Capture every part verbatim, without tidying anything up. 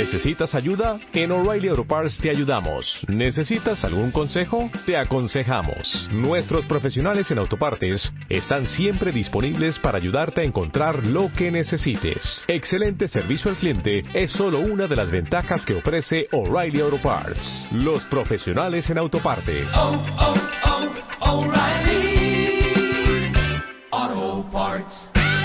¿Necesitas ayuda? En O'Reilly Auto Parts te ayudamos. ¿Necesitas algún consejo? Te aconsejamos. Nuestros profesionales en autopartes están siempre disponibles para ayudarte a encontrar lo que necesites. Excelente servicio al cliente es solo una de las ventajas que ofrece O'Reilly Auto Parts. Los profesionales en autopartes. Oh, oh, oh, O'Reilly Auto Parts.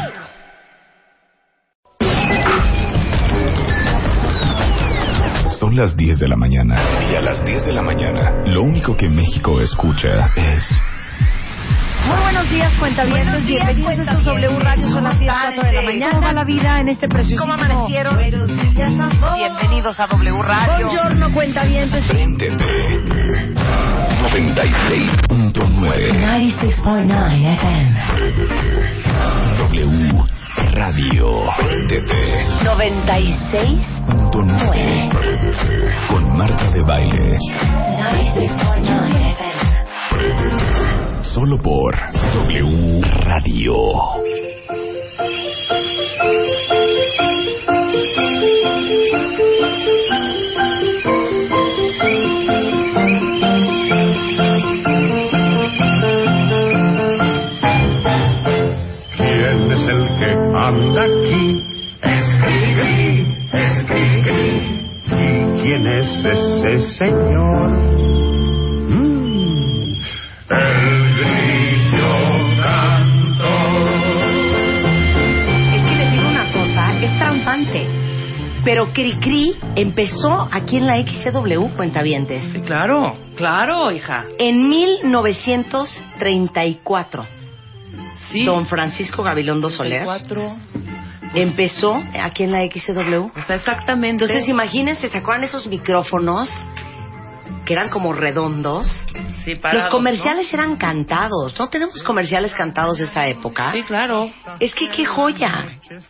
Son las diez de la mañana y a las diez de la mañana lo único que México escucha es... Muy buenos días, cuentavientes. Bienvenidos a estos W Radio. Son las diez y cuatro de la mañana. ¿Cómo va la vida en este preciosísimo? ¿Cómo amanecieron? Bienvenidos a W Radio. Buongiorno, cuentavientes. Préndete. noventa y seis punto nueve. noventa y seis punto nueve F M. W Radio. Préndete. noventa y seis punto nueve. Con Marta de Baile. noventa y seis punto nueve F M. Solo por W Radio. ¿Quién es el que anda aquí? Es Grigri, es Grigri. ¿Y quién es ese señor? Mm, el grillo cantor. Es que les digo una cosa, es trampante. Pero Cricri empezó aquí en la X C W, cuentavientes. Sí, claro, claro, hija. En mil novecientos treinta y cuatro. Sí. Don Francisco Gabilondo Soler cuatro. empezó aquí en la X C W. O sea, exactamente. Entonces, imagínense, ¿se acuerdan esos micrófonos que eran como redondos? Sí, parados, los comerciales ¿no? eran cantados. ¿No tenemos comerciales cantados de esa época? Sí, claro. Es que qué joya.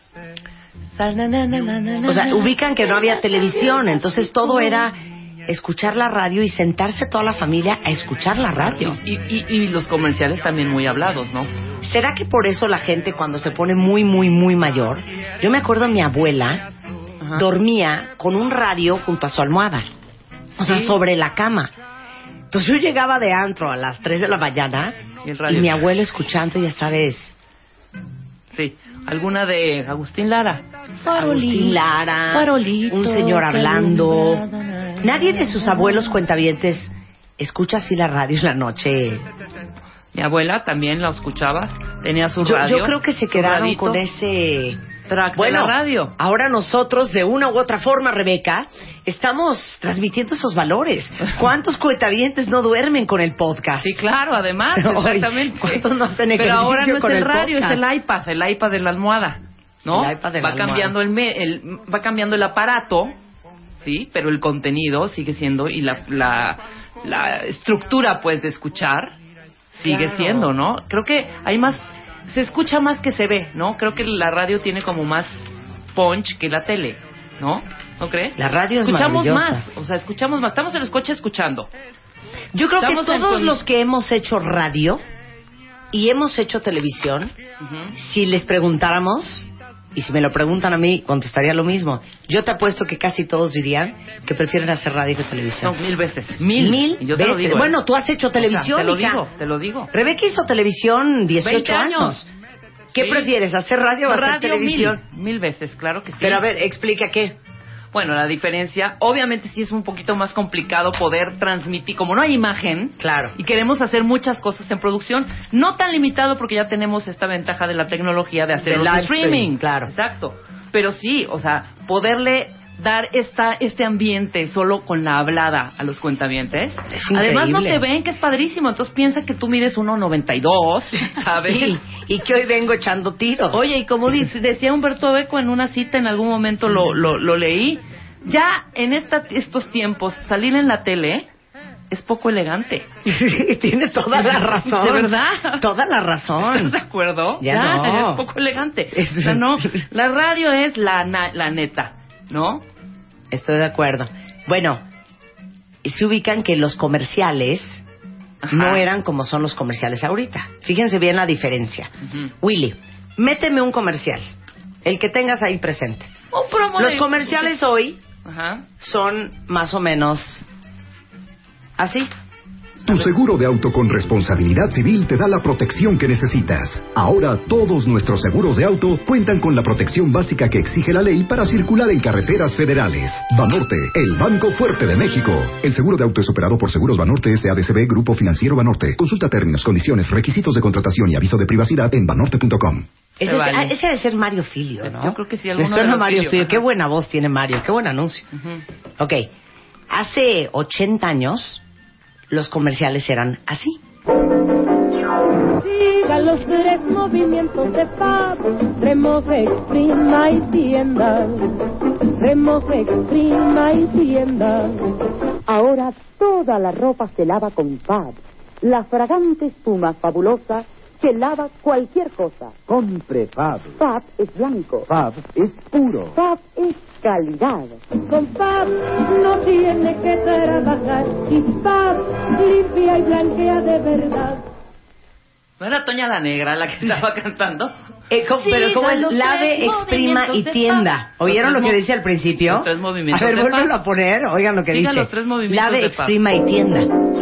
O sea, ubican que no había televisión, entonces todo era escuchar la radio y sentarse toda la familia a escuchar la radio. Y, y, y los comerciales también muy hablados, ¿no? ¿Será que por eso la gente cuando se pone muy, muy, muy mayor? Yo me acuerdo mi abuela Ajá. dormía con un radio junto a su almohada. O sea, Sí. sobre la cama. Entonces yo llegaba de antro a las tres de la mañana Y el y radio. mi abuela escuchando, ya sabes, Sí. ¿Alguna de Agustín Lara? Agustín Lara, farolito, un señor que hablando. alumbra. Nadie de sus abuelos cuentavientes escucha así la radio en la noche. Mi abuela también la escuchaba. Tenía su Yo, radio. yo creo que se su quedaron radito, con ese track bueno, de la radio. Ahora nosotros, de una u otra forma, Rebeca, estamos transmitiendo esos valores. ¿Cuántos cuentavientes no duermen con el podcast? Sí, claro, además, Ay, exactamente. ¿cuántos no hacen Pero ejercicio ahora no es con el, el radio, podcast? es el iPad, el iPad de la almohada, ¿no? El iPad de la va almohada. cambiando el, me- el va cambiando el aparato, sí, pero el contenido sigue siendo y la la, la estructura, pues, de escuchar sigue Claro. siendo, ¿no? Creo que hay más, se escucha más que se ve, ¿no? Creo que la radio tiene como más punch que la tele, ¿no? ¿No crees? La radio es escuchamos maravillosa. más, o sea, escuchamos más. Estamos en el coche escuchando. Yo creo que Estamos en todos con- los que hemos hecho radio y hemos hecho televisión, Ujú. si les preguntáramos, y si me lo preguntan a mí, contestaría lo mismo. Yo te apuesto que casi todos dirían que prefieren hacer radio que televisión. No, mil veces. Mil. Mil Y yo te lo veces. digo, ¿eh? Bueno, tú has hecho televisión, O sea, te lo hija. digo, te lo digo. Rebeca hizo televisión dieciocho veinte años. años. ¿Qué Sí. prefieres, hacer radio o hacer Radio, televisión? Mil, mil veces, claro que sí. Pero a ver, explica qué. Bueno, la diferencia, obviamente sí es un poquito más complicado poder transmitir, como no hay imagen, Claro. y queremos hacer muchas cosas en producción, no tan limitado porque ya tenemos esta ventaja de la tecnología de hacer De los live streaming, streaming, claro. Exacto. Pero sí, o sea, poderle dar esta este ambiente solo con la hablada a los cuentavientes. Es Además no increíble. te ven, que es padrísimo, entonces piensa que tú mides uno noventa y dos, ¿sabes? Sí, y que hoy vengo echando tiros. Oye, y como dice, decía Humberto Eco en una cita, en algún momento lo, lo, lo leí, ya en esta, estos tiempos salir en la tele es poco elegante. Tiene toda la razón. ¿De verdad? Toda la razón. ¿Estás de acuerdo? Ya no. es poco elegante. Es- O sea, no, la radio es la, na- la neta, ¿no? Estoy de acuerdo. Bueno, se ubican que los comerciales Ajá. no eran como son los comerciales ahorita. Fíjense bien la diferencia. Ujú. Willy, méteme un comercial. El que tengas ahí presente. Un promo Los de- comerciales hoy Ajá. son más o menos así. Tu seguro de auto con responsabilidad civil te da la protección que necesitas. Ahora todos nuestros seguros de auto cuentan con la protección básica que exige la ley para circular en carreteras federales. Banorte, el banco fuerte de México. El seguro de auto es operado por Seguros Banorte S A D C B Grupo Financiero Banorte. Consulta términos, condiciones, requisitos de contratación y aviso de privacidad en banorte punto com. Ese, vale. es, ese ha de ser Mario Filio, ¿no? Yo creo que sí, Me alguno de suena los Mario Filio. Filio. Ajá. Qué buena voz tiene Mario. Qué buen anuncio. Ujú. Ok. Hace ochenta años, los comerciales eran así. Siga los tres movimientos de Fab, remoje, exprima y tienda. Remoje, exprima y tienda. Ahora toda la ropa se lava con Fab, la fragante espuma fabulosa que lava cualquier cosa. Compre Fab. Fab es blanco. Fab es puro. Fab es calidad. Con Fab no tiene que trabajar y Fab limpia y blanquea de verdad. ¿No era Toña la Negra la que estaba cantando? Eh, ¿cómo- Sí, pero ¿cómo es? los Lave, tres exprima y movimientos de tienda. Fab. ¿Oyeron Los lo tres que mo- dice al principio? los tres movimientos A ver, de vuélvelo Fab. a poner. Oigan lo que Siga dice. los tres movimientos Lave, de Fab. exprima y tienda.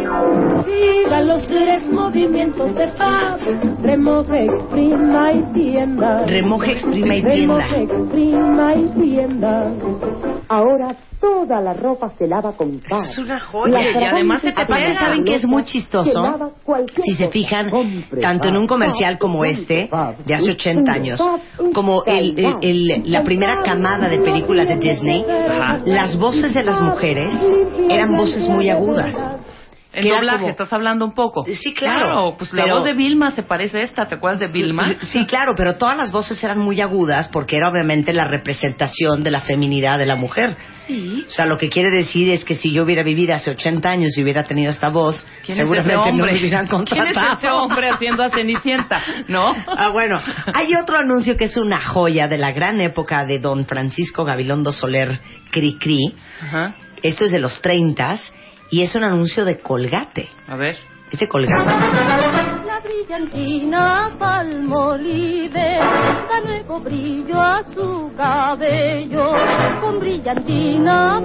Siga los tres movimientos de Fab, remoje, exprima y tienda. Remoje, exprima y tienda. Remoje, exprima y tienda. Ahora toda la ropa se lava con Fab. Es una joya. Oye, y además se te Aparte, pega. ¿saben que es muy Que chistoso? lava cualquier Si se cosa. fijan, Compre tanto en un Fab. comercial como este, de hace ochenta años, como el, el- el- la primera camada de películas de Disney, Ajá. las voces de las mujeres eran voces muy agudas. El que era doblaje, como- estás hablando un poco. Sí, claro. Pues la Pero- voz de Vilma se parece a esta, ¿te acuerdas de Vilma? Sí, claro, pero todas las voces eran muy agudas porque era obviamente la representación de la feminidad de la mujer. Sí. O sea, lo que quiere decir es que si yo hubiera vivido hace ochenta años y hubiera tenido esta voz, ¿Quién es ese seguramente no hombre? me hubieran ¿Quién contratado. es ese hombre haciendo a Cenicienta? ¿No? Ah, bueno. Hay otro anuncio que es una joya de la gran época de don Francisco Gabilondo Soler Cri Cri. Ajá. Esto es de los treintas y es un anuncio de Colgate. A ver. Es de Colgate. La brillantina Palmolive da nuevo brillo a su cabello. Con brillantina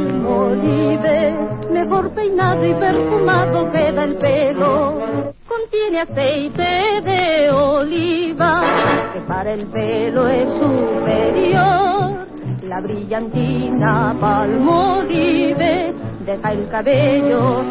Palmolive, mejor peinado y perfumado queda el pelo. Contiene aceite de oliva, que para el pelo es superior. La brillantina Palmolive deja el cabello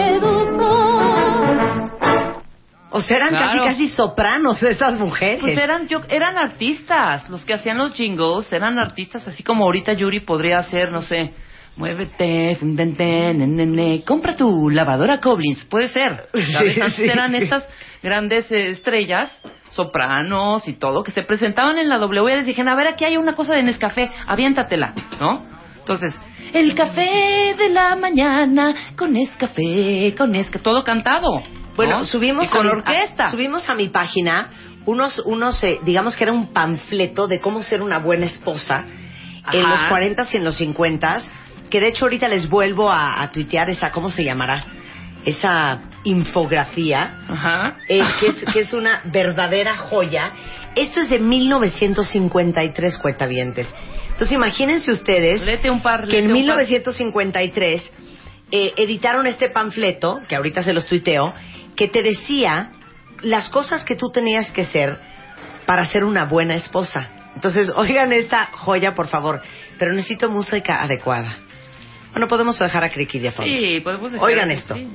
seductor. O sea, eran Claro. casi casi sopranos esas mujeres. Pues eran yo, eran artistas, los que hacían los jingles eran artistas, así como ahorita Yuri podría hacer, no sé, muévete, ten, ten, ten, ne, ne, ne, compra tu lavadora Collins, puede ser, ¿sabes? Sí, Antes sí. eran estas grandes eh, estrellas, sopranos y todo, que se presentaban en la W y les dijeron, a ver, aquí hay una cosa de Nescafé, aviéntatela, ¿no? Entonces, el café de la mañana, con Nescafé, con Nescafé, todo cantado. Bueno, ¿no? subimos y con a mi- orquesta. a- subimos a mi página unos, unos eh, digamos que era un panfleto de cómo ser una buena esposa en Ajá. los cuarentas y en los cincuentas, que de hecho ahorita les vuelvo a, a tuitear esa, ¿cómo se llamará? Esa infografía, Ajá. eh, que, es, que es una verdadera joya. Esto es de mil novecientos cincuenta y tres, cuentavientes. Entonces imagínense ustedes Léete un par, que en léete un mil par. novecientos cincuenta y tres eh, editaron este panfleto, que ahorita se los tuiteo, que te decía las cosas que tú tenías que ser para ser una buena esposa. Entonces, oigan esta joya, por favor, pero necesito música adecuada. Bueno, podemos dejar a Criqui de fondo. Sí, podemos dejar Oigan así, esto. sí.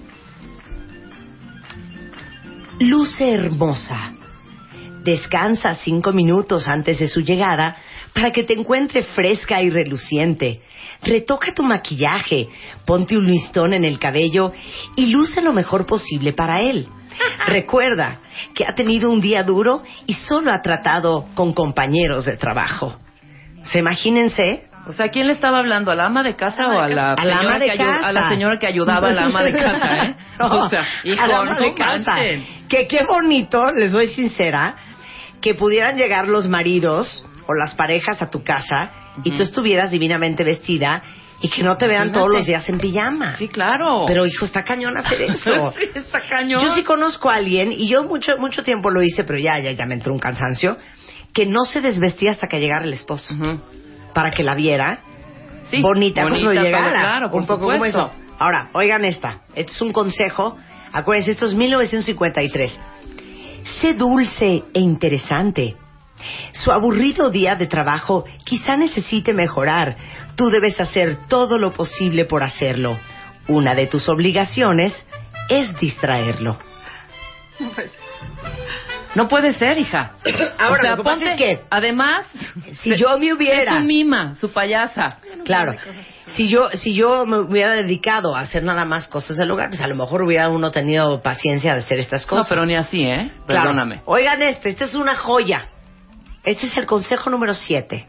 Luce hermosa. Descansa cinco minutos antes de su llegada para que te encuentre fresca y reluciente. Retoca tu maquillaje, ponte un listón en el cabello y luce lo mejor posible para él. Recuerda que ha tenido un día duro y solo ha tratado con compañeros de trabajo. ¿Se imagínense? O sea, ¿quién le estaba hablando? ¿A la ama de casa o a la, A la ama señora de que ayu- casa. a la señora que ayudaba a la ama de casa, eh? No, o sea, hijo, a la ama no de casa. canten. Que qué bonito, les soy sincera, que pudieran llegar los maridos o las parejas a tu casa y Ujú. tú estuvieras divinamente vestida y que no te vean Imagínate. todos los días en pijama. Sí, claro. Pero hijo, está cañón hacer eso. Sí, está cañón. Yo sí conozco a alguien, y yo mucho mucho tiempo lo hice, pero ya, ya, ya me entró un cansancio, que no se desvestía hasta que llegara el esposo, Ujú. para que la viera Sí, bonita, bonita cuando llegara. todo, claro, por un poco como supuesto. eso. Ahora, oigan esta. Este es un consejo. Acuérdense, esto es mil novecientos cincuenta y tres. Sé dulce e interesante. Su aburrido día de trabajo quizá necesite mejorar. Tú debes hacer todo lo posible por hacerlo. Una de tus obligaciones es distraerlo. No puede ser, hija. Ahora, o sea, lo que pasa ponte, es que, además, si yo me hubiera... es su mima, su payasa. Claro. Si yo, si yo me hubiera dedicado a hacer nada más cosas del hogar, pues a lo mejor hubiera uno tenido paciencia de hacer estas cosas. No, pero ni así, ¿eh? Claro. Perdóname. Oigan este, este es una joya. Este es el consejo número siete.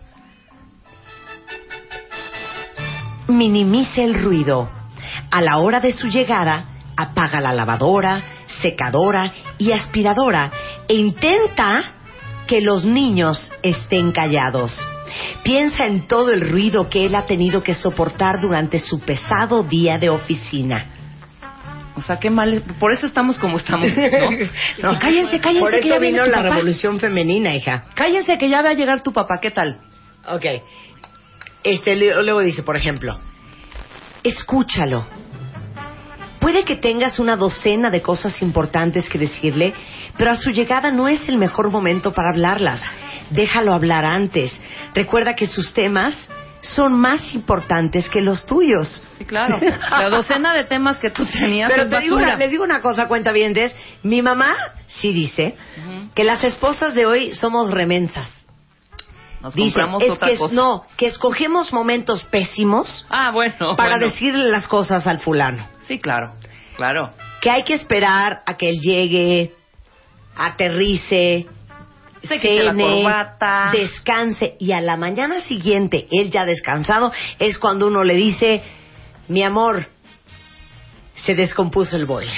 Minimice el ruido. A la hora de su llegada, apaga la lavadora, secadora y aspiradora e intenta que los niños estén callados. Piensa en todo el ruido que él ha tenido que soportar durante su pesado día de oficina. O sea, qué mal. Por eso estamos como estamos, ¿no? No, cállense, cállense. Por que eso ya viene vino tu la papá. revolución femenina, hija. Cállense que ya va a llegar tu papá. ¿Qué tal? Ok. Este, luego dice, por ejemplo, escúchalo. Puede que tengas una docena de cosas importantes que decirle, pero a su llegada no es el mejor momento para hablarlas. Déjalo hablar antes. Recuerda que sus temas son más importantes que los tuyos. Sí, claro. La docena de temas que tú tenías Pero es te digo basura. una, les digo una cosa, cuentavientes. Mi mamá sí dice Ujú. que las esposas de hoy somos remensas. Nos Dice, compramos es otra que es- cosa. no, que escogemos momentos pésimos Ah, bueno. para bueno. decirle las cosas al fulano. Sí, claro. Claro. Que hay que esperar a que él llegue, aterrice, Se quite la cene, corbata. descanse, y a la mañana siguiente, él ya descansado, es cuando uno le dice, mi amor, se descompuso el boiler.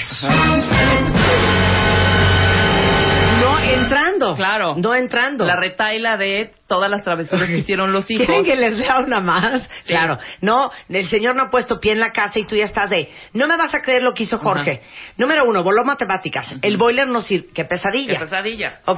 No entrando. Claro. No entrando. La retaila de todas las travesuras que hicieron los hijos. ¿Quieren que les lea una más? Sí. Claro. No, el señor no ha puesto pie en la casa y tú ya estás de, no me vas a creer lo que hizo Jorge. Ajá. Número uno, voló matemáticas. El boiler no sirve. ¡Qué pesadilla! Qué pesadilla. Ok.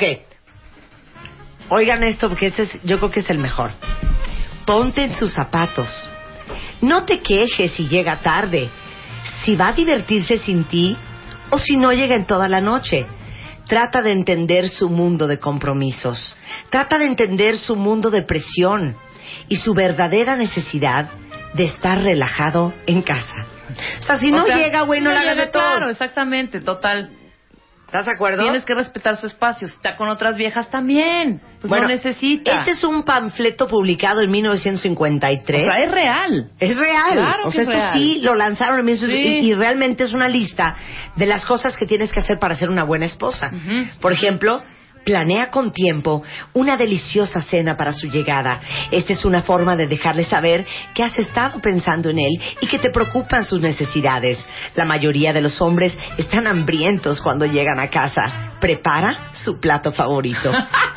Oigan esto, porque este es, yo creo que es el mejor. Ponte en sus zapatos. No te quejes si llega tarde. Si va a divertirse sin ti o si no llega en toda la noche. Trata de entender su mundo de compromisos. Trata de entender su mundo de presión y su verdadera necesidad de estar relajado en casa. O sea, si O no sea, llega, güey, no si la hagas llega, de todo. Claro, exactamente, total. ¿Estás de acuerdo? Tienes que respetar su espacio. Si está con otras viejas también. Pues Bueno, no necesita. Este es un panfleto publicado en mil novecientos cincuenta y tres. O sea, es real. Es real. Claro o que sea, es esto real. sí lo lanzaron en mil novecientos Sí. y, y realmente es una lista de las cosas que tienes que hacer para ser una buena esposa. Ujú. Por ejemplo, planea con tiempo una deliciosa cena para su llegada. Esta es una forma de dejarle saber que has estado pensando en él y que te preocupan sus necesidades. La mayoría de los hombres están hambrientos cuando llegan a casa. Prepara su plato favorito.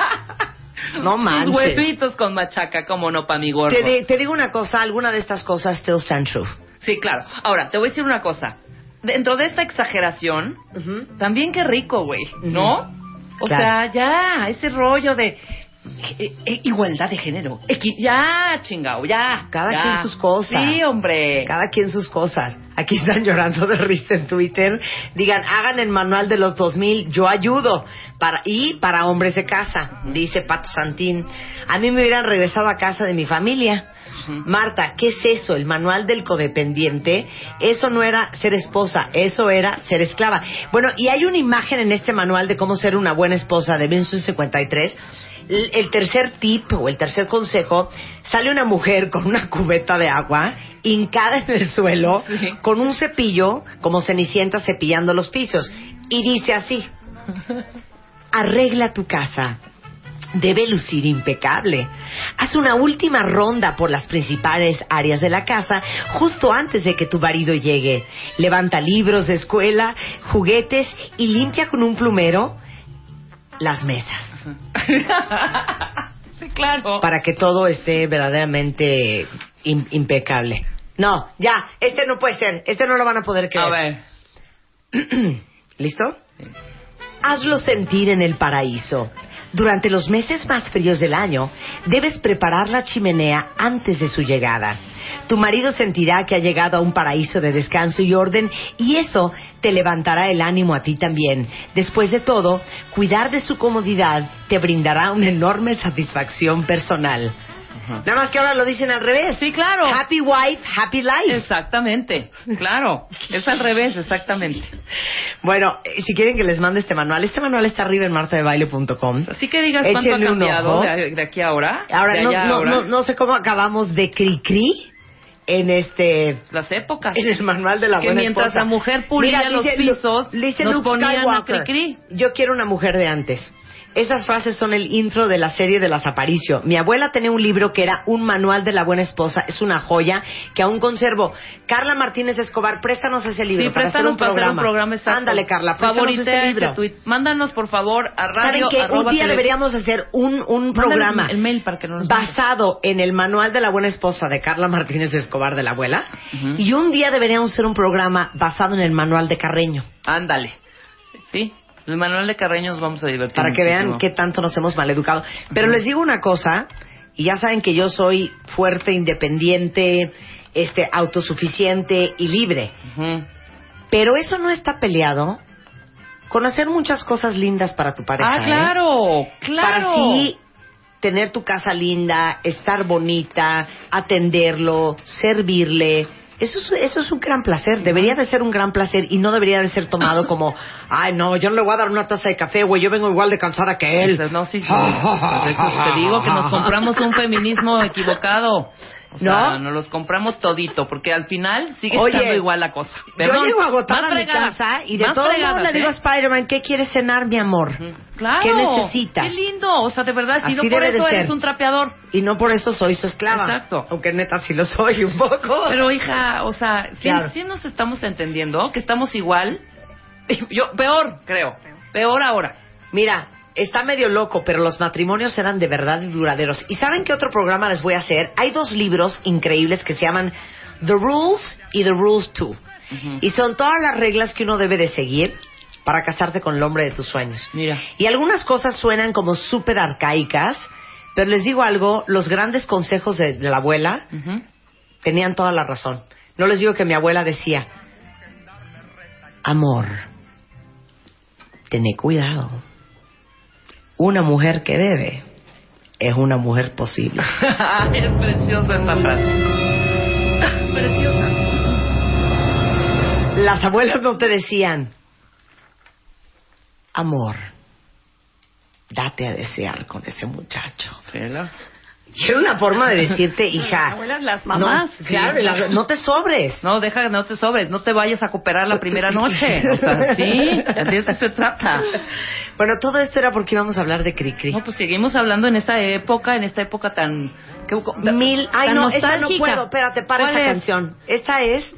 No manches. Sus huevitos con machaca, como no, pa' mi gordo. Te, di- te digo una cosa, alguna de estas cosas still stand true. Sí, claro. Ahora, te voy a decir una cosa. Dentro de esta exageración, Ujú. también qué rico, güey, ¿no? O Claro. sea, ya, ese rollo de eh, eh, igualdad de género. Equi- ya, chingao, ya. Cada ya. quien sus cosas. Sí, hombre. Cada quien sus cosas. Aquí están llorando de risa en Twitter. Digan, hagan el manual de los dos mil, yo ayudo. Para, y para hombres de casa, dice Pato Santín. A mí me hubieran regresado a casa de mi familia. Marta, ¿qué es eso? El manual del codependiente. Eso no era ser esposa, eso era ser esclava. Bueno, y hay una imagen en este manual de cómo ser una buena esposa de mil novecientos cincuenta y tres. El, el tercer tip o el tercer consejo, sale una mujer con una cubeta de agua hincada en el suelo, Sí. con un cepillo, como Cenicienta cepillando los pisos, y dice así: arregla tu casa. Debe lucir impecable. Haz una última ronda por las principales áreas de la casa justo antes de que tu marido llegue. Levanta libros de escuela, juguetes y limpia con un plumero las mesas Sí, claro. para que todo esté verdaderamente im- impecable. No, ya, este no puede ser. Este no lo van a poder creer. A ver. ¿Listo? Hazlo sentir en el paraíso. Durante los meses más fríos del año, debes preparar la chimenea antes de su llegada. Tu marido sentirá que ha llegado a un paraíso de descanso y orden, y eso te levantará el ánimo a ti también. Después de todo, cuidar de su comodidad te brindará una enorme satisfacción personal. Uh-huh. Nada más que ahora lo dicen al revés. Sí, claro. Happy wife, happy life. Exactamente, claro. Es al revés, exactamente. Bueno, si quieren que les mande este manual, este manual está arriba en marta de baile punto com. Así que digas cuánto ha cambiado de, de aquí a ahora. Ahora, no, no, ahora. No, no sé cómo acabamos de cri-cri en este... Las épocas. En el manual de la que buena mientras esposa. la mujer pulía Mira, los dice, pisos, dice nos Luke ponían Skywalker, a cri-cri. Yo quiero una mujer de antes. Esas frases son el intro de la serie de las Aparicio. Mi abuela tenía un libro que era un manual de la buena esposa. Es una joya que aún conservo. Carla Martínez Escobar, préstanos ese libro sí, para hacer un para programa. Hacer un programa exacto. Ándale, Carla, préstanos Favorite ese libro. Tweet. Mándanos, por favor, a radio. ¿Saben qué? arroba Un día tele... deberíamos hacer un, un programa el mail para que nos basado en el manual de la buena esposa de Carla Martínez Escobar, de la abuela. Uh-huh. Y un día deberíamos hacer un programa basado en el manual de Carreño. Ándale. Sí. El manual de Carreño nos vamos a divertir para que muchísimo. vean qué tanto nos hemos maleducado. Pero uh-huh. les digo una cosa, y ya saben que yo soy fuerte, independiente, este, autosuficiente y libre. Uh-huh. Pero eso no está peleado con hacer muchas cosas lindas para tu pareja. Ah, claro, ¿eh? claro. Para sí tener tu casa linda, estar bonita, atenderlo, servirle. Eso es, eso es un gran placer, debería de ser un gran placer y no debería de ser tomado como, ay no, yo no le voy a dar una taza de café, güey, yo vengo igual de cansada que él. No, sí, sí. Te digo que nos compramos un feminismo equivocado. O sea, ¿no? nos los compramos todito, porque al final sigue Oye, estando igual la cosa. Perdón, yo llego agotada a mi fregada, casa y de todo modo le digo ¿eh? a Spider-Man, ¿qué quieres cenar, mi amor? Claro. ¿Qué necesitas? Qué lindo, o sea, de verdad, si Así no por debe de eso ser. eres un trapeador. Y no por eso soy su esclava. Exacto. Aunque neta sí lo soy un poco. Pero hija, o sea, ¿sí, claro. ¿sí nos estamos entendiendo? Que estamos igual. Yo, peor, creo. Peor ahora. Mira, está medio loco, pero los matrimonios eran de verdad duraderos. ¿Y saben qué otro programa les voy a hacer? Hay dos libros increíbles que se llaman The Rules y The Rules dos. Uh-huh. Y son todas las reglas que uno debe de seguir para casarte con el hombre de tus sueños. Mira. Y algunas cosas suenan como súper arcaicas, pero les digo algo, los grandes consejos de, de la abuela uh-huh. tenían toda la razón. No les digo que mi abuela decía, amor, tené cuidado. Una mujer que debe es una mujer posible. Es preciosa esta frase. Preciosa. Las abuelas no te decían, amor, date a desear con ese muchacho. ¿Ela? Y era una forma de decirte, hija. Las abuelas, las mamás. No, claro, sí. la, no te sobres. No, deja que no te sobres. No te vayas a cooperar la primera noche. O sea, sí, de eso se trata. Bueno, todo esto era porque íbamos a hablar de Cricri. No, pues seguimos hablando en esta época, en esta época tan... Que, Mil... Ay, tan no, nostálgica. esta no puedo. Espérate, para esa es? canción. Esta es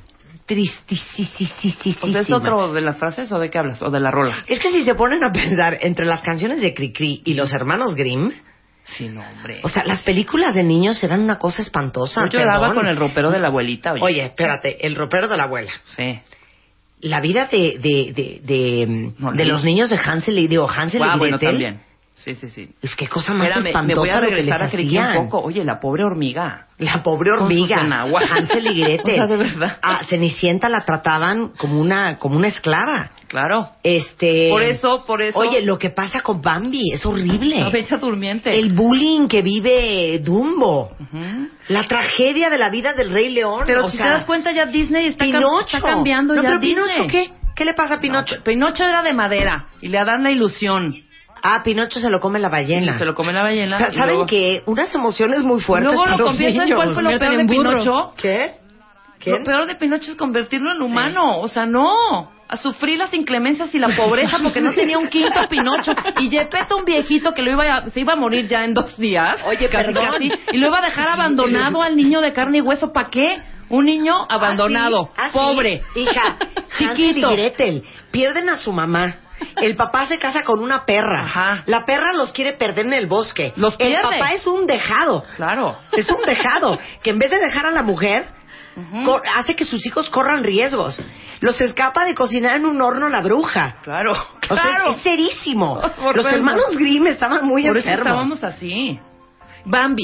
tristísima. O sea, ¿es otro de las frases o de qué hablas? ¿O de la rola? Es que si se ponen a pensar entre las canciones de Cricri y los hermanos Grimm... Sí, no, hombre. O sea, las películas de niños eran una cosa espantosa. Yo lloraba perdón. con el ropero de la abuelita, oye. Oye, espérate, el ropero de la abuela. Sí. La vida de de de de, no, de no. los niños de Hansel y digo Hansel ah, y bueno, Gretel. también. Sí, sí, sí. Es que cosa más Espérame, espantosa me voy a lo que les regresar a Cricri hacían. un poco. Oye, la pobre hormiga. La pobre Con hormiga. sus enaguas. Hansel y Gretel. O sea, de verdad. A Cenicienta la trataban como una como una esclava. Claro. Este. Por eso, por eso. Oye, lo que pasa con Bambi es horrible. La bella durmiente. El bullying que vive Dumbo. Uh-huh. La tragedia de la vida del Rey León. Pero o si sea, te das cuenta ya Disney está, cam- Pinocho. está cambiando no, ya pero Disney. Pinocho, ¿qué? ¿Qué le pasa a Pinocho? No, Pinocho era de madera y le dan la ilusión. Ah, Pinocho se lo come la ballena. Y se lo come la ballena. O sea, ¿saben luego... qué? Unas emociones muy fuertes Luego para lo los convierten, niños. ¿cuál fue lo peor de Pinocho? ¿Qué? ¿Qué? Lo peor de Pinocho es convertirlo en humano. O sea, no. A sufrir las inclemencias y la pobreza porque no tenía un quinto Pinocho. Y Gepetto, un viejito que lo iba a, se iba a morir ya en dos días. Oye, casi, perdón. casi, y lo iba a dejar abandonado al niño de carne y hueso. ¿Para qué? Un niño abandonado, ¿Ah, sí? pobre, ¿Ah, sí? Hija, chiquito. Hansel y Gretel pierden a su mamá. El papá se casa con una perra. Ajá. La perra los quiere perder en el bosque. Los el pierde. papá es un dejado. Claro. Es un dejado que en vez de dejar a la mujer, Uh-huh. co- hace que sus hijos corran riesgos. Los escapa de cocinar en un horno la bruja. Claro, O sea, claro. es serísimo. Por Los favor. hermanos Grimm estaban muy Por eso enfermos. estábamos así. Bambi.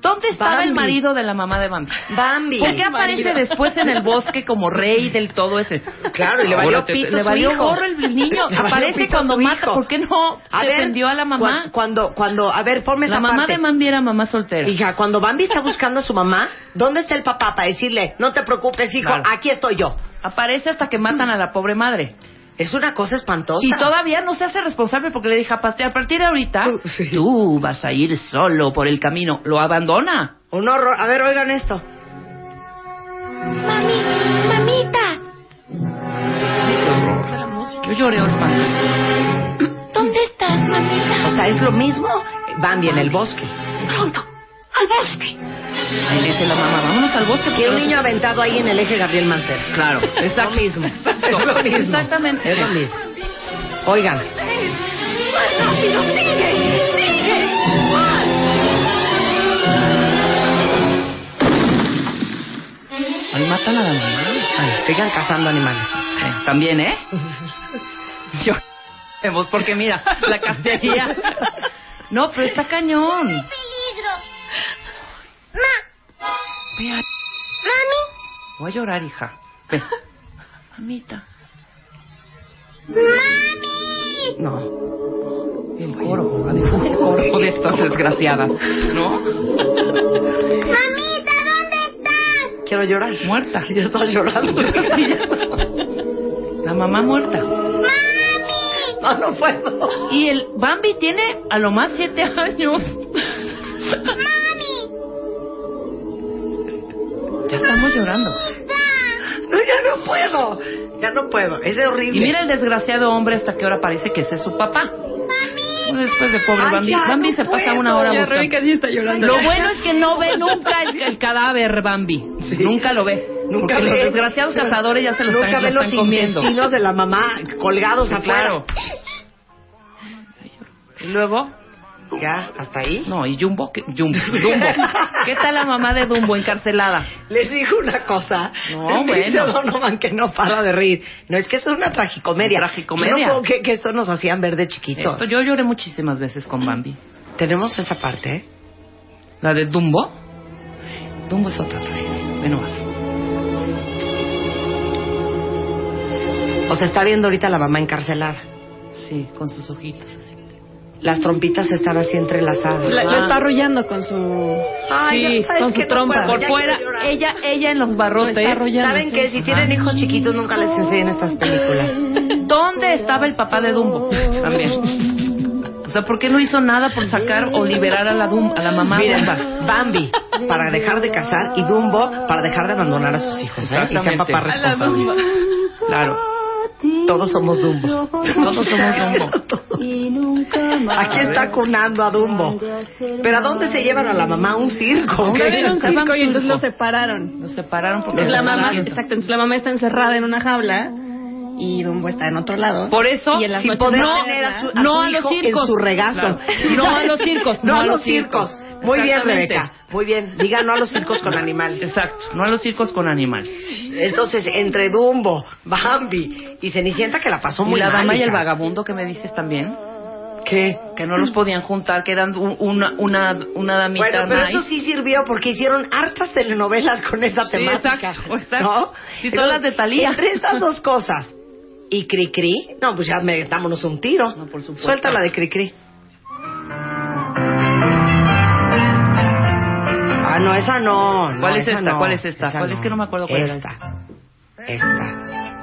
¿Dónde estaba Bambi. el marido de la mamá de Bambi? Bambi. ¿Por qué aparece Marido. después en el bosque como rey del todo ese? Claro, y le valió Ahora te- pito Le su valió hijo. gorro el niño. Le valió Aparece pito cuando su mata. hijo. ¿Por qué no A ver, defendió a la mamá? cu- Cuando, cuando, a ver, ponme esa La mamá parte. de Bambi era mamá soltera. Hija, cuando Bambi está buscando a su mamá, ¿dónde está el papá para decirle, no te preocupes, hijo, Claro. aquí estoy yo? Aparece hasta que matan a la pobre madre. Es una cosa espantosa. Y todavía no se hace responsable porque le dije a Pastel, a partir de ahorita, tú vas a ir solo por el camino. Lo abandona. Un horror. A ver, oigan esto. Mami, mamita, Yo lloré espantoso. ¿dónde estás, mamita? O sea, es lo mismo Bambi en el bosque. Pronto, al bosque. Ahí dice la mamá, vámonos al bosque. Que un porque- niño aventado ahí en el eje Gabriel Mancera. Claro, exacto. Lo mismo. Exacto. Es lo mismo. Exactamente. Es lo mismo. Oigan. Más rápido, sigue, sigue. Más. Ahí matan a la mamá. Ay, sigan cazando animales. Eh, También, ¿eh? Yo... Vemos, porque mira, la cacería... No, pero está cañón. Peligro. Ma. Vea, Mami. voy a llorar, hija. Ve. Mamita. Mami. No. El coro, además el coro de estas desgraciadas, ¿no? Mamita, ¿dónde estás? Quiero llorar. Muerta. Ya estás llorando. Sí, ya. La mamá muerta. No, no puedo. Y el Bambi tiene a lo más siete años. Mami. Ya estamos llorando. No, ya no puedo. Ya no puedo. Es horrible. Y mira el desgraciado hombre hasta que ahora parece que ese es su papá. Después de pobre Ay, Bambi. ya Bambi no se pasa puedo. una hora Ya buscando. Rebeca sí está llorando. Lo Ya, bueno ya. es que no ve nunca el, el cadáver Bambi. Sí. Nunca lo ve. Nunca porque ve. los desgraciados cazadores ya se los Nunca están, ve lo los están comiendo. intestinos de la mamá colgados Sí, afuera. claro. Y luego, Ya, hasta ahí. no, y Jumbo, ¿qué? Jumbo, Dumbo. ¿Qué tal la mamá de Dumbo encarcelada? Les digo una cosa. No, Dice bueno. Donovan que no para de reír. No, es que eso es una tragicomedia. Tragicomedia. Yo no puedo que, que esto nos hacían ver de chiquitos. Esto, yo lloré muchísimas veces con Bambi. Tenemos esa parte, ¿eh? La de Dumbo. Dumbo es otra tragedia. Ve nomás. O sea, está viendo ahorita a la mamá encarcelada. Sí, con sus ojitos así. Las trompitas están así entrelazadas. La, lo está arrollando con su... Ay, sí, ya sabes con que su no trompa. puedo, Por ya fuera, quiero llorar. ella, ella en los barrotes. Lo está arrollando. ¿Saben sí. qué? Si tienen hijos chiquitos, nunca les enseñen estas películas. ¿Dónde estaba el papá de Dumbo? También. O sea, ¿por qué no hizo nada por sacar o liberar a la, Dum, a la mamá? Miren, Dumba? Ba- Bambi para dejar de casar y Dumbo para dejar de abandonar a sus hijos, ¿eh? Y ser Exactamente. papá A la responsable. Dumba. Claro. Todos somos Dumbo. Todos somos Dumbo. Aquí está cunando a Dumbo. ¿Pero a dónde se llevan a la mamá? ¿A un circo? Aunque ¿Qué? era un Estaban circo y entonces circo. lo separaron. Los separaron porque Entonces la se mamá, separaron. exacto, entonces la mamá está encerrada en una jaula y Dumbo está en otro lado. Por eso, y en las Sin noches poder no, tener a su, a no su a los hijo circos. en su regazo. Claro. No a los circos, No, a los circos. Muy bien, Exactamente. Rebeca. Muy bien. Diga no a los circos con animales. Exacto, no a los circos con animales. Entonces, entre Dumbo, Bambi y Cenicienta, que la pasó Y muy la mal. dama y el hija. vagabundo que me dices también, ¿Qué? que no los podían juntar, que eran un- una, una, una damita Bueno, pero nice. eso sí sirvió porque hicieron hartas telenovelas con esa Sí, temática. exacto, exacto. ¿No? Sí, todas las de Thalía. Entre estas dos cosas y Cricri, no, pues ya metámonos un tiro. No, por supuesto. Suelta la de Cricri. Ah, no, esa no. no, ¿Cuál es esa esta? no. ¿Cuál es esta? Esa ¿Cuál es que no me acuerdo cuál era? Esta. Esta.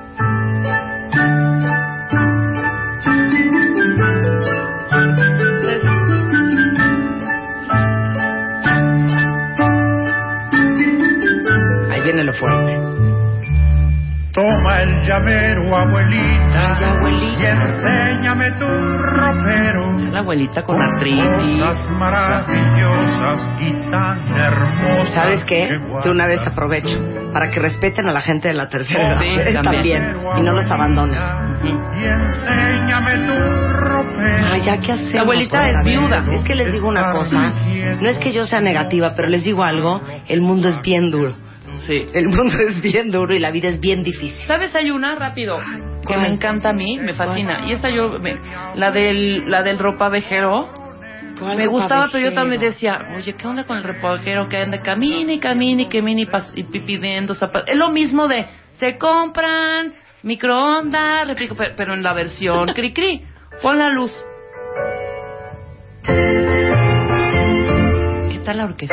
Ahí viene lo fuerte. Toma el llavero, abuelita, Ay, abuelita. y enséñame tu ropero. La abuelita con Con artritis. cosas maravillosas y tan hermosas. ¿Sabes qué? que De una vez guardas. aprovecho para que respeten a la gente de la tercera edad Sí, ¿eh? también. y no los abandonen. Y enséñame tu ropero. Ay, ya qué hacemos. La abuelita es viuda. Es que les digo una cosa, no es que yo sea negativa, pero les digo algo, el mundo es bien duro. Sí. El mundo es bien duro y la vida es bien difícil. ¿Sabes? Hay una, rápido, que ¿cuál? me encanta a mí, me fascina. Y esta yo, me- la del, la del ropavejero, Me gustaba, pero yo también decía, oye, ¿qué onda con el reportero que anda camine y camine y camine y, pas- y pi- pidiendo zapatos? Es lo mismo de, se compran microondas, replico, pero, pero en la versión cri-cri. Pon la luz. ¿Qué tal la orquesta?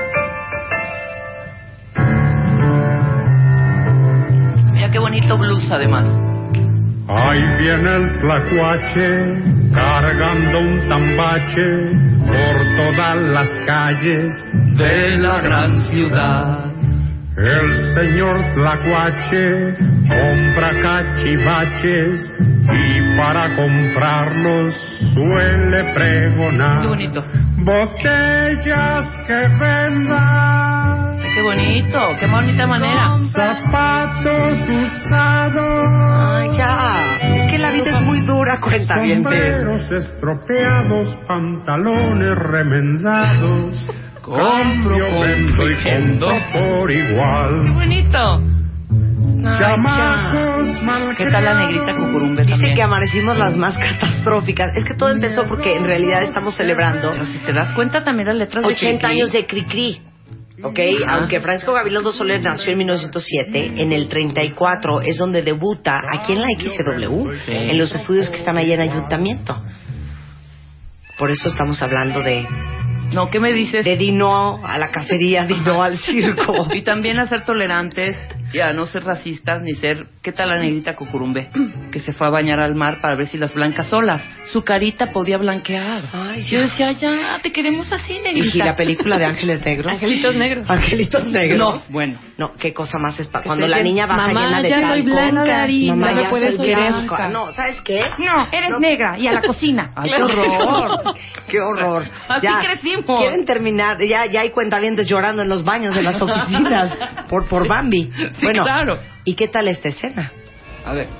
Mira qué bonito blues, además. Ahí viene el tlacuache, cargando un tambache por todas las calles de la gran ciudad. El señor tlacuache compra cachivaches y para comprarlos suele pregonar. Qué bonito. Botellas que vendan. Qué bonito, qué bonita manera. Zapatos usados. Ay, ya. Es que la vida es muy dura, cuenta bien. Sombreros estropeados, pantalones remendados. Compro, vendo y compro por igual. Qué bonito. Chamacos mal. ¿Qué tal la negrita cucurumbe Dice también? que amanecimos las más catastróficas. Es que todo empezó porque en realidad estamos celebrando Pero si te das cuenta también las letras de ochenta Cri-Cri. años de Cricri. ¿Ok? Aunque Francisco Gabilondo Soler nació en mil novecientos siete, en el treinta y cuatro es donde debuta aquí en la X W, Sí. en los estudios que están ahí en Ayuntamiento. Por eso estamos hablando de, No, ¿qué me dices? de Dino a la cacería, Dino al circo. Y también a ser tolerantes y a no ser racistas ni ser... ¿Qué tal la negrita cucurumbe? Que se fue a bañar al mar para ver si las blancas solas. Su carita podía blanquear. Ay, Yo ya. decía, ya, te queremos así, negrita. Y la película de Ángeles Negros. Angelitos negros. Angelitos Negros. No, bueno. No, qué cosa más espa... Que Cuando se la ven, niña baja mamá, llena de ya talco. soy blanca, harina, Mamá, no ya puedes soy querer. blanca. No, ¿sabes qué? No, eres No. negra y a la cocina. Ay, qué horror. Qué horror. Así crecimos. Quieren terminar, ya, ya hay cuentavientes llorando en los baños de las oficinas por, por Bambi. Sí, Bueno, claro. ¿y qué tal esta escena? A ver.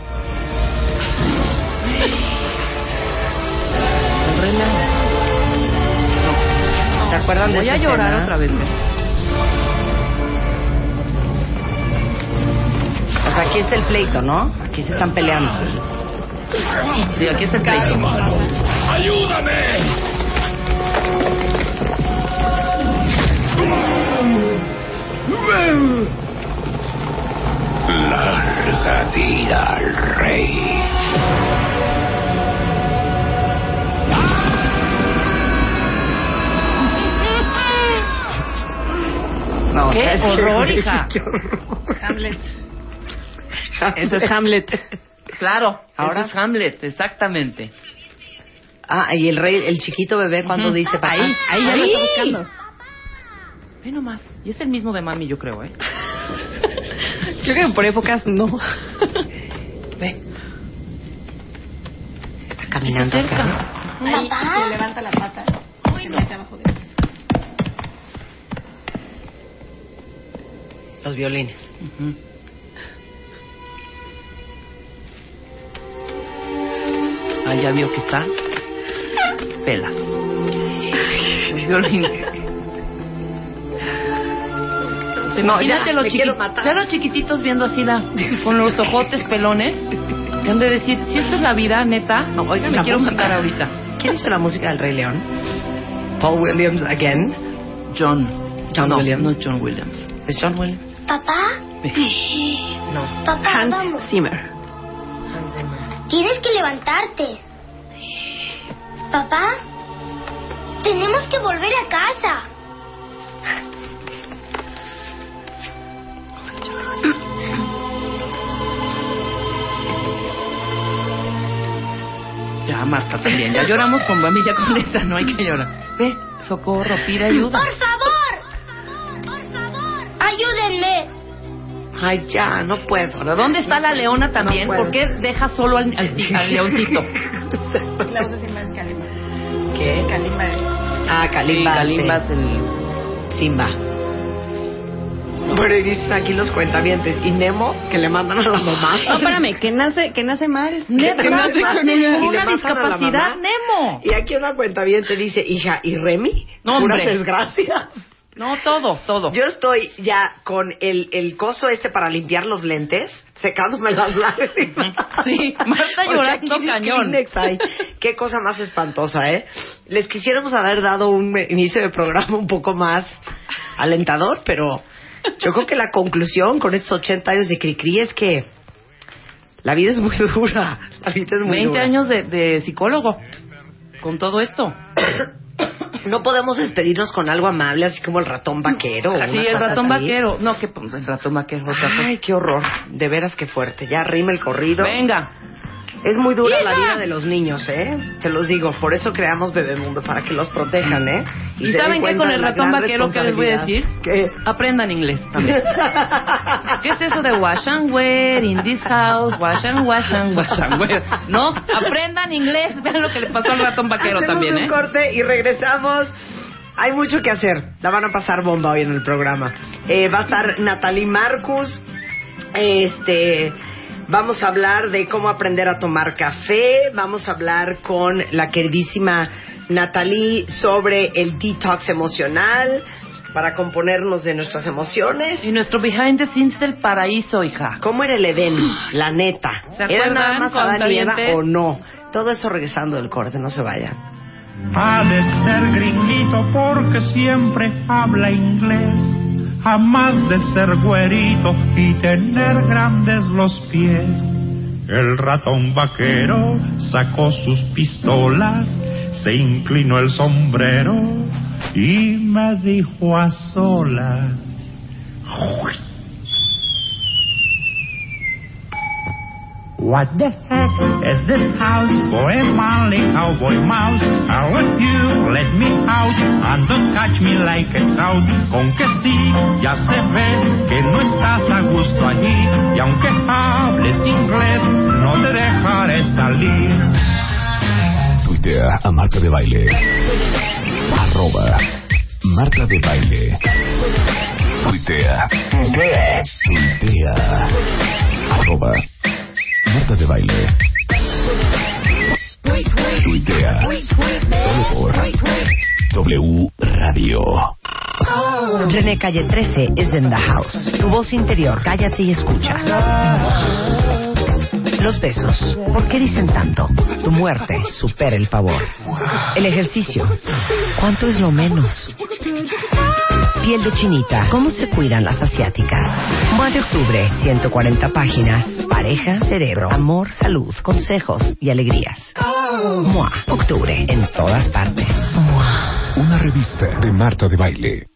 ¿Se acuerdan de Voy a esta llorar escena? otra vez. O sea, aquí está el pleito, ¿no? Aquí se están peleando. Sí, aquí es el pleito. ¡Ayúdame! Larga vida al rey. No, ¡Qué es que- horror, hija! ¡Qué horror! Hamlet. Eso es Hamlet. Claro, Ahora- ahora es Hamlet, exactamente. Ah, y el rey, el chiquito bebé cuando Ujú. dice papá. Ahí, ahí ya lo está buscando. Ve nomás. Y es el mismo de mami, yo creo, ¿eh? Yo creo que por épocas no. Ve. Está caminando Se hacia acerca. arriba. Ahí se levanta la pata. Se mete abajo de Los violines. Ujú. Ah, ya vio que está. Pela. El violín. No, ya, Imagínate los, me quiero chiqui- matar. ya los chiquititos viendo así la, con los ojotes pelones. Que han de decir, si esta es la vida, neta, No, oigan me la quiero música. matar ahorita. ¿Quién hizo la música del Rey León? Paul Williams again. John. John no, Williams. No es John Williams. ¿Es John Williams? ¿Papá? No. Papá, Hans vamos. Zimmer. Tienes que levantarte. Papá, tenemos que volver a casa. Ya, Marta, también. Ya lloramos con mami, ya con esta, no hay que llorar. Ve, socorro, pide ayuda. ¡Por favor! ¡Por favor! ¡Ayúdenme! Ay, ya, no puedo. Pero ¿dónde está la leona también? No puedo. ¿Por qué deja solo al, al, al leoncito? La usa sin más Kalimba. ¿Qué? Kalimba. Ah, Kalimba. Sí, Kalimba es el... Simba. Bueno, y dicen aquí los cuentavientes. ¿Y Nemo? Que le mandan a la mamá. No, espérame, que nace, que nace mal. Neta, Que nace nace con con una- una Y le mandan a la discapacidad, mamá. Nemo. Y aquí una cuentaviente dice, hija, ¿y Remy? No, Puras hombre. desgracias. No, todo, todo. Yo estoy ya con el, el coso este para limpiar los lentes, secándome las lágrimas. Sí, Marta llorando cañón. Kleenex hay. Qué cosa más espantosa, ¿eh? Les quisiéramos haber dado un inicio de programa un poco más alentador, pero yo creo que la conclusión con estos ochenta años de Cricri es que la vida es muy dura. La vida es muy veinte dura. años de, de psicólogo con todo esto. No podemos despedirnos con algo amable, así como el ratón vaquero. o Sí, una el cosa ratón así. vaquero. No, que el ratón vaquero. Otra cosa. Ay, qué horror. De veras qué fuerte. Ya rima el corrido. Venga. Es muy dura ¡Hija! la vida de los niños, ¿eh? Te los digo. Por eso creamos Bebemundo, para que los protejan, ¿eh? ¿Y se den saben qué cuenta con de el la ratón gran vaquero que les voy a decir? ¿Qué? Aprendan inglés también. ¿Qué es eso de wash and wear in this house? Wash and wash and wash and wear. No, aprendan inglés. Vean lo que le pasó al ratón vaquero Hacemos también, un ¿eh? corte y regresamos. Hay mucho que hacer. La van a pasar bomba hoy en el programa. Eh, va a estar Natalie Marcus. Este... Vamos a hablar de cómo aprender a tomar café. Vamos a hablar con la queridísima Natalie sobre el detox emocional para componernos de nuestras emociones. Y nuestro behind the scenes del paraíso, hija. ¿Cómo era el Edén? La neta. ¿Se ¿Era acuerdan, nada más Adán y Eva cuentavientes? o no? Todo eso regresando del corte, no se vayan. Ha de ser gringuito porque siempre habla inglés. Jamás de ser güerito y tener grandes los pies. El ratón vaquero sacó sus pistolas, se inclinó el sombrero y me dijo a solas: What the heck is this house for a manly cowboy mouse? I want you, let me out, and don't catch me like a trout. Con que sí, ya se ve que no estás a gusto allí, y aunque hables inglés, no te dejaré salir. Tuitea a Marta de Baile. Arroba Marta de Baile. Tuitea. Tuitea. Arroba Marta de Baile. Tuitea. Solo por W Radio. René Calle trece is in the house. Tu voz interior, cállate y escucha. Los besos, ¿por qué dicen tanto? Tu muerte supera el favor. El ejercicio, ¿cuánto es lo menos? Piel de chinita, ¿cómo se cuidan las asiáticas? Mua de octubre, ciento cuarenta páginas. Pareja, cerebro, amor, salud, consejos y alegrías. Mua, octubre, en todas partes. Mua. Una revista de Marta de Baile.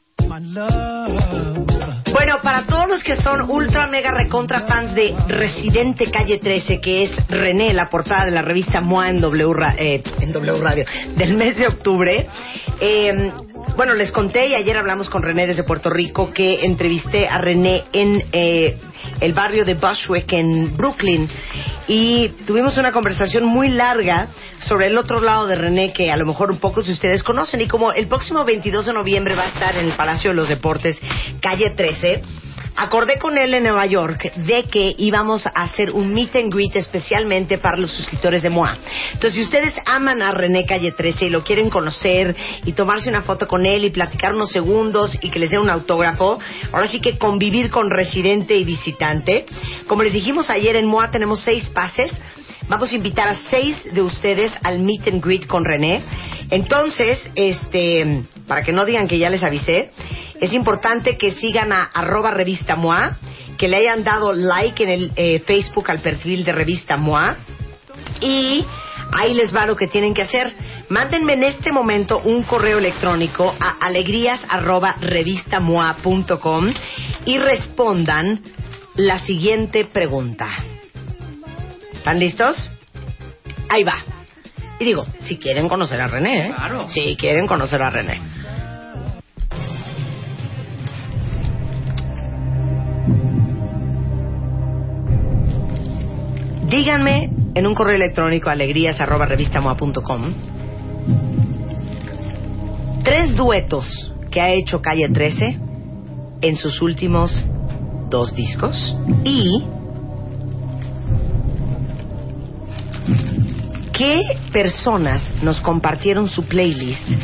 Bueno, para todos los que son ultra mega recontra fans de Residente Calle trece, que es René, la portada de la revista Mua en W, Ra- eh, en W Radio, del mes de octubre, eh, bueno, les conté y ayer hablamos con René desde Puerto Rico que entrevisté a René en eh, el barrio de Bushwick en Brooklyn y tuvimos una conversación muy larga sobre el otro lado de René que a lo mejor un pocos de ustedes conocen, y como el próximo veintidós de noviembre va a estar en el Palacio de los Deportes Calle trece, acordé con él en Nueva York de que íbamos a hacer un meet and greet especialmente para los suscriptores de Mua. Entonces, si ustedes aman a René Calle trece y lo quieren conocer y tomarse una foto con él y platicar unos segundos y que les dé un autógrafo, ahora sí que convivir con residente y visitante. Como les dijimos ayer, en Mua tenemos seis pases. Vamos a invitar a seis de ustedes al meet and greet con René. Entonces, este, para que no digan que ya les avisé, es importante que sigan a arroba revista Mua, que le hayan dado like en el eh, Facebook al perfil de revista Mua, y ahí les va lo que tienen que hacer. Mándenme en este momento un correo electrónico a alegrías arroba revista mua punto com y respondan la siguiente pregunta. ¿Están listos? Ahí va. Y digo, si quieren conocer a René, ¿eh? Claro. Si quieren conocer a René. Díganme en un correo electrónico alegrías arroba revista mua punto com tres duetos que ha hecho Calle trece en sus últimos dos discos y qué personas nos compartieron su playlist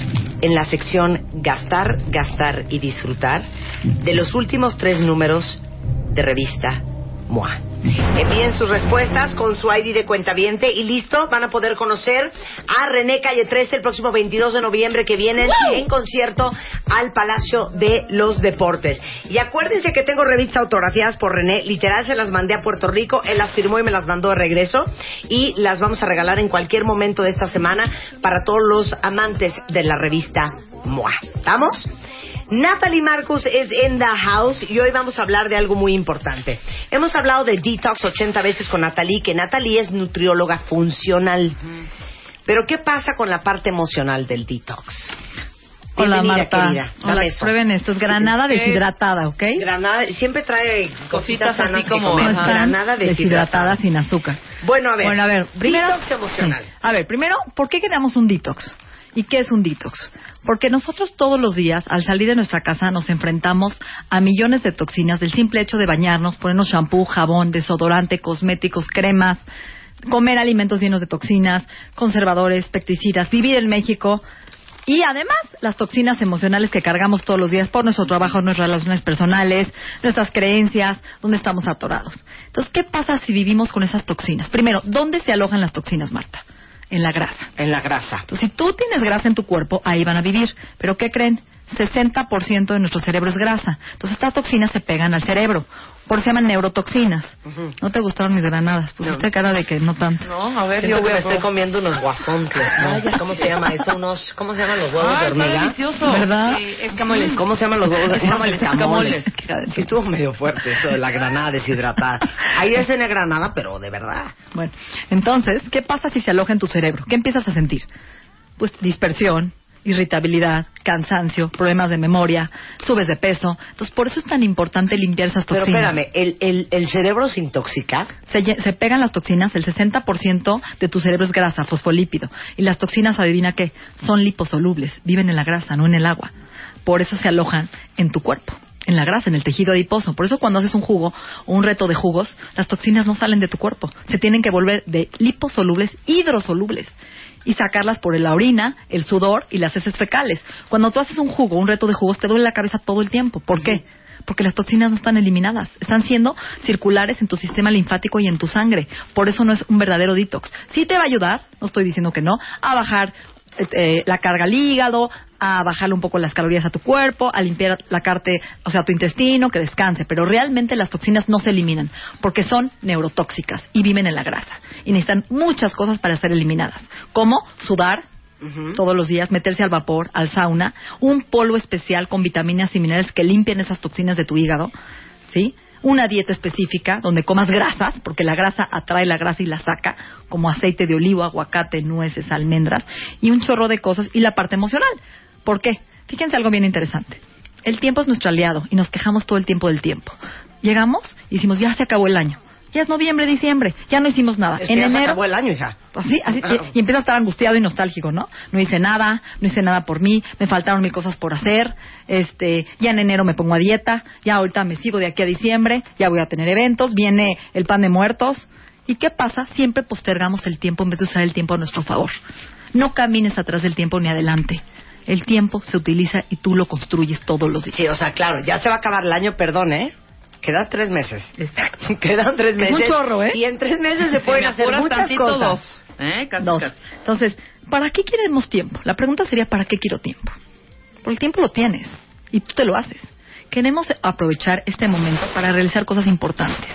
en la sección Gastar, Gastar y Disfrutar de los últimos tres números de revista M O A. Envíen sus respuestas con su I D de cuentaviente y listo, van a poder conocer a René Calle trece el próximo veintidós de noviembre que vienen ¡wow! En concierto al Palacio de los Deportes. Y acuérdense que tengo revistas autografiadas por René, literal se las mandé a Puerto Rico, él las firmó y me las mandó de regreso y las vamos a regalar en cualquier momento de esta semana para todos los amantes de la revista M O A. ¿Estamos? Natalie Marcus es in the house y hoy vamos a hablar de algo muy importante. Hemos hablado de Detox ochenta veces con Natalie, que Natalie es nutrióloga funcional. Uh-huh. Pero ¿qué pasa con la parte emocional del detox? Hola, Bienvenida, Marta. querida. Hola, eso. Prueben esto. Es granada sí. deshidratada, ¿ok? Granada, siempre trae cositas, cositas así como comer. Están Granada deshidratada. deshidratada sin azúcar. Bueno, a ver. Bueno, a ver, primero, detox emocional. Sí. A ver, primero, ¿por qué queremos un detox? ¿Y qué es un detox? Porque nosotros todos los días, al salir de nuestra casa, nos enfrentamos a millones de toxinas del simple hecho de bañarnos, ponernos shampoo, jabón, desodorante, cosméticos, cremas, comer alimentos llenos de toxinas, conservadores, pesticidas, vivir en México. Y además, las toxinas emocionales que cargamos todos los días por nuestro trabajo, nuestras relaciones personales, nuestras creencias, donde estamos atorados. Entonces, ¿qué pasa si vivimos con esas toxinas? Primero, ¿dónde se alojan las toxinas, Marta? En la grasa. En la grasa. Entonces, si tú tienes grasa en tu cuerpo, ahí van a vivir. ¿Pero qué creen? sesenta por ciento de nuestro cerebro es grasa. Entonces, estas toxinas se pegan al cerebro. Por eso se llaman neurotoxinas. Uh-huh. ¿No te gustaron mis granadas? Pusiste no. cara de que no tanto. No, a ver, Siento yo me estoy comiendo unos guasontles. ¿No? ¿Cómo se llama eso? Unos, ¿Cómo se llaman los huevos ah, de hormiga? Delicioso. ¿Verdad? Sí, escamoles. ¿Cómo se llaman los huevos de hormiga? Escamoles. Sí, estuvo medio fuerte eso de la granada deshidratada. Ahí es en granada, pero de verdad. Bueno, entonces, ¿qué pasa si se aloja en tu cerebro? ¿Qué empiezas a sentir? Pues dispersión, irritabilidad, cansancio, problemas de memoria, subes de peso. Entonces, por eso es tan importante limpiar esas toxinas. Pero espérame, ¿el, el, el cerebro se intoxica? Se, se pegan las toxinas, el sesenta por ciento de tu cerebro es grasa, fosfolípido. Y las toxinas, adivina qué, son liposolubles, viven en la grasa, no en el agua. Por eso se alojan en tu cuerpo, en la grasa, en el tejido adiposo. Por eso cuando haces un jugo o un reto de jugos, las toxinas no salen de tu cuerpo. Se tienen que volver de liposolubles, hidrosolubles. Y sacarlas por la orina, el sudor y las heces fecales. Cuando tú haces un jugo, un reto de jugos, te duele la cabeza todo el tiempo. ¿Por qué? Porque las toxinas no están eliminadas. Están siendo circulares en tu sistema linfático y en tu sangre. Por eso no es un verdadero detox. Sí te va a ayudar, no estoy diciendo que no, a bajar eh, la carga al hígado, a bajarle un poco las calorías a tu cuerpo, a limpiar la carte, o sea, tu intestino, que descanse. Pero realmente las toxinas no se eliminan, porque son neurotóxicas y viven en la grasa. Y necesitan muchas cosas para ser eliminadas, como sudar uh-huh. todos los días, meterse al vapor, al sauna, un polvo especial con vitaminas y minerales que limpian esas toxinas de tu hígado, ¿sí? Una dieta específica donde comas grasas, porque la grasa atrae la grasa y la saca, como aceite de olivo, aguacate, nueces, almendras, y un chorro de cosas, y la parte emocional. ¿Por qué? Fíjense algo bien interesante. El tiempo es nuestro aliado y nos quejamos todo el tiempo del tiempo. Llegamos y decimos, ya se acabó el año. Ya es noviembre, diciembre, ya no hicimos nada. Es en que ya enero se acabó el año, hija. Así, así, y, y empieza a estar angustiado y nostálgico, ¿no? No hice nada, no hice nada por mí, me faltaron mis cosas por hacer, este, ya en enero me pongo a dieta, ya ahorita me sigo de aquí a diciembre, ya voy a tener eventos, viene el pan de muertos. ¿Y qué pasa? Siempre postergamos el tiempo en vez de usar el tiempo a nuestro favor. No camines atrás del tiempo ni adelante. El tiempo se utiliza y tú lo construyes todos los días. Sí, o sea, claro, ya se va a acabar el año, perdón, ¿eh? Quedan tres meses. Exacto. Quedan tres meses. Es un chorro, ¿eh? Y en tres meses se pueden hacer muchas cosas. Dos. ¿Eh? Casi, dos. Casi. Entonces, ¿para qué queremos tiempo? La pregunta sería, ¿para qué quiero tiempo? Porque el tiempo lo tienes y tú te lo haces. Queremos aprovechar este momento para realizar cosas importantes.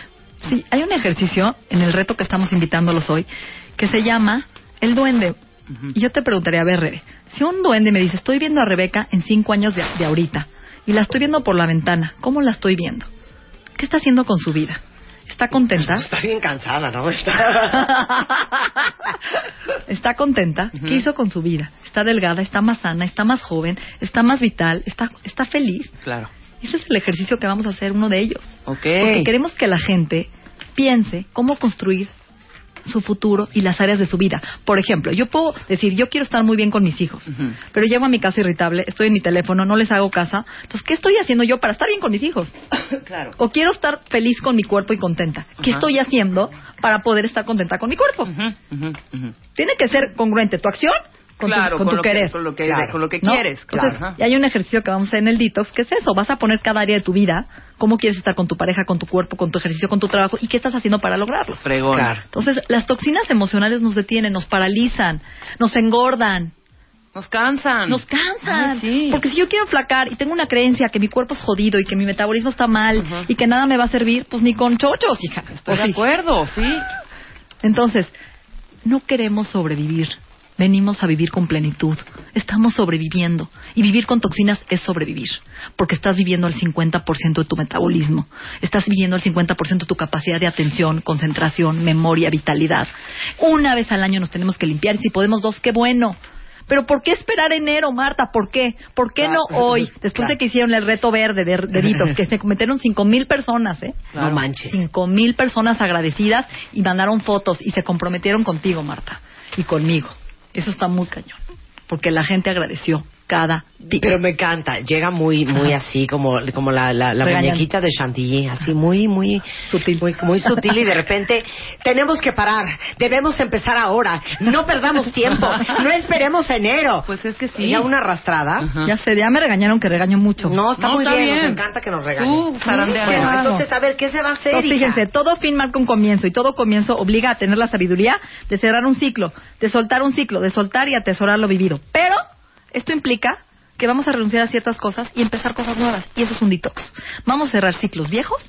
Sí, hay un ejercicio en el reto que estamos invitándolos hoy que se llama el duende. Uh-huh. Y yo te preguntaría, a ver, Rebe, si un duende me dice, estoy viendo a Rebeca en cinco años de, de ahorita y la estoy viendo por la ventana, ¿cómo la estoy viendo? ¿Qué está haciendo con su vida? ¿Está contenta? Está bien cansada, ¿no? Está, ¿Está contenta? Uh-huh. ¿Qué hizo con su vida? ¿Está delgada? ¿Está más sana? ¿Está más joven? ¿Está más vital? ¿Está, está feliz? Claro. Ese es el ejercicio que vamos a hacer, uno de ellos. Okay. Porque queremos que la gente piense cómo construir su futuro y las áreas de su vida. Por ejemplo, yo puedo decir, yo quiero estar muy bien con mis hijos, uh-huh. pero llego a mi casa irritable, estoy en mi teléfono, no les hago caso. Entonces, ¿qué estoy haciendo yo para estar bien con mis hijos? Claro. O quiero estar feliz con mi cuerpo y contenta. ¿Qué uh-huh. estoy haciendo para poder estar contenta con mi cuerpo? Uh-huh. Uh-huh. Uh-huh. Tiene que ser congruente tu acción con claro, tu, con con tu lo querer. Que, con lo que, Claro. con lo que ¿no? quieres. Entonces, Claro. y hay un ejercicio que vamos a hacer en el detox, que es eso. Vas a poner cada área de tu vida, cómo quieres estar con tu pareja, con tu cuerpo, con tu ejercicio, con tu trabajo, y qué estás haciendo para lograrlo. Fregón. Claro. Entonces, las toxinas emocionales nos detienen, nos paralizan, nos engordan. Nos cansan. Nos cansan. Ay, sí. Porque si yo quiero flacar y tengo una creencia que mi cuerpo es jodido y que mi metabolismo está mal uh-huh. y que nada me va a servir, pues ni con chochos, hija. Estoy de acuerdo, sí. Entonces, no queremos sobrevivir. Venimos a vivir con plenitud. Estamos sobreviviendo. Y vivir con toxinas es sobrevivir. Porque estás viviendo al cincuenta por ciento de tu metabolismo. Estás viviendo al cincuenta por ciento de tu capacidad de atención, concentración, memoria, vitalidad. Una vez al año nos tenemos que limpiar. Y si podemos dos, qué bueno. Pero ¿por qué esperar enero, Marta? ¿Por qué? ¿Por qué claro. no hoy? Después claro. de que hicieron el reto verde de deditos, que se cometieron cinco mil personas, ¿eh? Claro. No manches. Cinco mil personas agradecidas y mandaron fotos y se comprometieron contigo, Marta, y conmigo. Eso está muy cañón, porque la gente agradeció cada día. Pero me encanta, llega muy muy así como como la, la, la muñequita de Chantilly, así muy muy sutil, muy, muy sutil y de repente tenemos que parar, debemos empezar ahora, no perdamos tiempo, no esperemos enero. Pues es que sí. Ya una arrastrada. Uh-huh. Ya sé, ya me regañaron que regaño mucho. No, está no, muy está bien, bien, nos encanta que nos regañen. Tú, zarandeando. Bueno, Claro. entonces a ver, ¿qué se va a hacer? Entonces, hija? fíjense, todo fin marca un comienzo y todo comienzo obliga a tener la sabiduría de cerrar un ciclo, de soltar un ciclo, de soltar y atesorar lo vivido. Pero esto implica que vamos a renunciar a ciertas cosas y empezar cosas nuevas. Y eso es un detox. Vamos a cerrar ciclos viejos,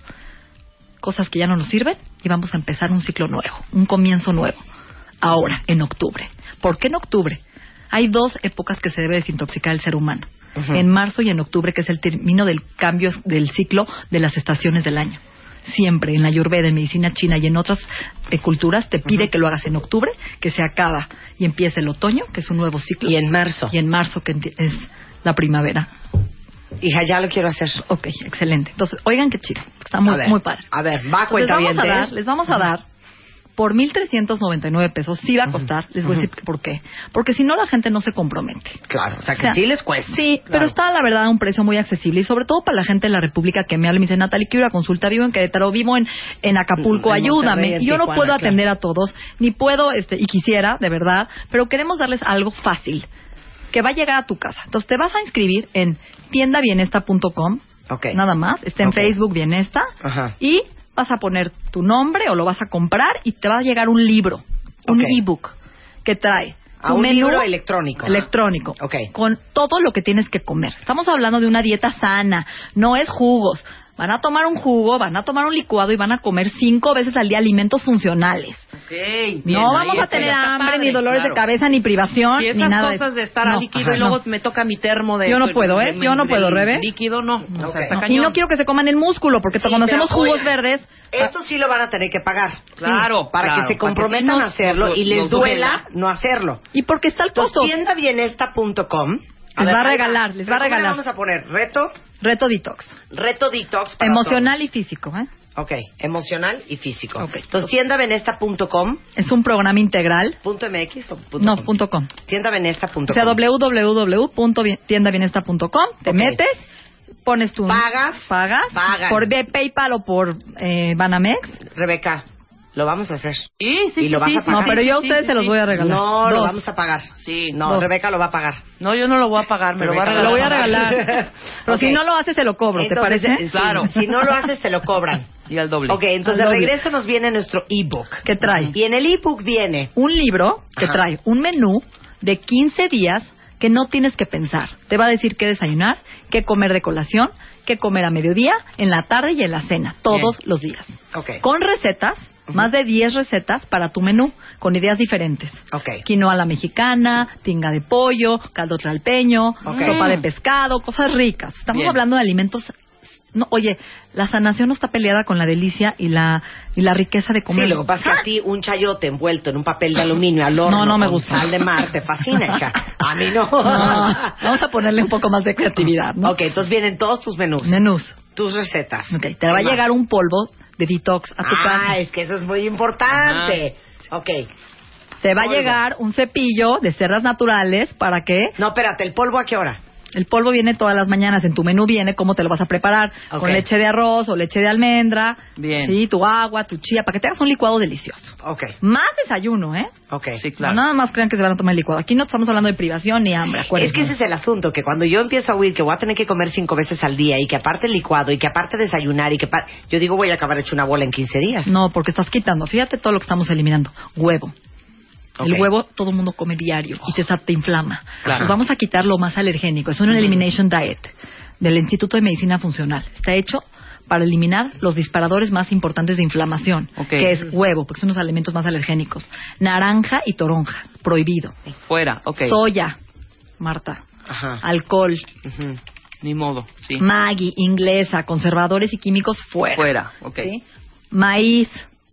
cosas que ya no nos sirven, y vamos a empezar un ciclo nuevo, un comienzo nuevo. Ahora, en octubre. ¿Por qué en octubre? Hay dos épocas que se debe desintoxicar el ser humano. Uh-huh. En marzo y en octubre, que es el término del cambio del ciclo de las estaciones del año. Siempre en la Ayurveda, en medicina china y en otras eh, culturas te pide uh-huh. que lo hagas en octubre, que se acaba y empieza el otoño, que es un nuevo ciclo. Y en marzo. Y en marzo, que es la primavera. Hija, ya lo quiero hacer. Ok, excelente. Entonces, oigan qué chido. Está muy, ver, muy padre. A ver, va, cuenta bien. Les vamos a dar, les vamos a dar por mil trescientos noventa y nueve pesos. Sí va a costar. Uh-huh. Les voy a decir por qué. Porque si no, la gente no se compromete. Claro, o sea, que o sea, sí les cuesta. Sí, claro. pero está, la verdad, a un precio muy accesible. Y sobre todo para la gente de la República que me habla y me dice, Natalie, quiero ir a consulta. Vivo en Querétaro, vivo en, en Acapulco, en ayúdame. Monterrey, en y yo Tijuana, no puedo atender claro. a todos, ni puedo, este, y quisiera, de verdad, pero queremos darles algo fácil, que va a llegar a tu casa. Entonces te vas a inscribir en tienda bienesta punto com. Okay. Nada más. Está en okay. Facebook Bienesta. Ajá. Y vas a poner tu nombre o lo vas a comprar y te va a llegar un libro, un okay. ebook que trae a tu un menú libro electrónico. Electrónico. Okay. Con todo lo que tienes que comer. Estamos hablando de una dieta sana, no es jugos. Van a tomar un jugo, van a tomar un licuado y van a comer cinco veces al día alimentos funcionales. Okay, bien, no vamos a tener hambre, padre, ni dolores claro. de cabeza, ni privación, y esas ni nada cosas de, de estar no, a líquido ajá, y luego no. me toca mi termo de... Yo no puedo, ¿eh? Yo no puedo, Rebe. Líquido, no. no. O sea, okay. no. Y no quiero que se coman el músculo, porque sí, conocemos pero, jugos oye, verdes. Esto sí lo van a tener que pagar. Claro. Sí, para claro, que se comprometan que a hacerlo nos, y les nos duela, duela no hacerlo. Y porque está el costo. tienda bienesta punto com. Les va a regalar, les va a regalar. Vamos a poner reto... Reto detox. Reto detox para emocional todos. Y físico, ¿eh? Ok, emocional y físico. Okay. Entonces, tienda bienesta punto com. Es un programa integral. ¿Punto .mx o punto No, com? punto .com. tienda bienesta punto com. O sea, doble u doble u doble u punto tienda bienesta punto com. Te okay. metes, pones tu... Pagas. Pagas. Pagan. Por PayPal o por eh, Banamex. Rebeca, lo vamos a hacer. Sí, sí, y lo sí, vas sí, a pagar. No, pero yo a sí, ustedes sí, se sí. los voy a regalar. No, Dos. lo vamos a pagar. Sí. No, Dos. Rebeca lo va a pagar. No, yo no lo voy a pagar, me Rebeca, lo voy a regalar. Lo voy a regalar. Pero okay. si no lo haces, te lo cobro, entonces, ¿te parece? Sí, claro. Si no lo haces, te lo cobran. Y al doble. Ok, entonces Al de doble. regreso nos viene nuestro ebook. ¿Qué trae? Y en el ebook viene... Un libro que Ajá. trae un menú de quince días que no tienes que pensar. Te va a decir qué desayunar, qué comer de colación, qué comer a mediodía, en la tarde y en la cena, todos Bien. los días. Ok. Con recetas, uh-huh. más de diez recetas para tu menú, con ideas diferentes. Ok. Quinoa a la mexicana, tinga de pollo, caldo tlalpeño, Okay. sopa de pescado, cosas ricas. Estamos Bien. hablando de alimentos... No, oye, la sanación no está peleada con la delicia y la y la riqueza de comer. Sí, lo que pasa es que a ti un chayote envuelto en un papel de aluminio al horno No, no me con gusta. sal de mar te fascina, hija. A mí no. No, vamos a ponerle un poco más de creatividad, ¿no? Ok, entonces vienen todos tus menús. Menús. Tus recetas. Ok, te va a llegar un polvo de detox a tu ah, casa. Ah, es que eso es muy importante. Ajá. Ok. Te va polvo. a llegar un cepillo de cerdas naturales para que... No, espérate, ¿el polvo a qué hora? El polvo viene todas las mañanas. En tu menú viene cómo te lo vas a preparar. Okay. Con leche de arroz o leche de almendra. Bien. Sí, tu agua, tu chía, para que te hagas un licuado delicioso. Okay. Más desayuno, ¿eh? Okay. Sí, claro. No nada más crean que se van a tomar el licuado. Aquí no estamos hablando de privación ni hambre, acuérdense. Es que ese es el asunto, que cuando yo empiezo a oír que voy a tener que comer cinco veces al día y que aparte el licuado y que aparte desayunar y que pa- yo digo voy a acabar hecho una bola en quince días. No, porque estás quitando. Fíjate todo lo que estamos eliminando. Huevo. Okay. El huevo todo el mundo come diario y te, te inflama. Claro. Nos vamos a quitar lo más alergénico. Es un Uh-huh. elimination diet del Instituto de Medicina Funcional. Está hecho para eliminar los disparadores más importantes de inflamación, Okay. que es huevo, porque son los alimentos más alergénicos. Naranja y toronja, prohibido. Fuera, ok. Soya, Marta. Ajá. Alcohol. Uh-huh. Ni modo, sí. Maggi, inglesa, conservadores y químicos fuera. Fuera, ok. ¿Sí? Maíz.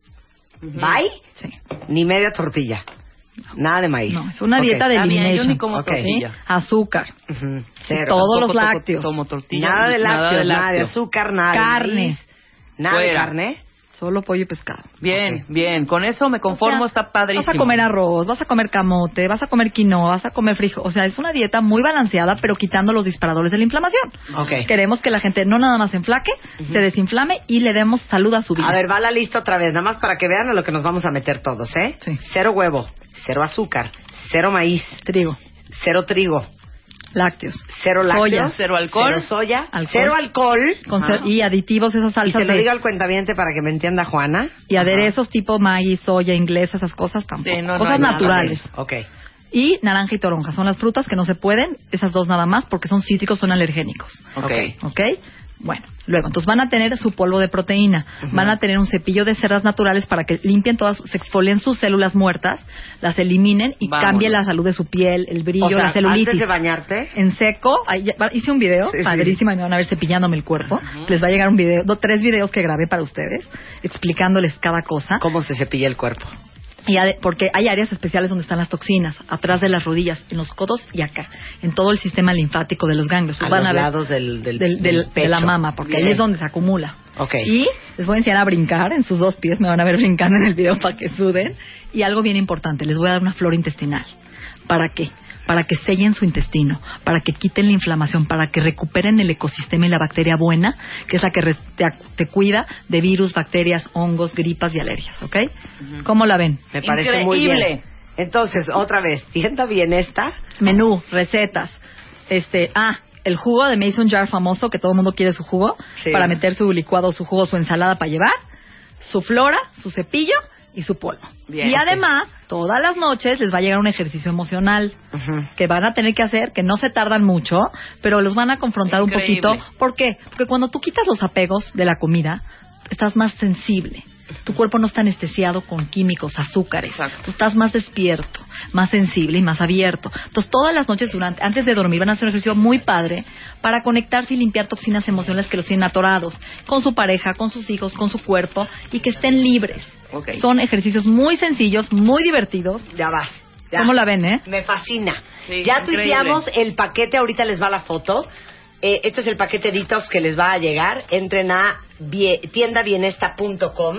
¿Bye? Sí. Ni media tortilla. Nada de maíz. No, es una Ok. dieta de Está bien, elimination. yo ni como Ok. tortilla. ¿Sí? Azúcar. Ujú. Cero. Todos Tampoco los toco- lácteos. Tomo tortilla. Nada de lácteos, nada de, lácteo. azúcar, nada Carne. de maíz, nada de Fuera. carne. Solo pollo y pescado. Bien, bien. Con eso me conformo, O sea, está padrísimo. Vas a comer arroz, vas a comer camote, vas a comer quinoa, vas a comer frijol. O sea, es una dieta muy balanceada, pero quitando los disparadores de la inflamación. Ok. Queremos que la gente no nada más se enflaque, se desinflame y le demos salud a su vida. A ver, va la lista otra vez, nada más para que vean a lo que nos vamos a meter todos, ¿eh? Sí. Cero huevo, cero azúcar, cero maíz, Trigo, cero trigo, lácteos, cero lácteos, soya, cero alcohol, cero soya, alcohol. cero alcohol. con Ajá. cer- y aditivos, esas Y salsas se lo de- digo al cuentaviente para que me entienda Juana. y aderezos tipo maíz, soya, inglesa, esas cosas tampoco. Sí, no, no cosas hay nada naturales. Ok. Y naranja y toronja son las frutas que no se pueden, esas dos nada más, porque son cítricos, son alergénicos. Ok. ¿Ok? Bueno, luego, entonces van a tener su polvo de proteína, van a tener un cepillo de cerdas naturales para que limpien todas, se exfolien sus células muertas, las eliminen y Vámonos. cambie la salud de su piel, el brillo, O sea, la celulitis. antes de bañarte. En seco, ahí ya- hice un video, Sí, sí. padrísima, y me van a ver cepillándome el cuerpo. Les va a llegar un video, do- tres videos que grabé para ustedes, explicándoles cada cosa. ¿Cómo se cepilla el cuerpo? Y ade- porque hay áreas especiales donde están las toxinas, atrás de las rodillas, en los codos y acá, en todo el sistema linfático de los ganglios. A Van los a ver lados del, del, del- del del- de la pecho. mama, porque ahí Bien. es donde se acumula. Ok. Y les voy a enseñar a brincar en sus dos pies, me van a ver brincando en el video para que suden. Y algo bien importante, les voy a dar una flora intestinal. ¿Para qué? Para que sellen su intestino, para que quiten la inflamación, para que recuperen el ecosistema y la bacteria buena, que es la que res- te, ac- te cuida de virus, bacterias, hongos, gripas y alergias, ¿ok? ¿Cómo la ven? Me parece muy Increíble. bien. Entonces, otra vez, tienda bien esta. Menú, recetas. Este, ah, el jugo de Mason Jar famoso, que todo el mundo quiere su jugo, Sí. para meter su licuado, su jugo, su ensalada para llevar, su flora, su cepillo y su polvo. Bien, y ok. además, todas las noches les va a llegar un ejercicio emocional que van a tener que hacer, que no se tardan mucho, pero los van a confrontar Increíble. un poquito. ¿Por qué? Porque cuando tú quitas los apegos de la comida, estás más sensible. Tu cuerpo no está anestesiado con químicos, azúcares. Exacto. Tú estás más despierto, más sensible y más abierto. Entonces, todas las noches, durante, antes de dormir, van a hacer un ejercicio muy padre para conectarse y limpiar toxinas emocionales que los tienen atorados con su pareja, con sus hijos, con su cuerpo y que estén libres. Ok. Son ejercicios muy sencillos, muy divertidos. Ya vas. Ya. ¿Cómo la ven, eh? Me fascina. Sí, ya increíble. tuiteamos el paquete, ahorita les va la foto. Eh, este es el paquete detox que les va a llegar. Entren a bie- tienda bienesta punto com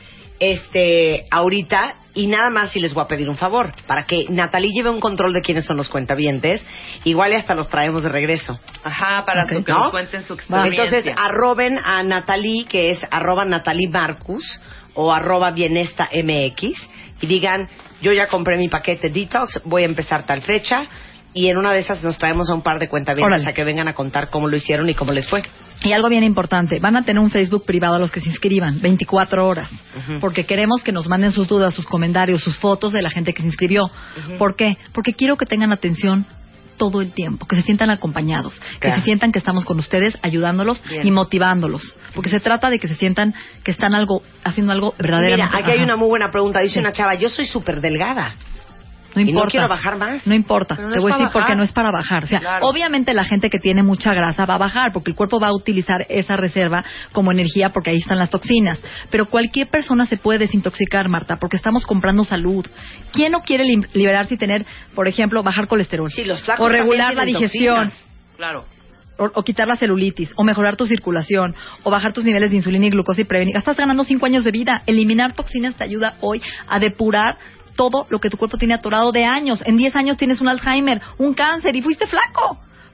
este, ahorita, y nada más si les voy a pedir un favor, para que Natalie lleve un control de quiénes son los cuentavientes, igual y hasta los traemos de regreso. Ajá, para Ok. que ¿No? nos cuenten su experiencia. Entonces, arroben a Natalie, que es arroba Natalie Marcus o arroba bienesta mx, y digan, yo ya compré mi paquete detox, voy a empezar tal fecha, y en una de esas nos traemos a un par de cuentavientes Órale. a que vengan a contar cómo lo hicieron y cómo les fue. Y algo bien importante, van a tener un Facebook privado a los que se inscriban, veinticuatro horas, Ujú. porque queremos que nos manden sus dudas, sus comentarios, sus fotos de la gente que se inscribió. ¿Por qué? Porque quiero que tengan atención todo el tiempo, que se sientan acompañados, que Claro. se sientan que estamos con ustedes ayudándolos Bien. y motivándolos, porque se trata de que se sientan que están algo haciendo algo verdaderamente. Mira, aquí hay Ajá. una muy buena pregunta. Dice Sí. una chava, yo soy súper delgada. No Y no importa. quiero bajar más. No importa. Pero no Te es voy a para decir por qué bajar. no es para bajar. O sea, Claro. obviamente la gente que tiene mucha grasa va a bajar porque el cuerpo va a utilizar esa reserva como energía porque ahí están las toxinas. Pero cualquier persona se puede desintoxicar, Marta, porque estamos comprando salud. ¿Quién no quiere lim- liberarse y tener, por ejemplo, bajar colesterol? Sí, los flacos o regular también la tienen digestión. toxinas. Claro. O, o quitar la celulitis, o mejorar tu circulación, o bajar tus niveles de insulina y glucosa y prevenir. Estás ganando cinco años de vida. Eliminar toxinas te ayuda hoy a depurar todo lo que tu cuerpo tiene atorado de años. En diez años tienes un Alzheimer, un cáncer y fuiste flaco.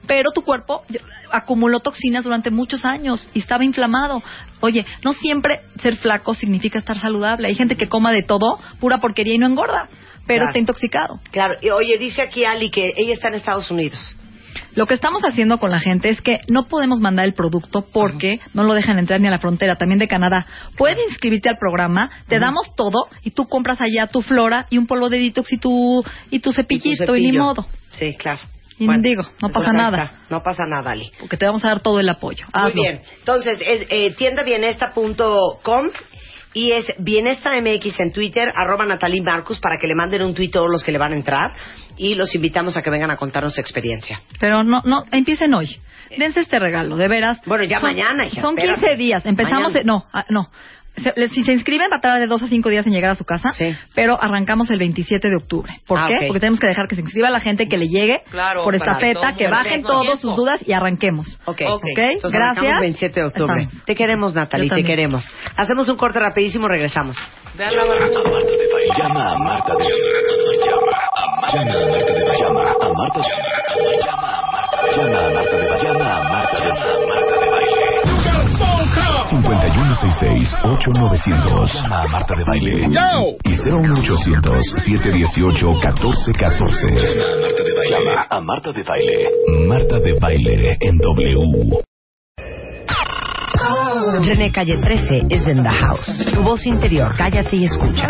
pero tu cuerpo acumuló toxinas durante muchos años y estaba inflamado. Oye, no siempre ser flaco significa estar saludable. Hay gente que coma de todo, pura porquería y no engorda, pero claro. está intoxicado. Claro, y oye, dice aquí Ali que ella está en Estados Unidos. Lo que estamos haciendo con la gente es que no podemos mandar el producto porque uh-huh. no lo dejan entrar ni a la frontera, también de Canadá. Puedes inscribirte al programa, te uh-huh. damos todo y tú compras allá tu flora y un polvo de detox y tu, y tu cepillito y, tu y ni modo. Sí, claro. Y bueno, digo, no pasa nada. Está. No pasa nada, Ali. Porque te vamos a dar todo el apoyo. Hazlo. Muy bien. Entonces, es eh, tienda bienesta punto com y es Bienesta M X en Twitter, arroba Natalie Marcus, para que le manden un tuit todos los que le van a entrar y los invitamos a que vengan a contarnos su experiencia. Pero no, no, empiecen hoy. Dense este regalo, de veras. Bueno, ya son, mañana, hija. Son espérate. quince días. Empezamos, de, no, ah, no. Se, si se inscriben va a tardar de dos a cinco días en llegar a su casa, sí. pero arrancamos el veintisiete de octubre. ¿Por ah, qué? Okay. Porque tenemos que dejar que se inscriba la gente, que le llegue claro, por estafeta, que bajen todos sus dudas y arranquemos. Ok, okay. okay. Entonces, gracias. veintisiete de octubre. Estamos. Te queremos, Natalie, te queremos. Hacemos un corte rapidísimo, regresamos. Llama a Marta de Baile. Llama a Marta de Baile. Llama a Marta de Baile. Llama a Marta de Baile. Llama a Marta de Baile. Llama a Marta de Baile. cincuenta y uno sesenta y seis, ocho nueve cero cero. Llama a Marta de Baile. Y cero uno ochocientos, siete uno ocho, uno cuatro uno cuatro. Llama a Marta de Baile. Marta de Baile en W. René Calle trece is in the house. Tu voz interior, cállate y escucha.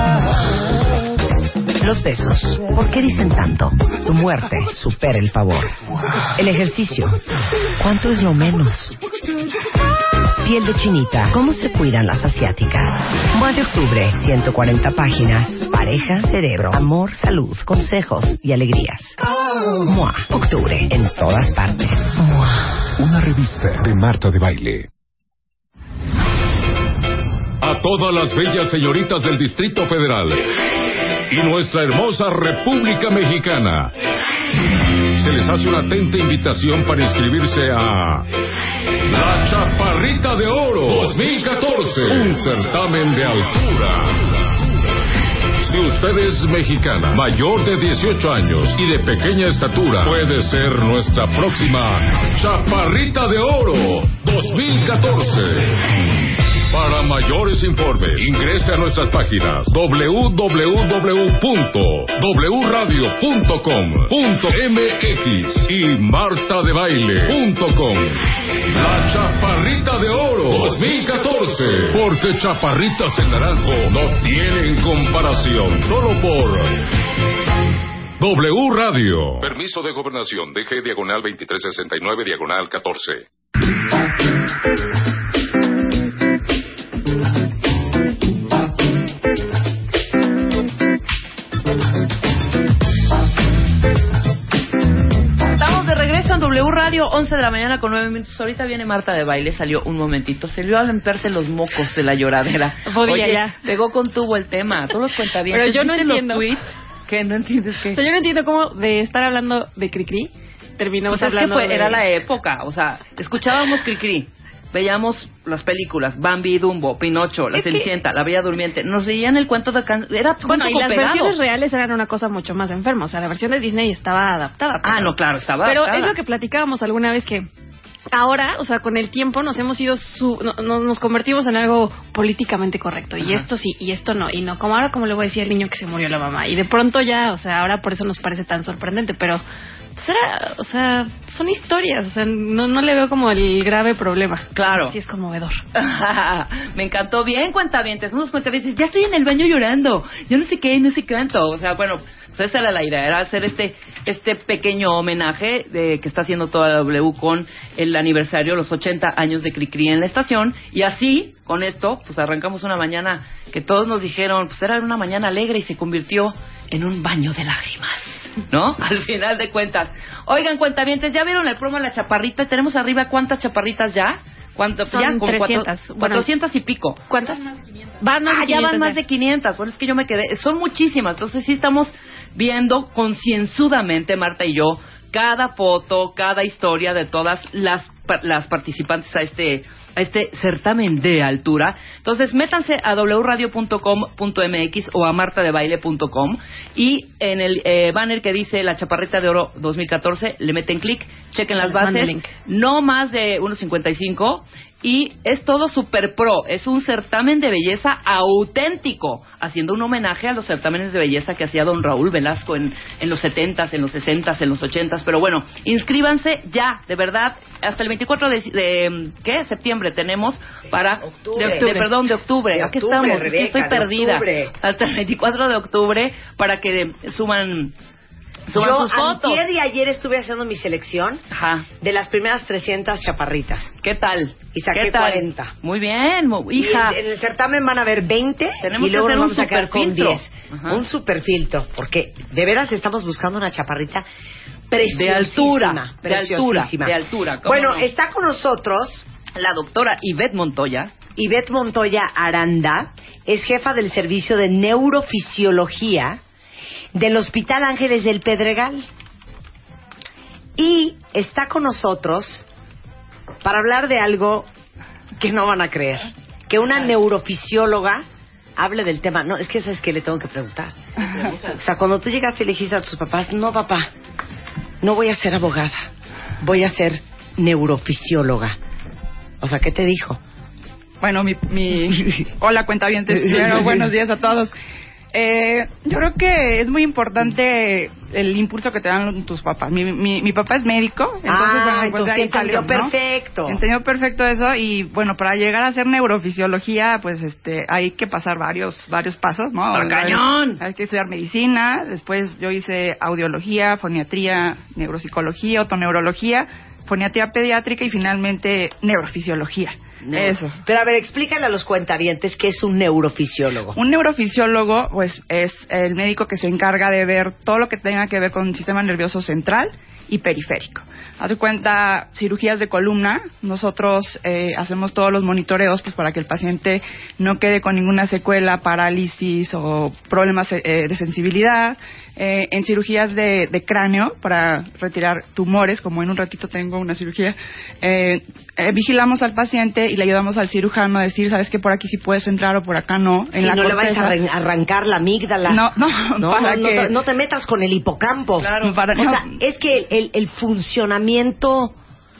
Los besos, ¿por qué dicen tanto? Tu muerte supera el favor. El ejercicio, ¿cuánto es lo menos? Piel de chinita, ¿cómo se cuidan las asiáticas? Mua de octubre, ciento cuarenta páginas. Pareja, cerebro, amor, salud, consejos y alegrías. Mua, octubre, en todas partes. Mua. Una revista de Marta de Baile. A todas las bellas señoritas del Distrito Federal y nuestra hermosa República Mexicana, se les hace una atenta invitación para inscribirse a La Chaparrita de Oro dos mil catorce, un certamen de altura. Si usted es mexicana, mayor de dieciocho años y de pequeña estatura, puede ser nuestra próxima Chaparrita de Oro dos mil catorce. Para mayores informes, ingrese a nuestras páginas doble u doble u doble u punto w radio punto com punto m x y marta de baile punto com. La Chaparrita de Oro dos mil catorce, porque chaparritas en naranjo no tienen comparación, solo por W Radio. Permiso de gobernación, D G diagonal veintitrés sesenta y nueve diagonal catorce. W Radio, once de la mañana con nueve minutos. Ahorita viene Marta de Baile, salió un momentito. Se le iba a limpiarse los mocos de la lloradera. Podía Oye, ya. Pegó con tubo el tema. Todos los cuentavientes. Pero yo no ¿viste entiendo. los tweets? ¿Qué? ¿No entiendes qué? O sea, yo no entiendo cómo de estar hablando de Cricri terminamos pues hablando es que fue, de... era la época. O sea, escuchábamos Cricri. Veíamos las películas, Bambi, Dumbo, Pinocho, La es Cenicienta, que... La Bella Durmiente. Nos reían el cuento de... Can... Era bueno, y las pegado. versiones reales eran una cosa mucho más enferma. O sea, la versión de Disney estaba adaptada. Pero... Ah, no, claro, estaba pero adaptada. Pero es lo que platicábamos alguna vez que... Ahora, o sea, con el tiempo nos hemos ido, su, no, no, nos convertimos en algo políticamente correcto. Y Ajá. esto sí, y esto no. Y no, como ahora, como le voy a decir al niño que se murió la mamá. Y de pronto ya, o sea, ahora por eso nos parece tan sorprendente. Pero, pues era, o sea, son historias. O sea, no, no le veo como el grave problema. Claro. Sí es conmovedor. Me encantó. Bien, cuentavientes. Unos cuentavientes, ya estoy en el baño llorando. Yo no sé qué, no sé cuánto. O sea, bueno... Pues esa era la idea, era hacer este este pequeño homenaje de que está haciendo toda la W con el aniversario, los ochenta años de Cricri en la estación. Y así, con esto, pues arrancamos una mañana que todos nos dijeron, pues era una mañana alegre y se convirtió en un baño de lágrimas, ¿no? Al final de cuentas. Oigan, cuentavientes, ¿ya vieron el promo de la Chaparrita? ¿Tenemos arriba cuántas chaparritas ya? ¿Cuánto? Son ya, con trescientas. Cuatro, bueno, cuatrocientas y pico. ¿Cuántas? Van más ah, de ya van más de quinientas. Bueno, es que yo me quedé... Son muchísimas. Entonces sí estamos viendo concienzudamente, Marta y yo, cada foto, cada historia de todas las las participantes a este a este certamen de altura. Entonces, métanse a w radio punto com punto m x o a marta de baile punto com y en el eh, banner que dice La Chaparrita de Oro dos mil catorce, le meten clic, chequen las bases, no más de uno cincuenta y cinco y es todo super pro, es un certamen de belleza auténtico, haciendo un homenaje a los certámenes de belleza que hacía don Raúl Velasco en, en los setentas, en los sesentas, en los ochentas, pero bueno, inscríbanse ya, de verdad, hasta el veinticuatro de, de ¿qué? septiembre tenemos para, octubre. De, de, perdón, de octubre, de aquí octubre, estamos, Rebeca, estoy perdida, octubre. hasta el veinticuatro de octubre para que suman Suban Yo sus fotos. antier y ayer estuve haciendo mi selección Ajá. de las primeras trescientas chaparritas. ¿Qué tal? Y saqué ¿Qué tal? cuarenta. Muy bien, mu- hija. Y en el certamen van a ver veinte. Tenemos y luego que hacer nos vamos un a quedar con superfiltro. diez. Ajá. Un superfiltro. Porque de veras estamos buscando una chaparrita preciosísima. De altura, de preciosísima. altura, de altura. ¿Cómo Bueno, no? está con nosotros la doctora Ivette Montoya. Ivette Montoya Aranda. Es jefa del servicio de neurofisiología del Hospital Ángeles del Pedregal. Y está con nosotros para hablar de algo que no van a creer. Que una neurofisióloga hable del tema. No, es que eso es que le tengo que preguntar. O sea, cuando tú llegaste y le dijiste a tus papás, no papá, no voy a ser abogada, voy a ser neurofisióloga. O sea, ¿qué te dijo? Bueno, mi... mi... Hola, cuentavientes. Primero, buenos días a todos. Eh, yo creo que es muy importante el impulso que te dan tus papás. Mi, mi, mi papá es médico, entonces, ah, bueno, pues entonces ahí entendió salió, ¿no? perfecto. Entendió perfecto eso y bueno, para llegar a hacer neurofisiología, pues este, hay que pasar varios varios pasos, ¿no? ¡Al cañón! Hay, hay que estudiar medicina, después yo hice audiología, foniatría, neuropsicología, otoneurología, foniatría pediátrica y finalmente neurofisiología. Neuro. Eso. Pero a ver, explícale a los cuentavientes qué es un neurofisiólogo. Un neurofisiólogo, pues, es el médico que se encarga de ver todo lo que tenga que ver con el sistema nervioso central y periférico. Haz de cuenta, cirugías de columna, nosotros eh, hacemos todos los monitoreos pues para que el paciente no quede con ninguna secuela, parálisis o problemas eh, de sensibilidad. Eh, en cirugías de, de cráneo, para retirar tumores, como en un ratito tengo una cirugía, eh, eh, vigilamos al paciente y le ayudamos al cirujano a decir, sabes que por aquí sí puedes entrar o por acá no. En si la no corteza. le vais a arran- arrancar la amígdala. No, no, no, para no, no, que... te, no te metas con el hipocampo. Claro, para... O sea, es que el, el funcionamiento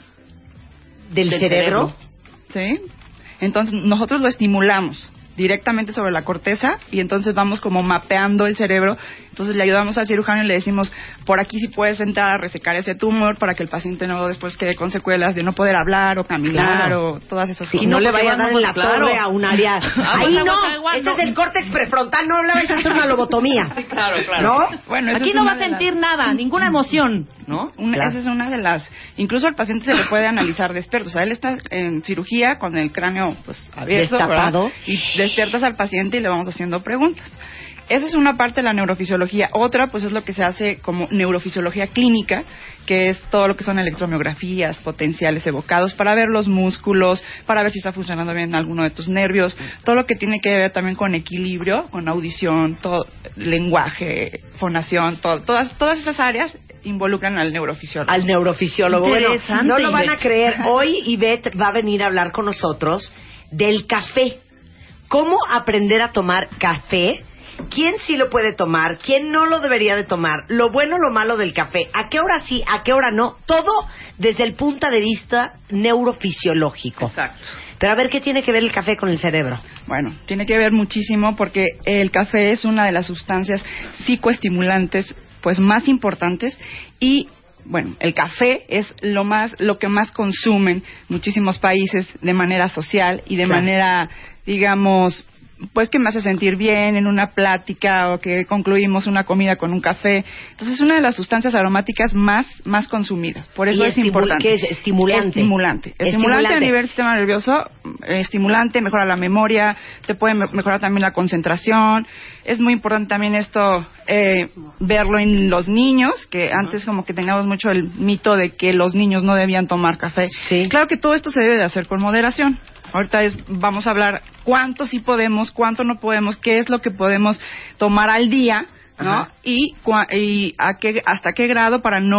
del, del cerebro, cerebro, ¿sí? Entonces nosotros lo estimulamos directamente sobre la corteza y entonces vamos como mapeando el cerebro. Entonces le ayudamos al cirujano y le decimos, por aquí sí puedes entrar a resecar ese tumor para que el paciente no después quede con secuelas de no poder hablar o caminar Claro. o todas esas sí, cosas. no, no le vaya a dar en la claro. torre a un área. Ahí Aguas, no, aguas, aguas, ese no. es el córtex prefrontal, no le vais a hacer una lobotomía. Claro, claro. ¿No? Bueno, esa aquí es no una va a de sentir las- nada, ninguna emoción, ¿no? Una, Claro. Esa es una de las... Incluso al paciente se le puede analizar despierto. O sea, él está en cirugía con el cráneo pues abierto, Destapado. ¿verdad? Y despiertas al paciente y le vamos haciendo preguntas. Esa es una parte de la neurofisiología. Otra, pues, es lo que se hace como neurofisiología clínica, que es todo lo que son electromiografías, potenciales evocados, para ver los músculos, para ver si está funcionando bien alguno de tus nervios, todo lo que tiene que ver también con equilibrio, con audición, todo, lenguaje, fonación, todo, todas, todas esas áreas involucran al neurofisiólogo. Al neurofisiólogo. Bueno, Interesante, no lo van a Ivette. creer. Hoy Ivette va a venir a hablar con nosotros del café. ¿Cómo aprender a tomar café? ¿Quién sí lo puede tomar? ¿Quién no lo debería de tomar? Lo bueno, lo malo del café. ¿A qué hora sí? ¿A qué hora no? Todo desde el punto de vista neurofisiológico. Exacto. Pero a ver, ¿qué tiene que ver el café con el cerebro? Bueno, tiene que ver muchísimo porque el café es una de las sustancias psicoestimulantes pues más importantes y bueno, el café es lo más lo que más consumen muchísimos países de manera social y de Claro. manera, digamos, pues que me hace sentir bien en una plática o que concluimos una comida con un café. Entonces es una de las sustancias aromáticas más más consumidas. Por eso ¿Y es estimu- importante. qué es? Estimulante. Estimulante. Estimulante, Estimulante. a nivel sistema nervioso, eh, estimulante, mejora la memoria, te puede me- mejorar también la concentración. Es muy importante también esto, eh, verlo en los niños, que antes como que teníamos mucho el mito de que los niños no debían tomar café. Sí. Claro que todo esto se debe de hacer con moderación. Ahorita es, vamos a hablar cuánto sí podemos, cuánto no podemos, qué es lo que podemos tomar al día, ¿no? Ajá. Y, cua- y a qué, hasta qué grado para no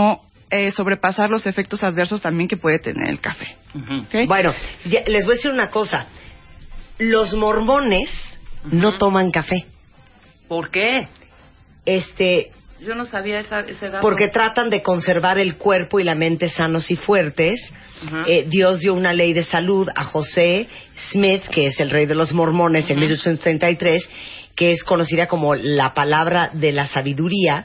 eh, sobrepasar los efectos adversos también que puede tener el café. Uh-huh. ¿Okay? Bueno, ya, les voy a decir una cosa. Los mormones uh-huh. no toman café. ¿Por qué? Este... Yo no sabía esa, ese dato. Porque tratan de conservar el cuerpo y la mente sanos y fuertes. Uh-huh. Eh, Dios dio una ley de salud a José Smith, que es el rey de los mormones, uh-huh. en mil ochocientos treinta y tres, que es conocida como la palabra de la sabiduría.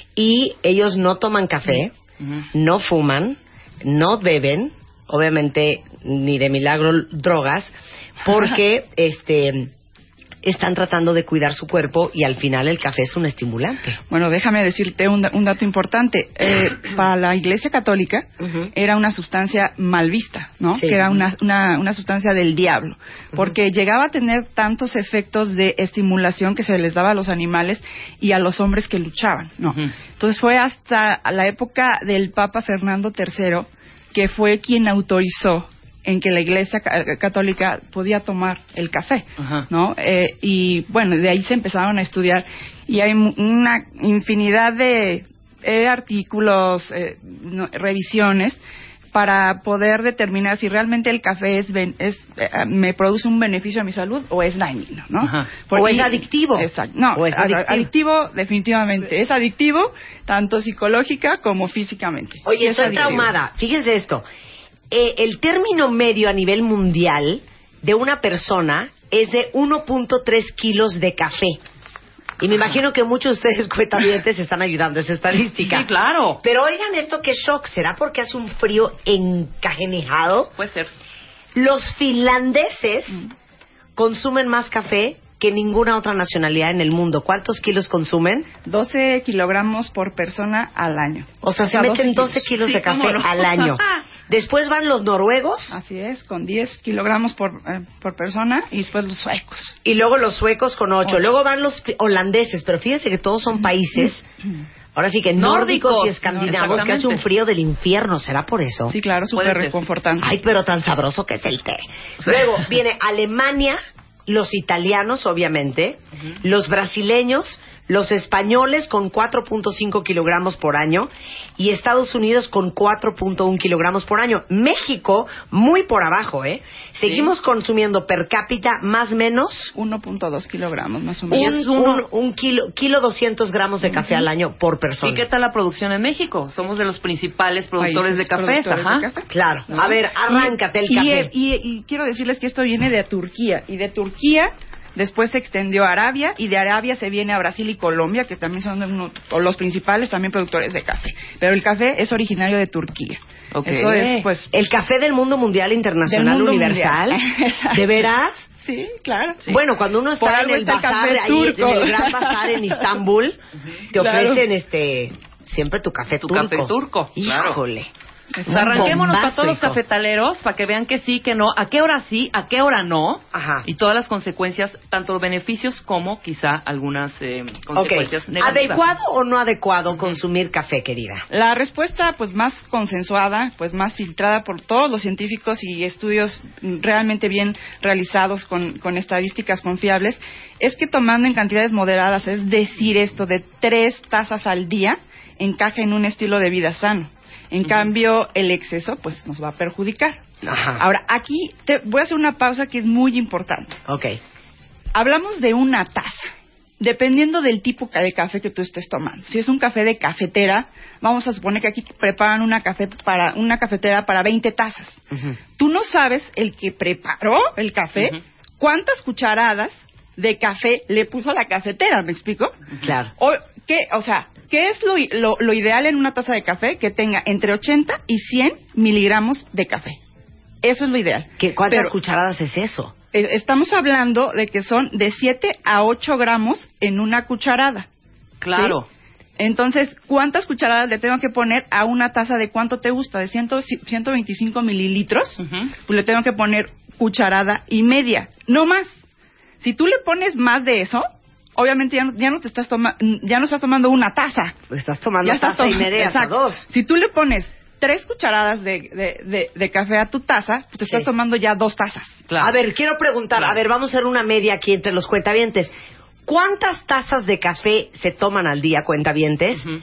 Y ellos no toman café, uh-huh. no fuman, no beben, obviamente ni de milagro drogas, porque este... están tratando de cuidar su cuerpo y al final el café es un estimulante. Bueno, déjame decirte un, un dato importante. Eh, para la Iglesia Católica uh-huh. era una sustancia mal vista, ¿no? Sí. Que era una, una, una sustancia del diablo, porque uh-huh. llegaba a tener tantos efectos de estimulación que se les daba a los animales y a los hombres que luchaban, ¿no? Uh-huh. Entonces fue hasta la época del Papa Fernando tercero que fue quien autorizó en que la Iglesia Católica podía tomar el café, Ajá. ¿no? Eh, y bueno, de ahí se empezaron a estudiar y hay una infinidad de eh, artículos, eh, no, revisiones para poder determinar si realmente el café es, es eh, me produce un beneficio a mi salud o es dañino, ¿no? Ajá. Porque, o es adictivo. Exacto. No, o es adictivo. adictivo definitivamente. Es adictivo tanto psicológica como físicamente. Oye, sí, estoy adictivo. traumada. Fíjense esto. Eh, el término medio a nivel mundial de una persona es de uno punto tres kilos de café. Y me imagino que muchos de ustedes cuentavientes están ayudando a esa estadística. Sí, claro. Pero oigan esto, qué shock. ¿Será porque hace un frío encajenejado? Puede ser. Los finlandeses mm. consumen más café que ninguna otra nacionalidad en el mundo. ¿Cuántos kilos consumen? doce kilogramos por persona al año. O sea, o sea se meten doce kilos sí, de café no. al año. Después van los noruegos. Así es, con diez kilogramos por, eh, por persona. Y después los suecos. Y luego los suecos con ocho. Luego van los holandeses. Pero fíjense que todos son países... Ahora sí que nórdicos, nórdicos y escandinavos, que hace un frío del infierno. ¿Será por eso? Sí, claro, súper reconfortante. Ay, pero tan sabroso que es el té. Luego viene Alemania, los italianos, obviamente, uh-huh. los brasileños, los españoles con cuatro punto cinco kilogramos por año y Estados Unidos con cuatro punto uno kilogramos por año. México, muy por abajo, ¿eh? Seguimos sí. consumiendo per cápita más o menos... uno punto dos kilogramos, más o menos. Un, un, un kilo, kilo doscientos gramos de café uh-huh. al año por persona. ¿Y qué tal la producción en México? Somos de los principales productores Países de café. Productores Ajá. de café. Claro. ¿No? A ver, arráncate el y, café. Y, y, y quiero decirles que esto viene de Turquía. Y de Turquía... Después se extendió a Arabia y de Arabia se viene a Brasil y Colombia, que también son uno, o los principales también productores de café. Pero el café es originario de Turquía. Okay. Eso es, pues, el café del mundo mundial internacional mundo universal. Mundial. ¿De veras? Sí, claro. Sí. Bueno, cuando uno está en el bazar, ahí, en el gran bazar en Istambul, te claro. ofrecen este siempre tu café tu turco. café turco. Híjole. Claro. Pues arranquémonos para todos los cafetaleros, para que vean que sí, que no, a qué hora sí, a qué hora no, Ajá. y todas las consecuencias, tanto beneficios como quizá algunas eh, consecuencias okay. negativas. ¿Adecuado o no adecuado consumir café, querida? La respuesta, pues, más consensuada, pues, más filtrada por todos los científicos y estudios realmente bien realizados con, con estadísticas confiables, es que tomando en cantidades moderadas, es decir, esto de tres tazas al día, encaja en un estilo de vida sano. En uh-huh. cambio, el exceso, pues, nos va a perjudicar. Ajá. Ahora, aquí te voy a hacer una pausa que es muy importante. Ok. Hablamos de una taza, dependiendo del tipo de café que tú estés tomando. Si es un café de cafetera, vamos a suponer que aquí preparan una, café para, una cafetera para veinte tazas. Uh-huh. Tú no sabes, el que preparó el café, uh-huh. cuántas cucharadas de café le puso a la cafetera, ¿me explico? Claro. O, ¿qué, o sea, ¿qué es lo, lo, lo ideal en una taza de café? Que tenga entre ochenta y cien miligramos de café. Eso es lo ideal. ¿Qué, ¿Cuántas Pero, cucharadas es eso? Eh, estamos hablando de que son de siete a ocho gramos en una cucharada. Claro. ¿Sí? Entonces, ¿cuántas cucharadas le tengo que poner a una taza de cuánto te gusta? De cien, ciento veinticinco mililitros. Uh-huh. Pues le tengo que poner cucharada y media. No más. Si tú le pones más de eso, obviamente ya no, ya no te estás tomando, ya no estás tomando una taza. Estás tomando ya estás taza to- y media, exacto. dos. Si tú le pones tres cucharadas de, de, de, de café a tu taza, pues te estás sí. tomando ya dos tazas. Claro. A ver, quiero preguntar, claro. a ver, vamos a hacer una media aquí entre los cuentavientes. ¿Cuántas tazas de café se toman al día, cuentavientes? Uh-huh.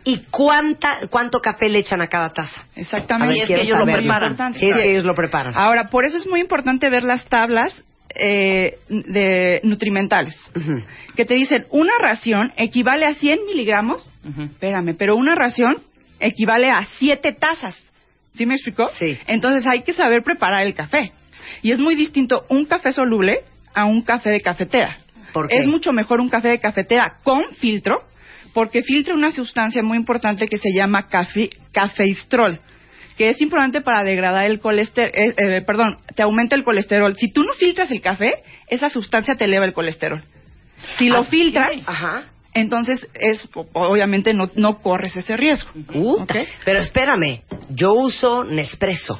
¿Y cuánta, cuánto café le echan a cada taza? Exactamente. A ver, Y es que ellos saber. lo preparan. Sí, es que ellos lo preparan. Ahora, por eso es muy importante ver las tablas eh, de nutrimentales, uh-huh. que te dicen una ración equivale a cien miligramos, uh-huh. espérame, pero una ración equivale a siete tazas. ¿Sí me explicó? Sí. Entonces hay que saber preparar el café. Y es muy distinto un café soluble a un café de cafetera. ¿Por qué? Es mucho mejor un café de cafetera con filtro, porque filtra una sustancia muy importante que se llama cafe, cafeistrol, que es importante para degradar el colesterol, eh, eh, perdón, te aumenta el colesterol. Si tú no filtras el café, esa sustancia te eleva el colesterol. Si lo ah, filtras, ajá. entonces es obviamente no, no corres ese riesgo. Uh, ¿Okay? Pero espérame, yo uso Nespresso.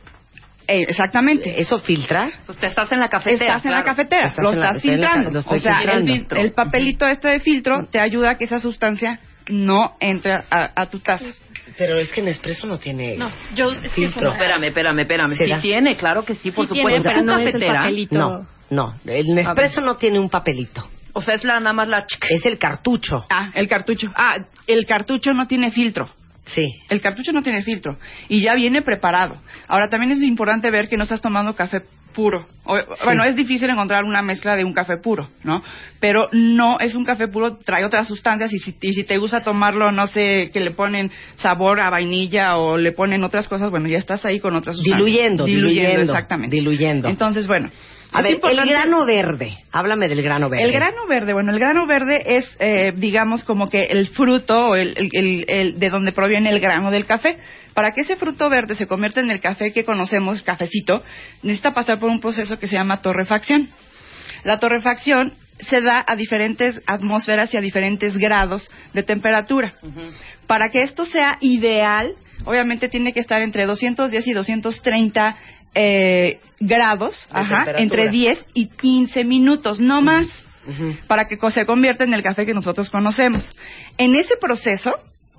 Eh, exactamente. ¿Eso filtra? Pues te estás en la cafetera. Estás en claro. la cafetera, Estás lo en la- estás estoy en la ca- filtrando. lo estoy o sea, filtrando. el, el papelito este de filtro te ayuda a que esa sustancia no entre a, a tu taza. Pero es que Nespresso no tiene No, yo es que filtro. eso- Espérame, espérame, espérame. ¿Será? Sí tiene, claro que sí, por Sí supuesto. tiene, pero ¿Tu no es el cafetera? papelito. No, no. El Nespresso no tiene un papelito. O sea, es la nada más la... chic- Es el cartucho. Ah, el cartucho. Ah, el cartucho no tiene filtro. Sí. El cartucho no tiene filtro y ya viene preparado. Ahora, también es importante ver que no estás tomando café puro. O- Bueno, es difícil encontrar una mezcla de un café puro, ¿no? Pero no es un café puro, trae otras sustancias y si, y si te gusta tomarlo, no sé, que le ponen sabor a vainilla o le ponen otras cosas, bueno, ya estás ahí con otras sustancias. Diluyendo, diluyendo. exactamente. Diluyendo. Entonces, bueno. A es ver, importante- el grano verde. Háblame del grano verde. El grano verde, bueno, el grano verde es, eh, digamos, como que el fruto o el, el- el- el- de donde proviene el grano del café. Para que ese fruto verde se convierta en el café que conocemos, cafecito, necesita pasar por un proceso que se llama torrefacción. La torrefacción se da a diferentes atmósferas y a diferentes grados de temperatura. Para que esto sea ideal, obviamente tiene que estar entre doscientos diez y doscientos treinta eh, grados, De ajá, temperatura. entre diez y quince minutos, no más, Ujú. para que co- se convierta en el café que nosotros conocemos. En ese proceso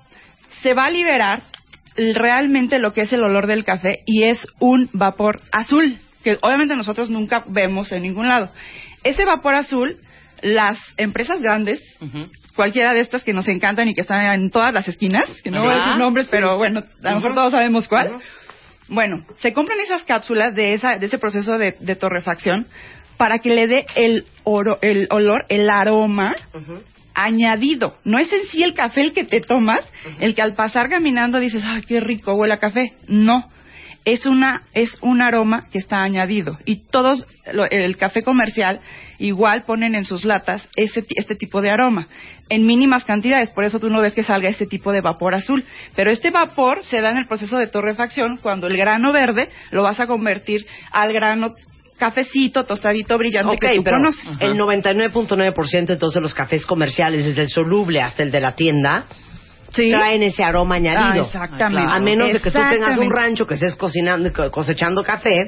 se va a liberar realmente lo que es el olor del café y es un vapor azul, que obviamente nosotros nunca vemos en ningún lado. Ese vapor azul, las empresas grandes, Ujú. cualquiera de estas que nos encantan y que están en todas las esquinas, que no voy a Ajá. decir nombres, pero bueno, a lo mejor Ujú. todos sabemos cuál. Ujú. Bueno, se compran esas cápsulas de esa de ese proceso de, de torrefacción para que le dé el, oro, el olor, el aroma Ujú. añadido. No es en sí el café el que te tomas, el que al pasar caminando dices, ay, qué rico huele a café. No, es una es un aroma que está añadido. Y todos, lo- el café comercial, igual ponen en sus latas ese, ti- este tipo de aroma, en mínimas cantidades, por eso tú no ves que salga este tipo de vapor azul. Pero este vapor se da en el proceso de torrefacción cuando el grano verde lo vas a convertir al grano cafecito, tostadito, brillante Ok, que tú pero conoces. el noventa y nueve punto nueve por ciento entonces de los cafés comerciales, desde el soluble hasta el de la tienda, Sí. traen ese aroma añadido. Ah, exactamente. A menos de que tú tengas un Exactamente. rancho que estés cocinando, co- cosechando café.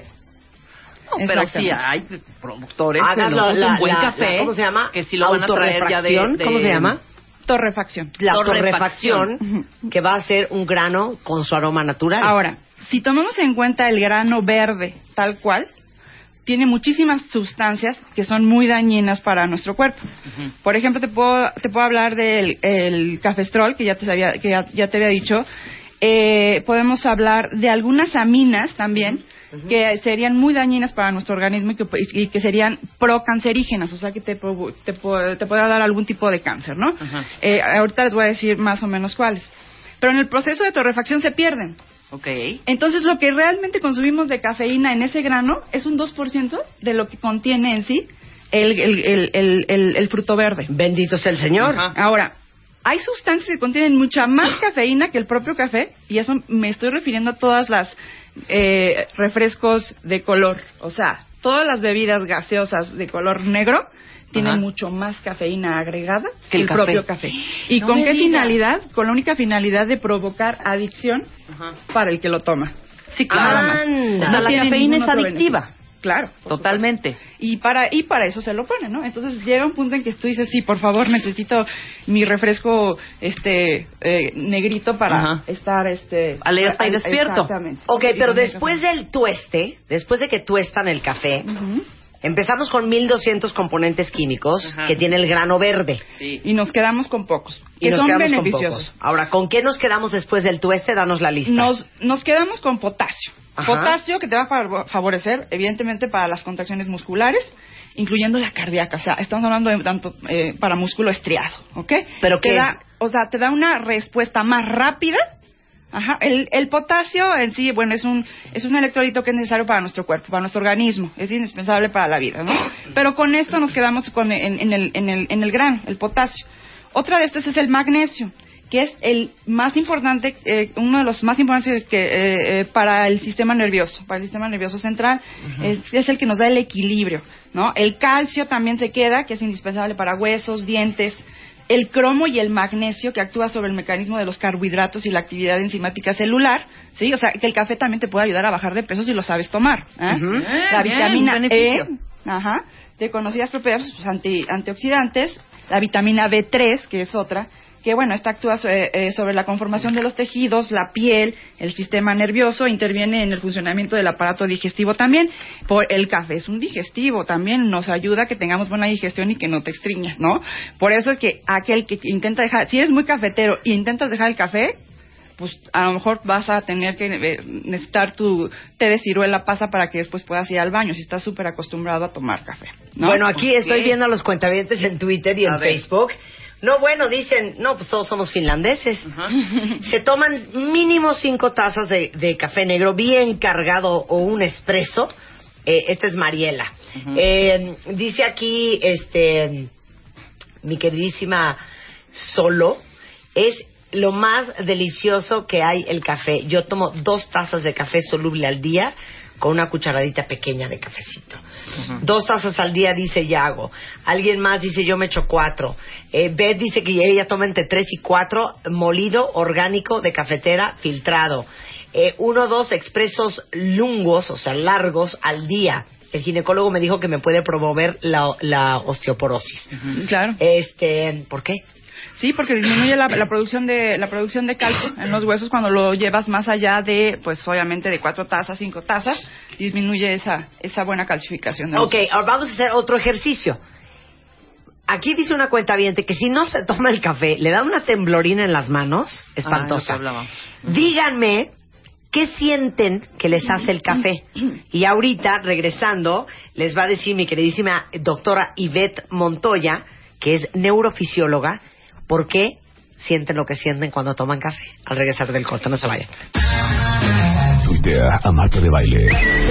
No, pero sí Exactamente. hay productores Hagas que la- nos gustan la- buen la- café. la- ¿cómo se llama? Que sí lo van a traer ya de, Autorrefracción, de- ¿cómo se llama? Torrefacción. La Torrefacción. torrefacción, que va a ser un grano con su aroma natural. Ahora, si tomamos en cuenta el grano verde tal cual, tiene muchísimas sustancias que son muy dañinas para nuestro cuerpo. Ujú. Por ejemplo, te puedo te puedo hablar del el cafestrol, que ya te sabía, que ya, ya te había dicho. Eh, podemos hablar de algunas aminas también, que serían muy dañinas para nuestro organismo y que, y que serían procancerígenas, o sea que te, provo- te, po- te podrá dar algún tipo de cáncer, ¿no? Ajá. Eh, ahorita les voy a decir más o menos cuáles. Pero en el proceso de torrefacción se pierden. Ok. Entonces, lo que realmente consumimos de cafeína en ese grano es un dos por ciento de lo que contiene en sí el, el, el, el, el- el fruto verde. Bendito sea el Señor. Ajá. Ahora, hay sustancias que contienen mucha más cafeína que el propio café, y eso me estoy refiriendo a todas las eh, refrescos de color. O sea, todas las bebidas gaseosas de color negro tienen Ajá. mucho más cafeína agregada Que que el el café. propio café. ¿Y No con me qué digas. finalidad? Con la única finalidad de provocar adicción Ajá. para el que lo toma. Sí, claro. Nada más. Anda. O sea, la tiene cafeína ningún es otro adictiva. beneficio. Claro. por Totalmente. supuesto. Y para y para eso se lo ponen, ¿no? Entonces llega un punto en que tú dices, sí, por favor, necesito mi refresco este eh, negrito para Ajá. estar este Alerta y al- despierto. Exactamente. Ok, Y pero con el después café. del tueste, después de que tuestan el café, Ujú. Empezamos con mil doscientos componentes químicos Ajá. que tiene el grano verde. Sí. Y nos quedamos con pocos, que y nos son quedamos beneficiosos. Con pocos. Ahora, ¿con qué nos quedamos después del tueste? Danos la lista. Nos, nos quedamos con potasio. Ajá. Potasio que te va a favorecer, evidentemente, para las contracciones musculares, incluyendo la cardíaca. O sea, estamos hablando de tanto eh, para músculo estriado, ¿ok? ¿Pero qué te es? da, o sea, te da una respuesta más rápida. Ajá. El, el potasio en sí, bueno, es un es un electrolito que es necesario para nuestro cuerpo, para nuestro organismo, es indispensable para la vida, ¿no? Pero con esto nos quedamos con en, en el en el en el grano, el potasio. Otra de estos es el magnesio, que es el más importante, eh, uno de los más importantes que eh, eh, para el sistema nervioso, para el sistema nervioso central, uh-huh. es, es el que nos da el equilibrio, ¿no? El calcio también se queda, que es indispensable para huesos, dientes. El cromo y el magnesio, que actúa sobre el mecanismo de los carbohidratos y la actividad enzimática celular, ¿sí? O sea, que el café también te puede ayudar a bajar de peso si lo sabes tomar. ¿eh? Uh-huh. La bien, vitamina E, ajá, de conocidas propiedades pues, anti, antioxidantes. La vitamina B tres, que es otra, que bueno, esta actúa eh, eh, sobre la conformación de los tejidos, la piel, el sistema nervioso, interviene en el funcionamiento del aparato digestivo también. Por el café es un digestivo, también nos ayuda a que tengamos buena digestión y que no te extriñas, ¿no? Por eso es que aquel que intenta dejar, si eres muy cafetero y intentas dejar el café, pues a lo mejor vas a tener que eh, necesitar tu té de ciruela pasa para que después puedas ir al baño si estás súper acostumbrado a tomar café, ¿no? Bueno, aquí okay. estoy viendo a los cuentavientes en Twitter y en Facebook. No, bueno, dicen, no, pues todos somos finlandeses. Uh-huh. Se toman mínimo cinco tazas de, de café negro bien cargado o un espresso. Eh, esta es Mariela. Uh-huh. Eh, dice aquí, este, mi queridísima Solo, es lo más delicioso que hay el café. Yo tomo dos tazas de café soluble al día con una cucharadita pequeña de cafecito. Uh-huh. Dos tazas al día, dice Yago. Alguien más dice, yo me echo cuatro. Eh, Beth dice que ella toma entre tres y cuatro, molido, orgánico, de cafetera, filtrado. Eh, uno, dos expresos lungos, o sea, largos, al día. El ginecólogo me dijo que me puede promover la, la osteoporosis. Uh-huh. Claro. Este, ¿por qué? Sí, porque disminuye la, la producción de la producción de calcio en los huesos cuando lo llevas más allá de, pues obviamente de cuatro tazas, cinco tazas, disminuye esa esa buena calcificación. De los okay, ahora vamos a hacer otro ejercicio. Aquí dice una cuentaviente que si no se toma el café, le da una temblorina en las manos, espantosa. Ah, díganme qué sienten que les hace el café. Y ahorita, regresando, les va a decir mi queridísima doctora Ivette Montoya, que es neurofisióloga, ¿por qué sienten lo que sienten cuando toman café? Al regresar del corte, no se vayan. Tuitea a Marta de Baile.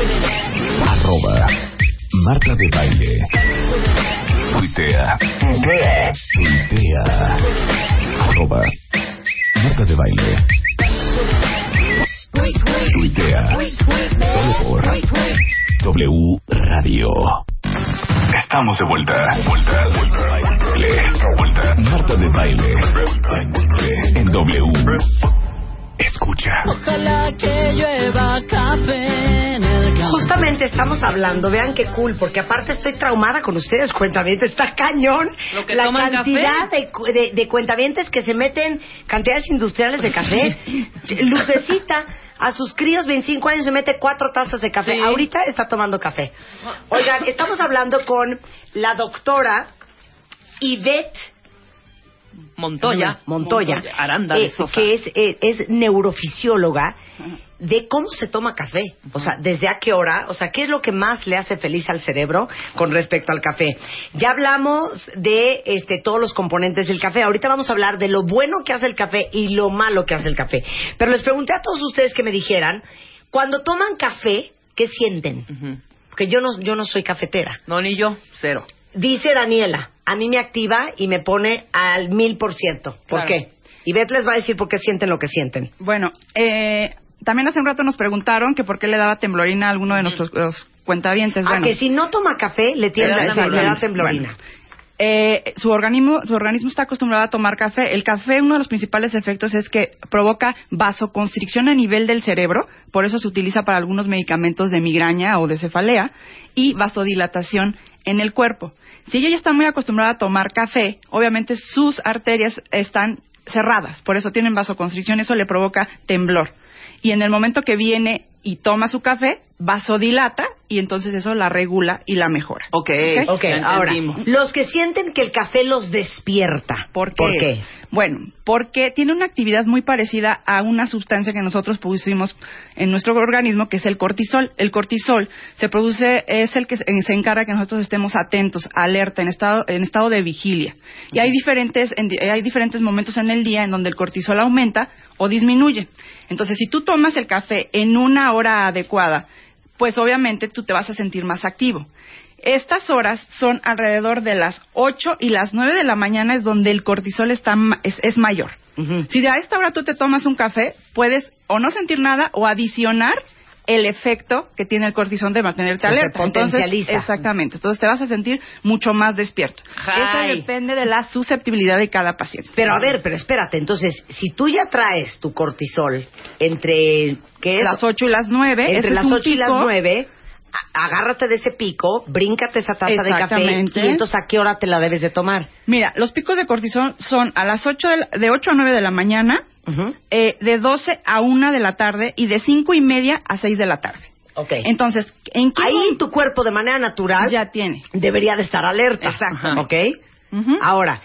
Arroba Marta de Baile. Tuitea. Tuitea. Tuitea. Arroba Marta de Baile. Tuitea. Solo por W Radio. Estamos de vuelta. Vuelta, vuelta, vuelta. Vuelta. Marta de Baile. En W. Escucha. Ojalá que llueva café en el campo. Justamente estamos hablando, vean qué cool, porque aparte estoy traumada con ustedes, cuentavientes, está cañón Lo que la toman cantidad café. de, de, de cuentavientes que se meten cantidades industriales de café. Lucecita, a sus críos veinticinco años se mete cuatro tazas de café. Sí. Ahorita está tomando café. Oigan, estamos hablando con la doctora Ivette Montoya, Montoya, Montoya Aranda de eh, Sosa, que es, eh, es neurofisióloga de cómo se toma café, o sea, desde a qué hora, o sea, qué es lo que más le hace feliz al cerebro con respecto al café. Ya hablamos de este todos los componentes del café, ahorita vamos a hablar de lo bueno que hace el café y lo malo que hace el café. Pero les pregunté a todos ustedes que me dijeran, cuando toman café, ¿qué sienten? Uh-huh. Porque yo no, yo no soy cafetera. No, ni yo, cero. Dice Daniela, a mí me activa y me pone al mil por ciento. ¿Por Claro. qué? Y Beth les va a decir por qué sienten lo que sienten. Bueno, eh, también hace un rato nos preguntaron que por qué le daba temblorina a alguno de nuestros los cuentavientes. A Bueno, que si no toma café, le, tiembla, Le da sí, le da temblorina. temblorina. Bueno. Eh, su organismo su organismo está acostumbrado a tomar café. El café, uno de los principales efectos es que provoca vasoconstricción a nivel del cerebro, por eso se utiliza para algunos medicamentos de migraña o de cefalea, y vasodilatación en el cuerpo. Si ella ya está muy acostumbrada a tomar café, obviamente sus arterias están cerradas, por eso tienen vasoconstricción, eso le provoca temblor. Y en el momento que viene y toma su café, vasodilata y entonces eso la regula y la mejora. Ok, ok. okay. Ahora, los que sienten que el café los despierta. ¿Por qué? ¿Por qué? Bueno, porque tiene una actividad muy parecida a una sustancia que nosotros producimos en nuestro organismo, que es el cortisol. El cortisol se produce, es el que se encarga que nosotros estemos atentos, alerta, en estado, en estado de vigilia. Y hay diferentes, en, hay diferentes momentos en el día en donde el cortisol aumenta o disminuye. Entonces, si tú tomas el café en una hora adecuada, pues obviamente tú te vas a sentir más activo. Estas horas son alrededor de las ocho y las nueve de la mañana, es donde el cortisol está es, es mayor. Uh-huh. Si a esta hora tú te tomas un café, puedes o no sentir nada o adicionar el efecto que tiene el cortisol de mantenerte sí, alerta. Se potencializa. Entonces, exactamente. Entonces te vas a sentir mucho más despierto. Ay. Eso depende de la susceptibilidad de cada paciente. Pero a ver, pero espérate. Entonces, si tú ya traes tu cortisol entre ¿qué es? Las ocho y las nueve, entre ese las es un ocho y las pico. nueve, agárrate de ese pico, bríncate esa taza de café y entonces ¿a qué hora te la debes de tomar? Mira, los picos de cortisol son a las ocho de, la, de ocho a nueve de la mañana, uh-huh. eh, de doce a una de la tarde y de cinco y media a seis de la tarde. Okay. Entonces, ¿en qué ahí tu cuerpo de manera natural ya tiene debería de estar alerta. Exacto. ¿Ok? Uh-huh. Ahora,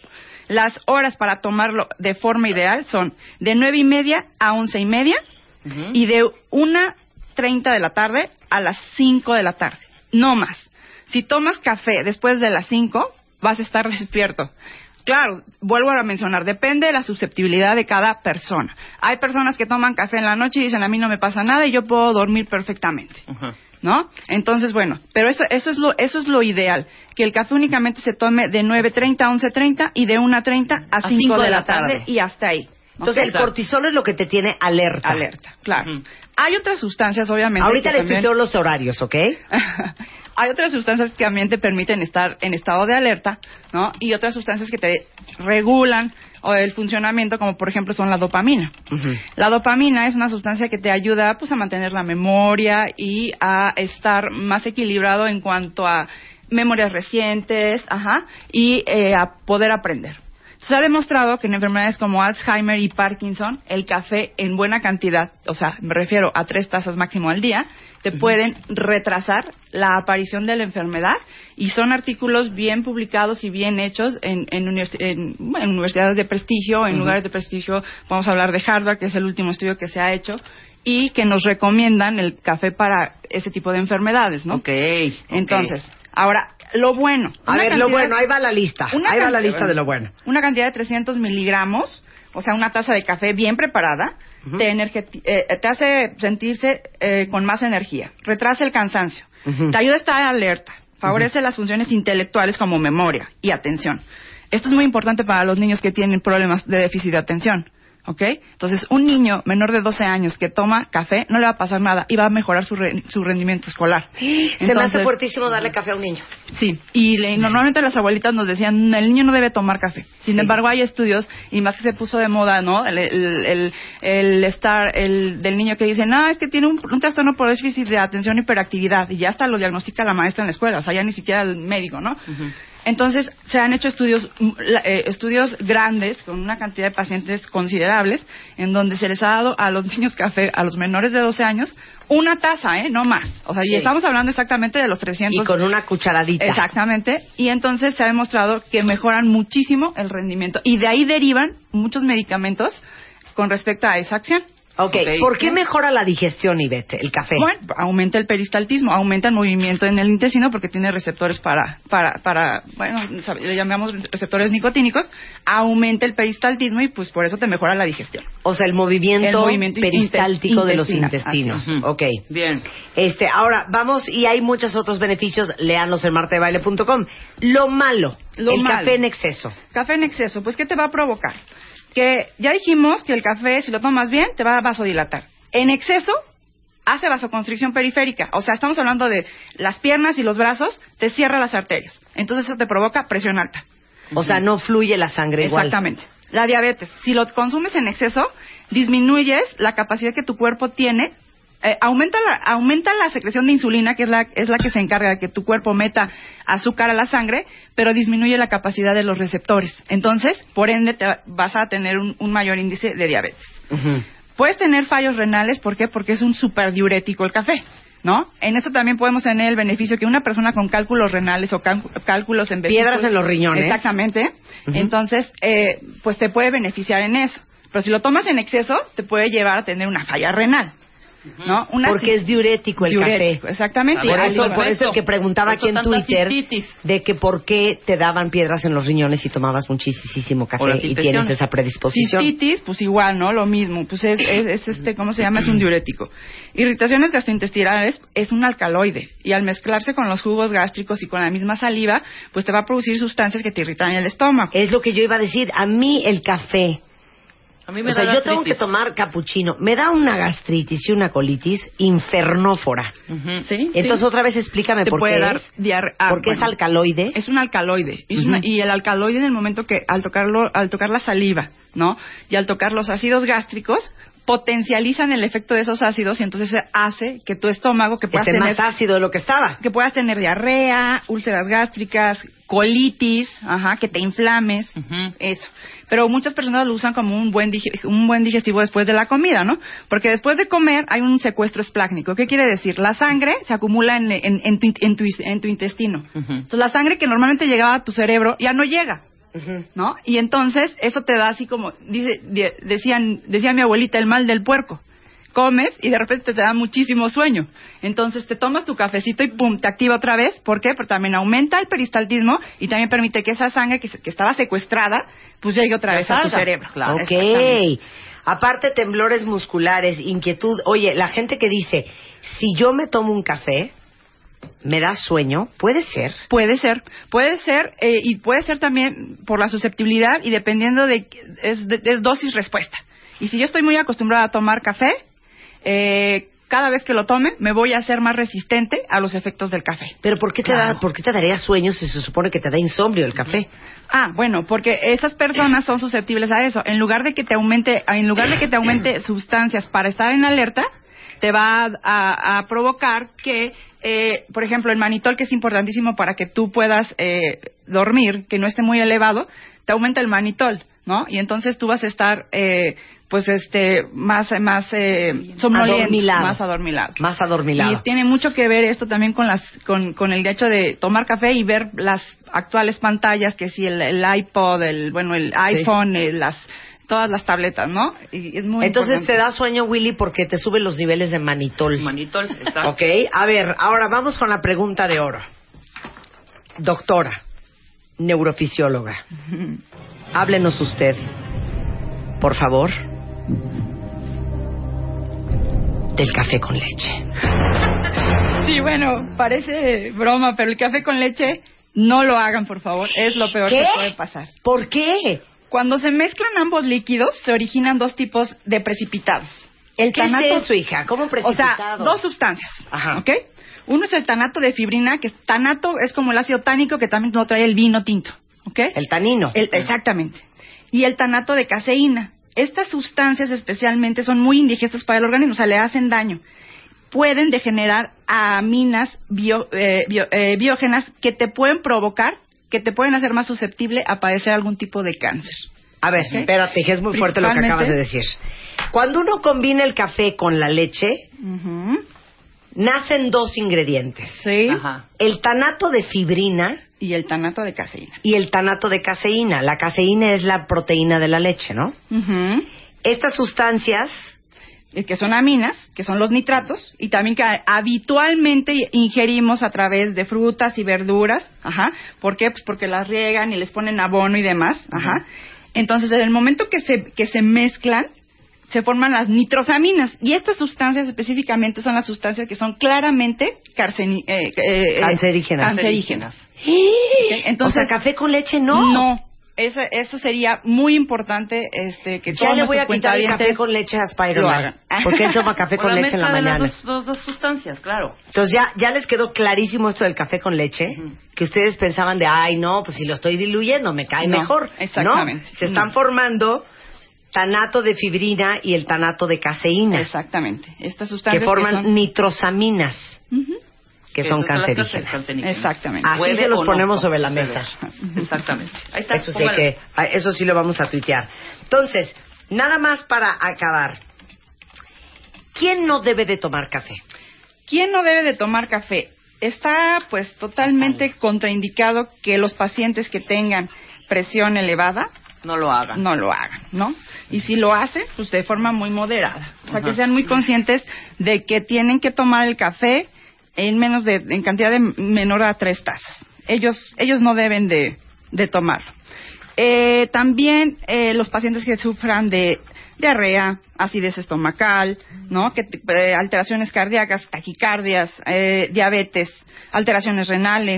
las horas para tomarlo de forma ideal son de nueve y media a once y media uh-huh. y de una treinta de la tarde a las cinco de la tarde. No más. Si tomas café después de las cinco, vas a estar despierto. Claro, vuelvo a mencionar, depende de la susceptibilidad de cada persona. Hay personas que toman café en la noche y dicen, a mí no me pasa nada y yo puedo dormir perfectamente. Uh-huh. ¿No? Entonces, bueno, pero eso, eso, es lo, eso es lo ideal, que el café únicamente se tome de nueve treinta a once treinta y de una treinta a cinco de la tarde y hasta ahí. Entonces, okay, el cortisol es lo que te tiene alerta. Alerta, claro. Uh-huh. Hay otras sustancias, obviamente. Ahorita les también... tuiteo los horarios, ¿ok? Hay otras sustancias que también te permiten estar en estado de alerta, ¿no? Y otras sustancias que te regulan el funcionamiento, como por ejemplo son la dopamina. Uh-huh. La dopamina es una sustancia que te ayuda pues a mantener la memoria y a estar más equilibrado en cuanto a memorias recientes, ajá, y eh, a poder aprender. Se ha demostrado que en enfermedades como Alzheimer y Parkinson, el café en buena cantidad, o sea, me refiero a tres tazas máximo al día, te uh-huh. pueden retrasar la aparición de la enfermedad, y son artículos bien publicados y bien hechos en, en, univers- en, bueno, en universidades de prestigio, en uh-huh. lugares de prestigio. Vamos a hablar de Harvard, que es el último estudio que se ha hecho, y que nos recomiendan el café para ese tipo de enfermedades, ¿no? Ok. Entonces, okay. ahora... Lo bueno. A ver, cantidad, lo bueno, ahí va la lista. Ahí va la lista bueno, de lo bueno. Una cantidad de trescientos miligramos, o sea, una taza de café bien preparada, uh-huh. te, energeti- eh, te hace sentirse eh, con más energía, retrasa el cansancio, uh-huh. te ayuda a estar alerta, favorece uh-huh. las funciones intelectuales como memoria y atención. Esto es muy importante para los niños que tienen problemas de déficit de atención. ¿Ok? Entonces, un niño menor de doce años que toma café no le va a pasar nada y va a mejorar su, re- su rendimiento escolar. Entonces, se me hace fuertísimo darle café a un niño. Sí, y le, normalmente las abuelitas nos decían, el niño no debe tomar café. Sin sí. embargo, hay estudios, y más que se puso de moda, ¿no? El, el, el, el estar, el del niño que dice, no, es que tiene un, un trastorno por déficit de atención y hiperactividad, y ya hasta lo diagnostica la maestra en la escuela, o sea, ya ni siquiera el médico, ¿no? Uh-huh. Entonces, se han hecho estudios eh, estudios grandes, con una cantidad de pacientes considerables, en donde se les ha dado a los niños café, a los menores de doce años, una taza, ¿eh? No más. O sea, sí. y estamos hablando exactamente de los trescientos. Y con una cucharadita. Exactamente. Y entonces se ha demostrado que mejoran muchísimo el rendimiento. Y de ahí derivan muchos medicamentos con respecto a esa acción. Okay. ok, ¿por qué mejora la digestión, Ivette, el café? Bueno, aumenta el peristaltismo, aumenta el movimiento en el intestino porque tiene receptores para, para, para, bueno, le llamamos receptores nicotínicos, aumenta el peristaltismo y pues por eso te mejora la digestión. O sea, el movimiento, el movimiento peristáltico inter- de los intestinos. Uh-huh. Ok. Bien. Este, ahora, vamos, y hay muchos otros beneficios, léanlos en marta de baile punto com. Lo malo, Lo el malo. café en exceso. Café en exceso, pues ¿qué te va a provocar? Que ya dijimos que el café, si lo tomas bien, te va a vasodilatar. En exceso, hace vasoconstricción periférica. O sea, estamos hablando de las piernas y los brazos, te cierra las arterias. Entonces eso te provoca presión alta. O sea, no fluye la sangre igual. Exactamente. La diabetes. Si lo consumes en exceso, disminuyes la capacidad que tu cuerpo tiene. Eh, aumenta la aumenta la secreción de insulina, que es la es la que se encarga de que tu cuerpo meta azúcar a la sangre, pero disminuye la capacidad de los receptores. Entonces, por ende, te vas a tener un, un mayor índice de diabetes. Uh-huh. Puedes tener fallos renales, ¿por qué? Porque es un superdiurético el café. ¿no? En eso también podemos tener el beneficio que una persona con cálculos renales o cálculos en vesículas, piedras en los riñones. Exactamente. Uh-huh. Entonces, eh, pues te puede beneficiar en eso. Pero si lo tomas en exceso, te puede llevar a tener una falla renal. ¿No? Una Porque es diurético el diurético, café. Exactamente. Por eso, por eso el que preguntaba aquí en Twitter de que por qué te daban piedras en los riñones si tomabas muchísimo café y tienes esa predisposición. Cistitis, pues igual, ¿no? Lo mismo. Pues es, es, es este, ¿cómo se llama? Es un diurético. Irritaciones gastrointestinales es un alcaloide y al mezclarse con los jugos gástricos y con la misma saliva, pues te va a producir sustancias que te irritan el estómago. Es lo que yo iba a decir. A mí el café... A mí me o da sea, yo tengo que tomar capuchino. Me da una gastritis y una colitis infernófora. Uh-huh. ¿Sí? Entonces, sí. otra vez explícame Te por puede qué dar es. Diar- ah, porque bueno, es alcaloide. Es un alcaloide. Es uh-huh. una, y el alcaloide en el momento que al tocarlo, al tocar la saliva, ¿no? Y al tocar los ácidos gástricos, potencializan el efecto de esos ácidos y entonces hace que tu estómago que puedas esté tener más ácido de lo que estaba, que puedas tener diarrea, úlceras gástricas, colitis, ajá, que te inflames, uh-huh. eso. Pero muchas personas lo usan como un buen dig- un buen digestivo después de la comida, ¿no? Porque después de comer hay un secuestro esplácnico. ¿Qué quiere decir? La sangre se acumula en, en, en, tu, en, tu, en tu intestino. Uh-huh. Entonces la sangre que normalmente llegaba a tu cerebro ya no llega. Uh-huh. ¿No? Y entonces eso te da así como dice de, decían decía mi abuelita, el mal del puerco. Comes y de repente te da muchísimo sueño. Entonces te tomas tu cafecito y pum, te activa otra vez. ¿Por qué? Porque también aumenta el peristaltismo y también permite que esa sangre que, que estaba secuestrada pues llegue otra vez a tu cerebro. Claro. Ok. Aparte temblores musculares, inquietud. Oye, la gente que dice, si yo me tomo un café, ¿me da sueño? ¿Puede ser? Puede ser, puede ser, eh, y puede ser también por la susceptibilidad y dependiendo de, es, de, es dosis-respuesta. Y si yo estoy muy acostumbrada a tomar café, eh, cada vez que lo tome me voy a hacer más resistente a los efectos del café. ¿Pero por qué te claro. da, por qué te daría sueño si se supone que te da insomnio el café? Ah, bueno, porque esas personas son susceptibles a eso. En lugar de que te aumente, en lugar de que te aumente sustancias para estar en alerta, te va a, a, a provocar que, eh, por ejemplo, el manitol, que es importantísimo para que tú puedas eh, dormir, que no esté muy elevado, te aumenta el manitol, ¿no? Y entonces tú vas a estar, eh, pues, este, más, más eh, somnoliento, adormilado. más adormilado, más adormilado. Y tiene mucho que ver esto también con las, con, con el hecho de tomar café y ver las actuales pantallas, que si el, el iPod, el, bueno, el iPhone, sí. el, las todas las tabletas, ¿no? Y es muy Entonces importante. te da sueño, Willy, porque te suben los niveles de manitol. Manitol, exacto. Ok, a ver, ahora vamos con la pregunta de oro. Doctora, neurofisióloga, háblenos usted, por favor, del café con leche. Sí, bueno, parece broma, pero el café con leche no lo hagan, por favor. Es lo peor ¿Qué? que puede pasar. ¿Por qué? Cuando se mezclan ambos líquidos, se originan dos tipos de precipitados. El ¿Qué tanato, es eso, hija? ¿Cómo precipitado? O sea, dos sustancias. Ajá. ¿Ok? Uno es el tanato de fibrina, que tanato es como el ácido tánico que también lo trae el vino tinto. ¿Ok? El tanino. El, exactamente. Y el tanato de caseína. Estas sustancias especialmente son muy indigestas para el organismo, o sea, le hacen daño. Pueden degenerar a aminas bio, eh, bio, eh, biógenas que te pueden provocar, que te pueden hacer más susceptible a padecer algún tipo de cáncer. A ver, ¿okay? Espérate, que es muy fuerte lo que acabas de decir. Cuando uno combina el café con la leche, uh-huh. nacen dos ingredientes. Sí. Ajá. El tanato de fibrina y el tanato de caseína. Y el tanato de caseína. La caseína es la proteína de la leche, ¿no? Uh-huh. Estas sustancias, que son aminas, que son los nitratos, y también que habitualmente ingerimos a través de frutas y verduras. Ajá. ¿Por qué? Pues porque las riegan y les ponen abono y demás. Ajá. Uh-huh. Entonces, en el momento que se, que se mezclan, se forman las nitrosaminas. Y estas sustancias específicamente son las sustancias que son claramente carceni, eh, eh, cancerígenas. cancerígenas. ¿Okay? Entonces, o sea, café con leche no. No. Eso, eso sería muy importante este que ya le voy a quitar el café con leche a Spider-Man, porque él toma café con leche en la mañana. Las dos, dos, dos sustancias, claro. Entonces ya ya les quedó clarísimo esto del café con leche, uh-huh. que ustedes pensaban de, ay no, pues si lo estoy diluyendo me cae no, mejor. Exactamente. ¿No? Se están no. formando tanato de fibrina y el tanato de caseína. Exactamente. Estas sustancias que forman que son... nitrosaminas. Uh-huh. Que son cancerígenas. cancerígenas. Exactamente. Así se los ponemos no, sobre la mesa. Exactamente. Ahí está. Eso sí, que, eso sí lo vamos a tuitear. Entonces, nada más para acabar. ¿Quién no debe de tomar café? ¿Quién no debe de tomar café? Está pues totalmente contraindicado que los pacientes que tengan presión elevada no lo hagan. No lo hagan, ¿no? Y si lo hacen, pues de forma muy moderada. O sea, Ajá. que sean muy conscientes de que tienen que tomar el café en menos de, en cantidad de menor a tres tazas. Ellos, ellos no deben de, de tomarlo. Eh, también eh, los pacientes que sufran de diarrea, acidez estomacal, ¿no? Que eh, alteraciones cardíacas, taquicardias, eh, diabetes, alteraciones renales,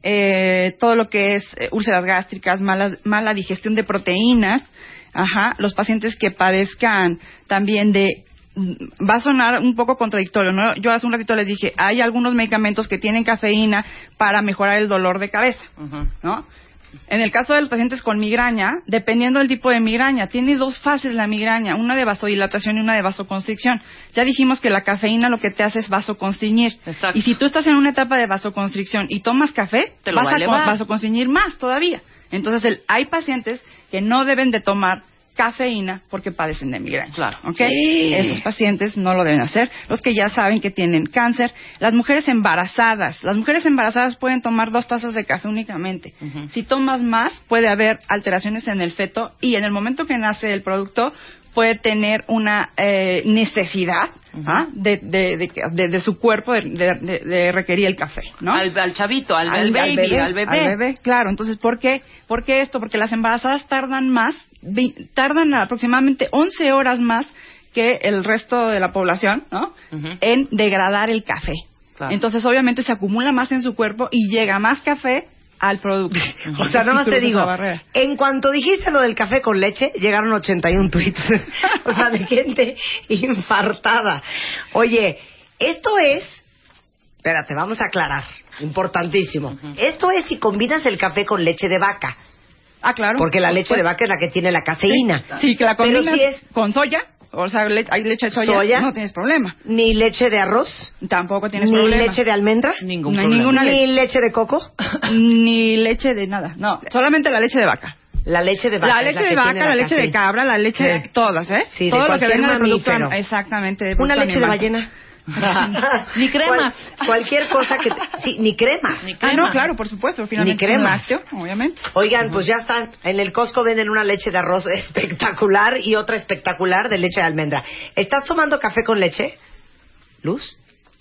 eh, todo lo que es eh, úlceras gástricas, mala, mala digestión de proteínas, ajá, los pacientes que padezcan también de, va a sonar un poco contradictorio, ¿no? Yo hace un ratito les dije, hay algunos medicamentos que tienen cafeína para mejorar el dolor de cabeza, uh-huh. ¿no? En el caso de los pacientes con migraña, dependiendo del tipo de migraña, tiene dos fases la migraña, una de vasodilatación y una de vasoconstricción. Ya dijimos que la cafeína lo que te hace es vasoconstriñir. Exacto. Y si tú estás en una etapa de vasoconstricción y tomas café, te lo vas va a, a vasoconstriñir más todavía. Entonces, el, hay pacientes que no deben de tomar cafeína porque padecen de migraña. Claro. ¿Okay? Sí. Esos pacientes no lo deben hacer. Los que ya saben que tienen cáncer. Las mujeres embarazadas. Las mujeres embarazadas pueden tomar dos tazas de café únicamente. Uh-huh. Si tomas más, puede haber alteraciones en el feto y en el momento que nace el producto puede tener una eh, necesidad uh-huh. ¿ah? de, de, de, de, de su cuerpo de, de, de requerir el café, ¿no? Al, al chavito, al, al, al baby, bebé, al bebé. Al bebé, claro. Entonces, ¿por qué? ¿Por qué esto? Porque las embarazadas tardan más, tardan aproximadamente once horas más que el resto de la población, ¿no? Uh-huh. En degradar el café. Claro. Entonces, obviamente, se acumula más en su cuerpo y llega más café al producto. O sea, nada más te digo, en cuanto dijiste lo del café con leche, llegaron ochenta y uno tweets. O sea, de gente infartada. Oye, esto es... Espérate, vamos a aclarar. Importantísimo. Uh-huh. Esto es si combinas el café con leche de vaca. Ah, claro. Porque la leche de vaca es la que tiene la cafeína. Sí, sí, que la combinas Pero si es con soya. O sea, le- hay leche de soya, soya, no tienes problema. Ni leche de arroz. Tampoco tienes ni problema. Ni leche de almendra. Ningún no hay ninguna Ni leche. leche de coco. Ni leche de nada. No, solamente la leche de vaca. La leche de vaca. La leche la de vaca, la, la leche café. de cabra, la leche de sí. todas, ¿eh? Sí, todo de lo que cualquier venga de producto, mamífero. exactamente. De Una producto leche animal. de ballena. Ni crema. Cual, cualquier cosa que... Te, sí, ni crema. Ni crema. Ah, no, claro, por supuesto. Finalmente Ni crema. es un lácteo, obviamente. Oigan, pues ya están. En el Costco venden una leche de arroz espectacular y otra espectacular de leche de almendra. ¿Estás tomando café con leche, Luz?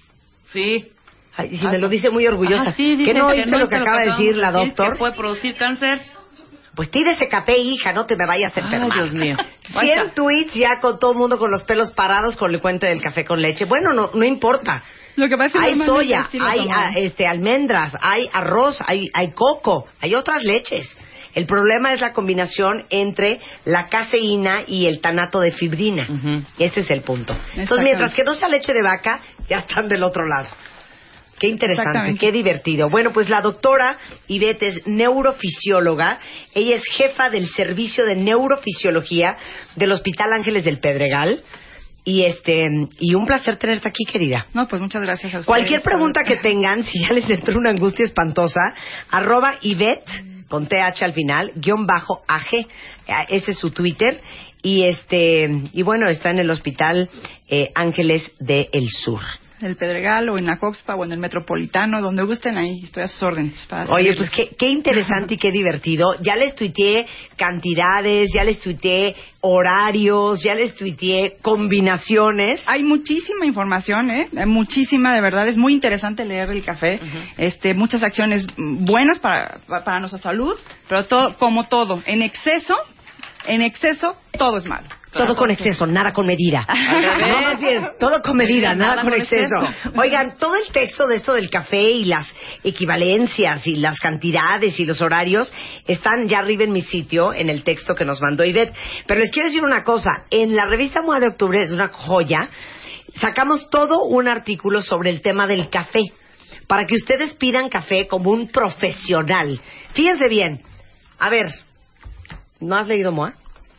Sí. Ay, si me lo dice muy orgullosa. Ah, sí, ¿Qué no oíste no lo que acaba de decir la decir, doctor? Que puede producir cáncer. Pues tira ese café, hija, no te me vayas a enfermar. Ay, Dios mío. cien tweets ya con todo el mundo con los pelos parados con el cuento del café con leche. Bueno, no no importa. Lo que pasa es que hay normalmente soya, sí lo hay toman. ah, este almendras, hay arroz, hay hay coco, hay otras leches. El problema es la combinación entre la caseína y el tanato de fibrina. Uh-huh. Ese es el punto. Entonces, mientras que no sea leche de vaca, ya están del otro lado. Qué interesante, qué divertido. Bueno, pues la doctora Ivette es neurofisióloga. Ella es jefa del servicio de neurofisiología del Hospital Ángeles del Pedregal. Y este y un placer tenerte aquí, querida. No, pues muchas gracias a ustedes. Cualquier pregunta que tengan, si ya les entró una angustia espantosa, arroba Ivette, con T H al final, guión bajo A G. Ese es su Twitter. Y este y bueno, está en el Hospital eh, Ángeles del Sur. El Pedregal o en la Coxpa o en el Metropolitano, donde gusten, ahí estoy a sus órdenes. Para Oye, servirles. pues qué, qué interesante y qué divertido. Ya les tuiteé cantidades, ya les tuiteé horarios, ya les tuiteé combinaciones. Hay muchísima información, ¿eh? Hay muchísima, de verdad. Es muy interesante leer el café. Uh-huh. Este, muchas acciones buenas para, para nuestra salud, pero todo, como todo, en exceso, en exceso, todo es malo. Todo claro, con exceso, nada con medida. No, más bien, todo con medida, nada, nada con exceso. exceso. Oigan, todo el texto de esto del café y las equivalencias y las cantidades y los horarios están ya arriba en mi sitio, en el texto que nos mandó Ivette. Pero les quiero decir una cosa, en la revista Moda de Octubre, es una joya, sacamos todo un artículo sobre el tema del café, para que ustedes pidan café como un profesional. Fíjense bien, a ver, ¿no has leído Moa?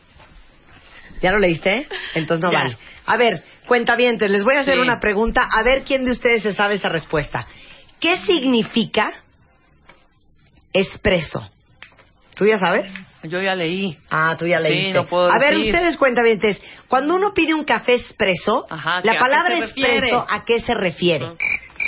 ¿Ya lo leíste? Entonces no ya. Vale. A ver, cuentavientes, les voy a hacer sí. una pregunta. A ver quién de ustedes se sabe esa respuesta. ¿Qué significa espresso? ¿Tú ya sabes? Yo ya leí. Ah, tú ya Sí, leíste. no puedo A ver, decir. ustedes cuentavientes, cuando uno pide un café expreso, Ajá, la ¿a palabra qué se refiere? expreso, ¿a qué se refiere? Uh-huh.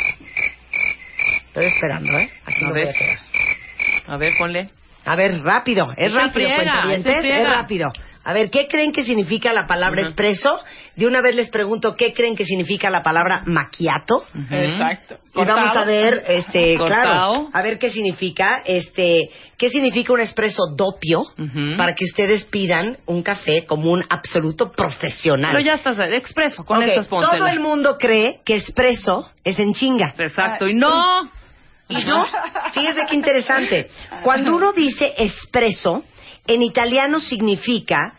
Estoy esperando, ¿eh? Aquí A lo ver. voy a quedar. A ver, ponle. A ver, rápido, es Esa rápido, friega, cuentavientes, esa friega. es rápido. A ver, ¿qué creen que significa la palabra Ujú. expreso? De una vez les pregunto, ¿qué creen que significa la palabra macchiato? Exacto. Y vamos a ver, este, Cortado. claro, a ver qué significa, este, qué significa un expreso doppio, Ujú. para que ustedes pidan un café como un absoluto profesional. Pero ya estás, expreso, con Ok, estas pónsela. todo el mundo cree que expreso es en chinga. Exacto, y no. Y no, fíjese qué interesante. Cuando uno dice expreso, en italiano significa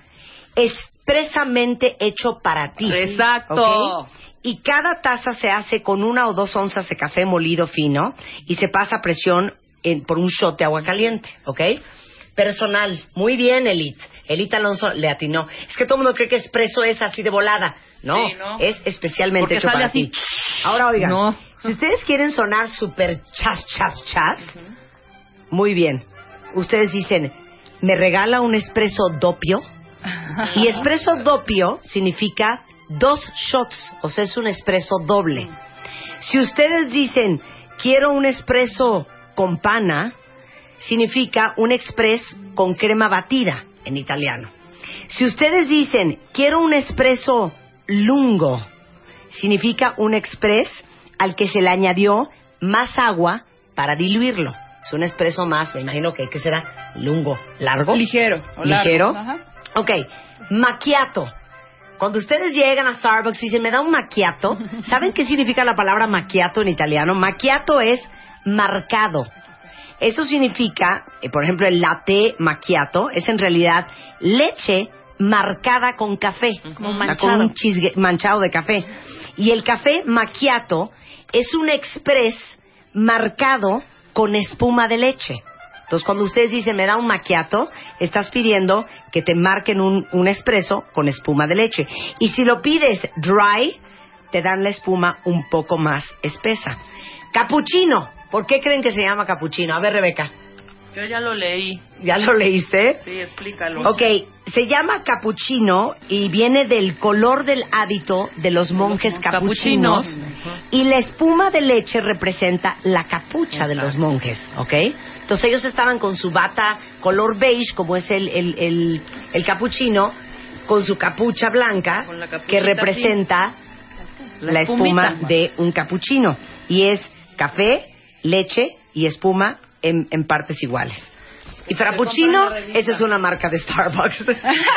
expresamente hecho para ti. Exacto. ¿Ok? Y cada taza se hace con una o dos onzas de café molido fino y se pasa a presión en- por un shot de agua caliente, ¿ok? Personal. Muy bien, Elite. Elite Alonso le atinó. Es que todo el mundo cree que expreso es así de volada. No, Sí, ¿no? es especialmente Porque hecho sale para así. ti. Ahora, oigan, No. si ustedes quieren sonar súper chas, chas, chas, muy bien. Ustedes dicen, ¿me regala un espresso doppio? Y espresso doppio significa dos shots, o sea, es un espresso doble. Si ustedes dicen, quiero un espresso con pana, significa un express con crema batida, en italiano. Si ustedes dicen, quiero un espresso lungo, significa un express al que se le añadió más agua para diluirlo. Es un espresso más, me imagino que ¿qué será? Lungo, largo. Ligero. o largo. Ligero. Ajá. Ok, macchiato. Cuando ustedes llegan a Starbucks y dicen, ¿me da un macchiato? ¿Saben qué significa la palabra macchiato en italiano? Macchiato es marcado. Eso significa, eh, por ejemplo, el latte macchiato es en realidad leche marcada con café. Como O sea, manchado. con un chisgue- manchado de café. Y el café macchiato es un express marcado con espuma de leche. Entonces, cuando ustedes dicen, me da un macchiato, estás pidiendo que te marquen un, un espresso con espuma de leche. Y si lo pides dry, te dan la espuma un poco más espesa. Cappuccino. ¿Por qué creen que se llama cappuccino? A ver, Rebeca. Yo ya lo leí. ¿Ya lo leíste? Sí, explícalo. Ok, se llama capuchino y viene del color del hábito de los monjes capuchinos, capuchinos. y la espuma de leche representa la capucha de los monjes, ¿ok? Entonces ellos estaban con su bata color beige, como es el, el, el, el capuchino, con su capucha blanca, Con la capuchita que representa La la espuma espumita. de un capuchino. Y es café, leche y espuma en, en partes iguales. Y frappuccino, esa es una marca de Starbucks.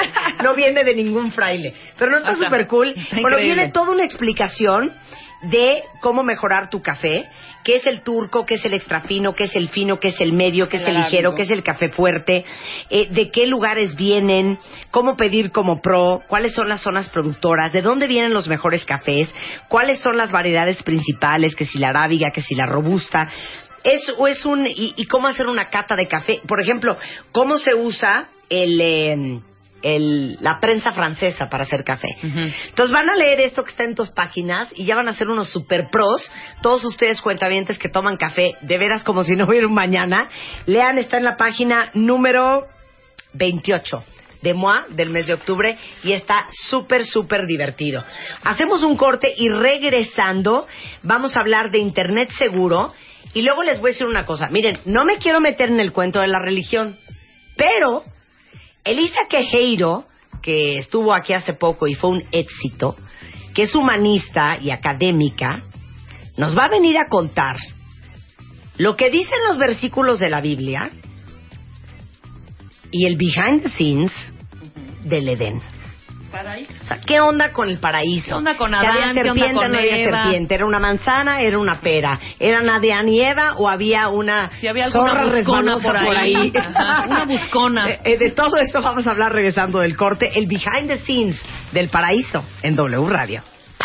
No viene de ningún fraile. Pero no está Ajá. súper cool. Está Bueno, increíble. viene toda una explicación de cómo mejorar tu café. ¿Qué es el turco? ¿Qué es el extra fino? ¿Qué es el fino? ¿Qué es el medio? ¿Qué es el Claro. ligero? ¿Qué es el café fuerte? Eh, ¿De qué lugares vienen? ¿Cómo pedir como pro? ¿Cuáles son las zonas productoras? ¿De dónde vienen los mejores cafés? ¿Cuáles son las variedades principales? ¿Que si la arábiga? ¿Que si la robusta? Es, o es un, y, y cómo hacer una cata de café. Por ejemplo, cómo se usa el, eh, el, la prensa francesa para hacer café. Ujú. Entonces van a leer esto que está en tus páginas y ya van a ser unos super pros. Todos ustedes cuentavientes que toman café, de veras como si no hubiera un mañana. Lean, está en la página número veintiocho de M O A del mes de octubre y está súper, súper divertido. Hacemos un corte y regresando vamos a hablar de Internet seguro y luego les voy a decir una cosa. Miren, no me quiero meter en el cuento de la religión, pero Elisa Quejeiro, que estuvo aquí hace poco y fue un éxito, que es humanista y académica, nos va a venir a contar lo que dicen los versículos de la Biblia y el behind the scenes del Edén. Paraíso. O sea, ¿qué onda con el paraíso? ¿Qué onda con ¿Que Adán? había ¿Qué onda serpiente con o no había Eva? serpiente? ¿Era una manzana? ¿Era una pera? ¿Eran Adán y Eva o había una Si había alguna zorra buscona resbalosa por ahí. Ajá, una buscona. Eh, eh, de todo esto vamos a hablar regresando del corte. El behind the scenes del paraíso en W Radio.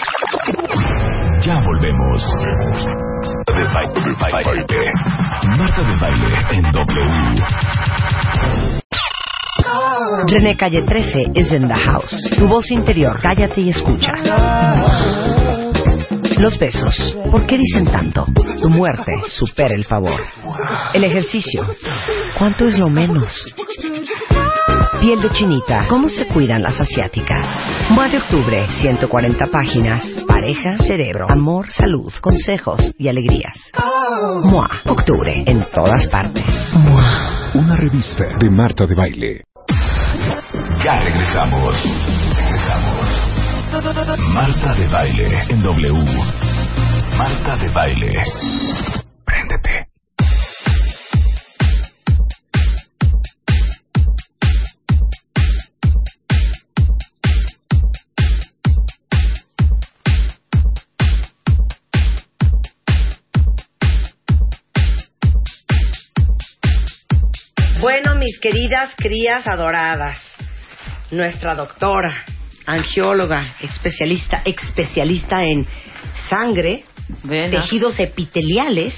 Ya volvemos. De baile, baile. Marta de Baile en W. René Calle trece is in the house. Tu voz interior, cállate y escucha. Los besos, ¿por qué dicen tanto? Tu muerte supera el favor. El ejercicio, ¿cuánto es lo menos? Piel de chinita, ¿cómo se cuidan las asiáticas? Mua de octubre, ciento cuarenta páginas. Pareja, cerebro, amor, salud, consejos y alegrías. Mua, octubre, en todas partes. Mua. Una revista de Marta de Baile. Ya regresamos. Regresamos. Marta de Baile en W. Marta de Baile. Préndete. Bueno, mis queridas crías adoradas, nuestra doctora, angióloga, especialista, especialista en sangre, venas, tejidos epiteliales,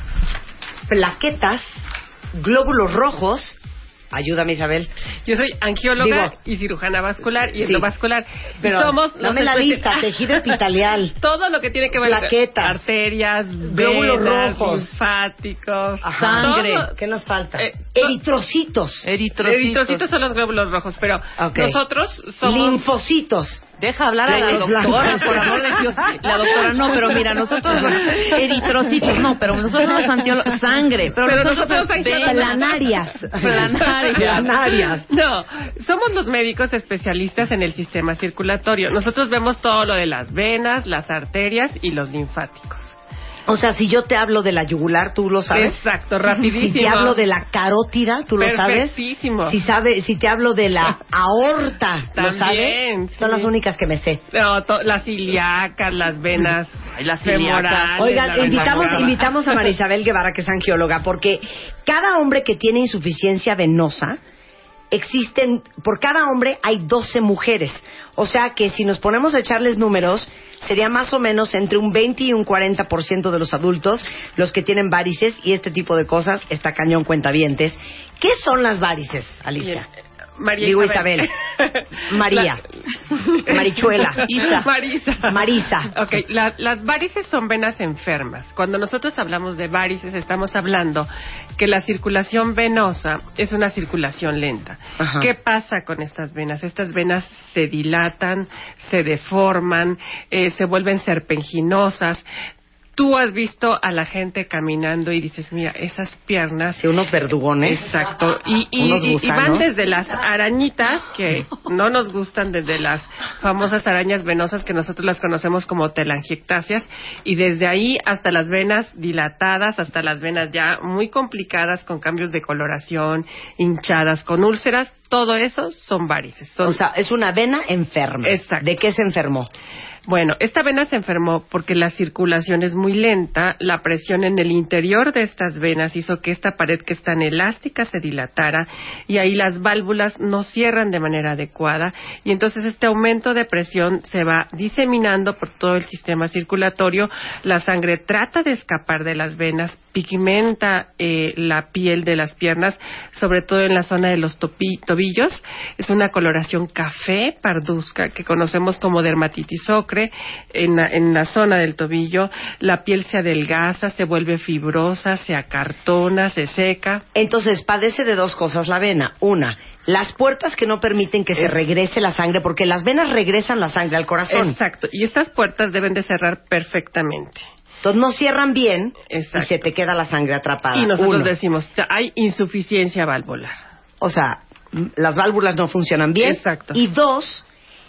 plaquetas, glóbulos rojos. Ayúdame, Isabel. Yo soy angióloga Digo, y cirujana vascular y endovascular. Pero y somos dame la lista, tejido epitelial. Todo lo que tiene que ver con plaquetas, arterias, glóbulos venas, rojos, linfáticos, sangre. Todo, ¿Qué nos falta? Eh, Eritrocitos. Eritrocitos. Eritrocitos son los glóbulos rojos, pero okay. nosotros somos... Linfocitos. Deja hablar a la doctora, por amor de Dios. La doctora no, pero mira, nosotros eritrocitos, no, pero nosotros los antiólogos, sangre, pero, pero nosotros, nosotros planarias. Planarias. Planarias. No, somos los médicos especialistas en el sistema circulatorio. Nosotros vemos todo lo de las venas, las arterias y los linfáticos. O sea, si yo te hablo de la yugular, ¿tú lo sabes? Exacto, rapidísimo. Si te hablo de la carótida, ¿tú lo sabes? Perfectísimo. Si sabe, si te hablo de la aorta, ¿lo sabes? Sí. Son las únicas que me sé. No, to, las ilíacas, las venas las femorales. Oigan, la invitamos, invitamos a Marisabel Guevara, que es angióloga, porque cada hombre que tiene insuficiencia venosa, existen, por cada hombre hay doce mujeres. O sea que si nos ponemos a echarles números, sería más o menos entre un veinte y un cuarenta por ciento de los adultos los que tienen varices y este tipo de cosas. Está cañón, cuentavientes. ¿Qué son las varices, Alicia? Bien. María Digo Isabel. Isabel. María. La... Marichuela. Isa. Marisa. Marisa. Ok, la, las varices son venas enfermas. Cuando nosotros hablamos de varices, estamos hablando que la circulación venosa es una circulación lenta. Ajá. ¿Qué pasa con estas venas? Estas venas se dilatan, se deforman, eh, se vuelven serpenginosas. Tú has visto a la gente caminando y dices, mira, esas piernas... Sí, unos verdugones. Exacto. Y, y, y, y van desde las arañitas, que no nos gustan, desde las famosas arañas venosas que nosotros las conocemos como telangiectasias, y desde ahí hasta las venas dilatadas, hasta las venas ya muy complicadas, con cambios de coloración, hinchadas, con úlceras, todo eso son varices. Son... O sea, es una vena enferma. Exacto. ¿De qué se enfermó? Bueno, esta vena se enfermó porque la circulación es muy lenta, la presión en el interior de estas venas hizo que esta pared que es tan elástica se dilatara y ahí las válvulas no cierran de manera adecuada y entonces este aumento de presión se va diseminando por todo el sistema circulatorio, la sangre trata de escapar de las venas, pigmenta eh, la piel de las piernas, sobre todo en la zona de los topi- tobillos, es una coloración café parduzca que conocemos como dermatitis ocre. En la, en la zona del tobillo, la piel se adelgaza, se vuelve fibrosa, se acartona, se seca. Entonces, padece de dos cosas la vena. Una, las puertas que no permiten que es... se regrese la sangre, porque las venas regresan la sangre al corazón. Exacto, y estas puertas deben de cerrar perfectamente. Entonces no cierran bien. Exacto. Y se te queda la sangre atrapada. Y nosotros Uno. decimos, hay insuficiencia valvular. O sea, las válvulas no funcionan bien. Exacto. Y dos,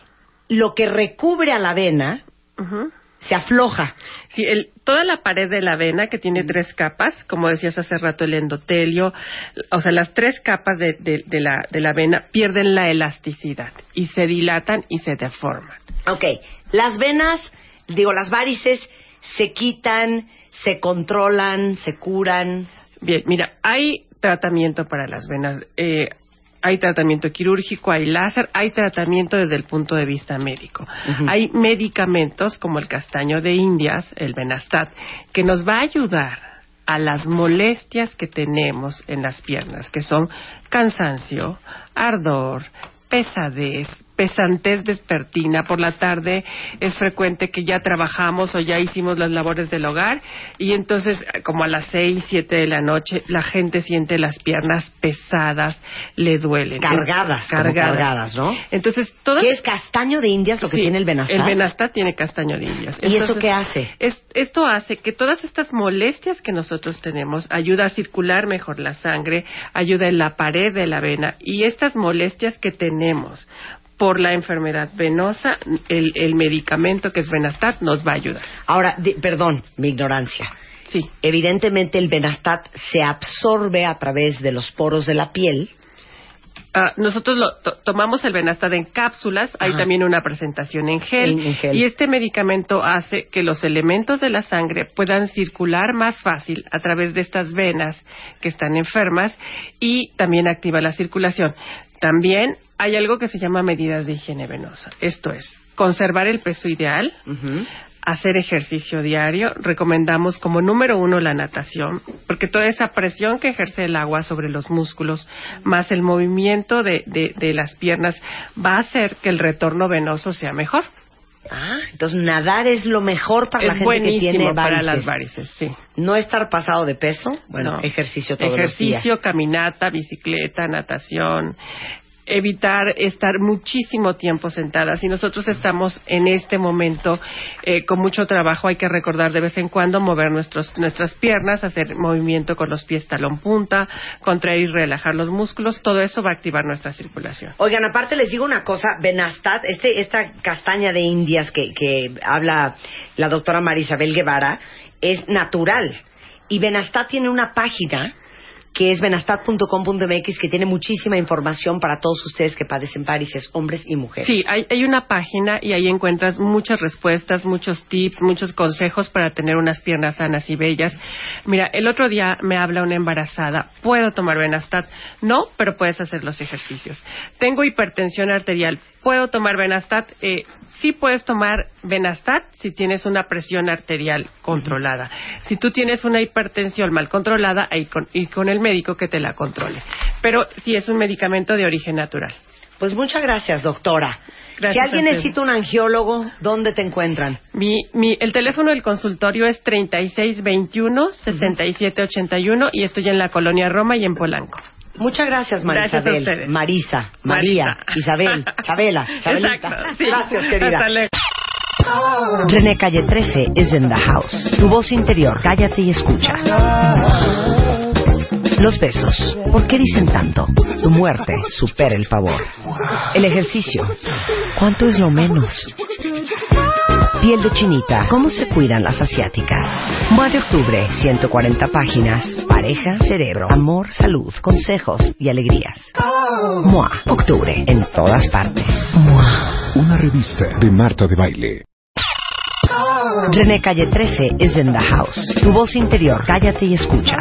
lo que recubre a la vena uh-huh. se afloja. Sí, el, toda la pared de la vena, que tiene tres capas, como decías hace rato, el endotelio, o sea, las tres capas de, de, de, la, de la vena pierden la elasticidad y se dilatan y se deforman. Ok, las venas, digo, las varices se quitan, se controlan, se curan. Bien, mira, hay tratamiento para las venas. Eh, Hay tratamiento quirúrgico, hay láser, hay tratamiento desde el punto de vista médico. Uh-huh. Hay medicamentos como el castaño de Indias, el Benastat, que nos va a ayudar a las molestias que tenemos en las piernas, que son cansancio, ardor, pesadez, pesantez vespertina. Por la tarde es frecuente que ya trabajamos o ya hicimos las labores del hogar y entonces como a las seis, siete de la noche la gente siente las piernas pesadas, le duelen. Cargadas, cargadas, cargadas, ¿no? Entonces, todas... ¿Qué es castaño de Indias lo que sí, tiene el Benastat? El Benastat tiene castaño de Indias. ¿Y entonces, eso qué hace? Es, esto hace que todas estas molestias que nosotros tenemos ayuda a circular mejor la sangre, ayuda en la pared de la vena y estas molestias que tenemos por la enfermedad venosa, el, el medicamento que es Benastat nos va a ayudar. Ahora, di, perdón, mi ignorancia. Sí. Evidentemente el Benastat se absorbe a través de los poros de la piel. Uh, nosotros lo to- tomamos el Benastat en cápsulas, Ajá. hay también una presentación en gel, en, en gel, y este medicamento hace que los elementos de la sangre puedan circular más fácil a través de estas venas que están enfermas y también activa la circulación. También hay algo que se llama medidas de higiene venosa, esto es, conservar el peso ideal, uh-huh. hacer ejercicio diario, recomendamos como número uno la natación, porque toda esa presión que ejerce el agua sobre los músculos, más el movimiento de, de, de las piernas, va a hacer que el retorno venoso sea mejor. Ah, entonces nadar es lo mejor para es la gente que tiene varices. Para las varices, sí. No estar pasado de peso, bueno, no. ejercicio todos ejercicio, los días. Ejercicio, caminata, bicicleta, natación. Evitar estar muchísimo tiempo sentadas. Si nosotros estamos en este momento eh, con mucho trabajo, hay que recordar de vez en cuando mover nuestros, nuestras piernas, hacer movimiento con los pies talón punta, contraer y relajar los músculos. Todo eso va a activar nuestra circulación. Oigan, aparte les digo una cosa, Benastat, este, esta castaña de Indias que, que habla la doctora Marisabel Guevara, es natural. Y Benastat tiene una página que es benastat punto com punto m x, que tiene muchísima información para todos ustedes que padecen varices, hombres y mujeres. Sí, hay, hay una página y ahí encuentras muchas respuestas, muchos tips, muchos consejos para tener unas piernas sanas y bellas. Mira, el otro día me habla una embarazada, ¿puedo tomar Benastat? No, pero puedes hacer los ejercicios. Tengo hipertensión arterial, ¿puedo tomar Benastat? Eh, sí puedes tomar Benastat si tienes una presión arterial controlada. Uh-huh. Si tú tienes una hipertensión mal controlada, ahí con, y con el médico que te la controle. Pero sí es un medicamento de origen natural. Pues muchas gracias, doctora. Gracias, si alguien necesita un angiólogo, ¿dónde te encuentran? Mi, mi, el teléfono del consultorio es treinta y seis veintiuno, sesenta y siete ochenta y uno y estoy en la Colonia Roma y en Polanco. Muchas gracias, Marisabel. Gracias Marisa, María, Marisa. Isabel, Chabela, Chabelita. Exacto, sí. Gracias, querida. Hasta luego. René Calle trece is in the house. Tu voz interior, cállate y escucha. Los besos, ¿por qué dicen tanto? Tu muerte supera el favor. El ejercicio, ¿cuánto es lo menos? Piel de chinita, ¿cómo se cuidan las asiáticas? Mua de octubre, ciento cuarenta páginas. Pareja, cerebro, amor, salud, consejos y alegrías. Mua, octubre, en todas partes. Mua. Una revista de Marta de Baile. René Calle trece is in the house. Tu voz interior, cállate y escucha.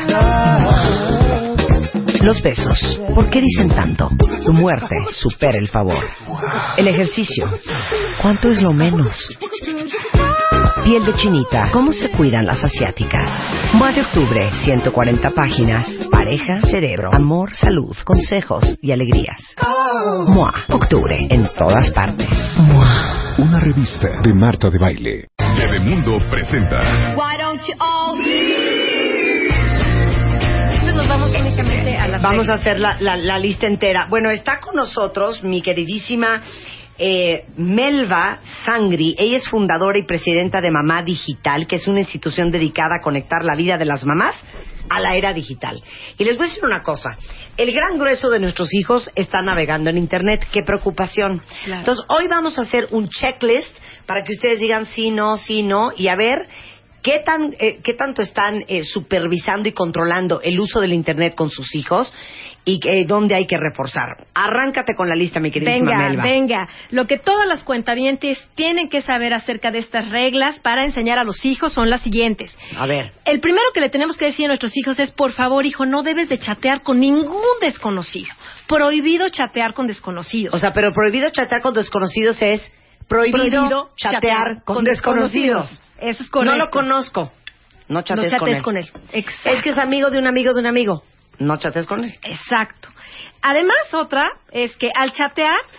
Los besos, ¿por qué dicen tanto? Tu muerte supera el favor. El ejercicio, ¿cuánto es lo menos? Piel de chinita, ¿cómo se cuidan las asiáticas? Mua de octubre, ciento cuarenta páginas. Pareja, cerebro, amor, salud, consejos y alegrías. Mua, octubre, en todas partes. Mua. Una revista de Marta de Baile. Bebemundo presenta. Why don't you all... Entonces nos vamos únicamente a la... Vamos a hacer la, la, la lista entera. Bueno, está con nosotros mi queridísima eh, Melva Sangri. Ella es fundadora y presidenta de Mamá Digital, que es una institución dedicada a conectar la vida de las mamás a la era digital. Y les voy a decir una cosa. El gran grueso de nuestros hijos está navegando en Internet. ¡Qué preocupación! Claro. Entonces, hoy vamos a hacer un checklist para que ustedes digan sí, no, sí, no, y a ver qué tan eh, qué tanto están eh, supervisando y controlando el uso del Internet con sus hijos y eh, dónde hay que reforzar. Arráncate con la lista, mi queridísima venga, Melva. Venga, lo que todas las cuentavientes tienen que saber acerca de estas reglas para enseñar a los hijos son las siguientes. A ver. El primero que le tenemos que decir a nuestros hijos es, por favor, hijo, no debes de chatear con ningún desconocido. Prohibido chatear con desconocidos. O sea, pero prohibido chatear con desconocidos es prohibido, prohibido chatear, chatear con, con desconocidos. desconocidos. Eso es correcto. No lo conozco. No chatees, no chatees con él. Con él. Exacto. Es que es amigo de un amigo de un amigo. No chatees con él. Exacto. Además, otra es que al chatear,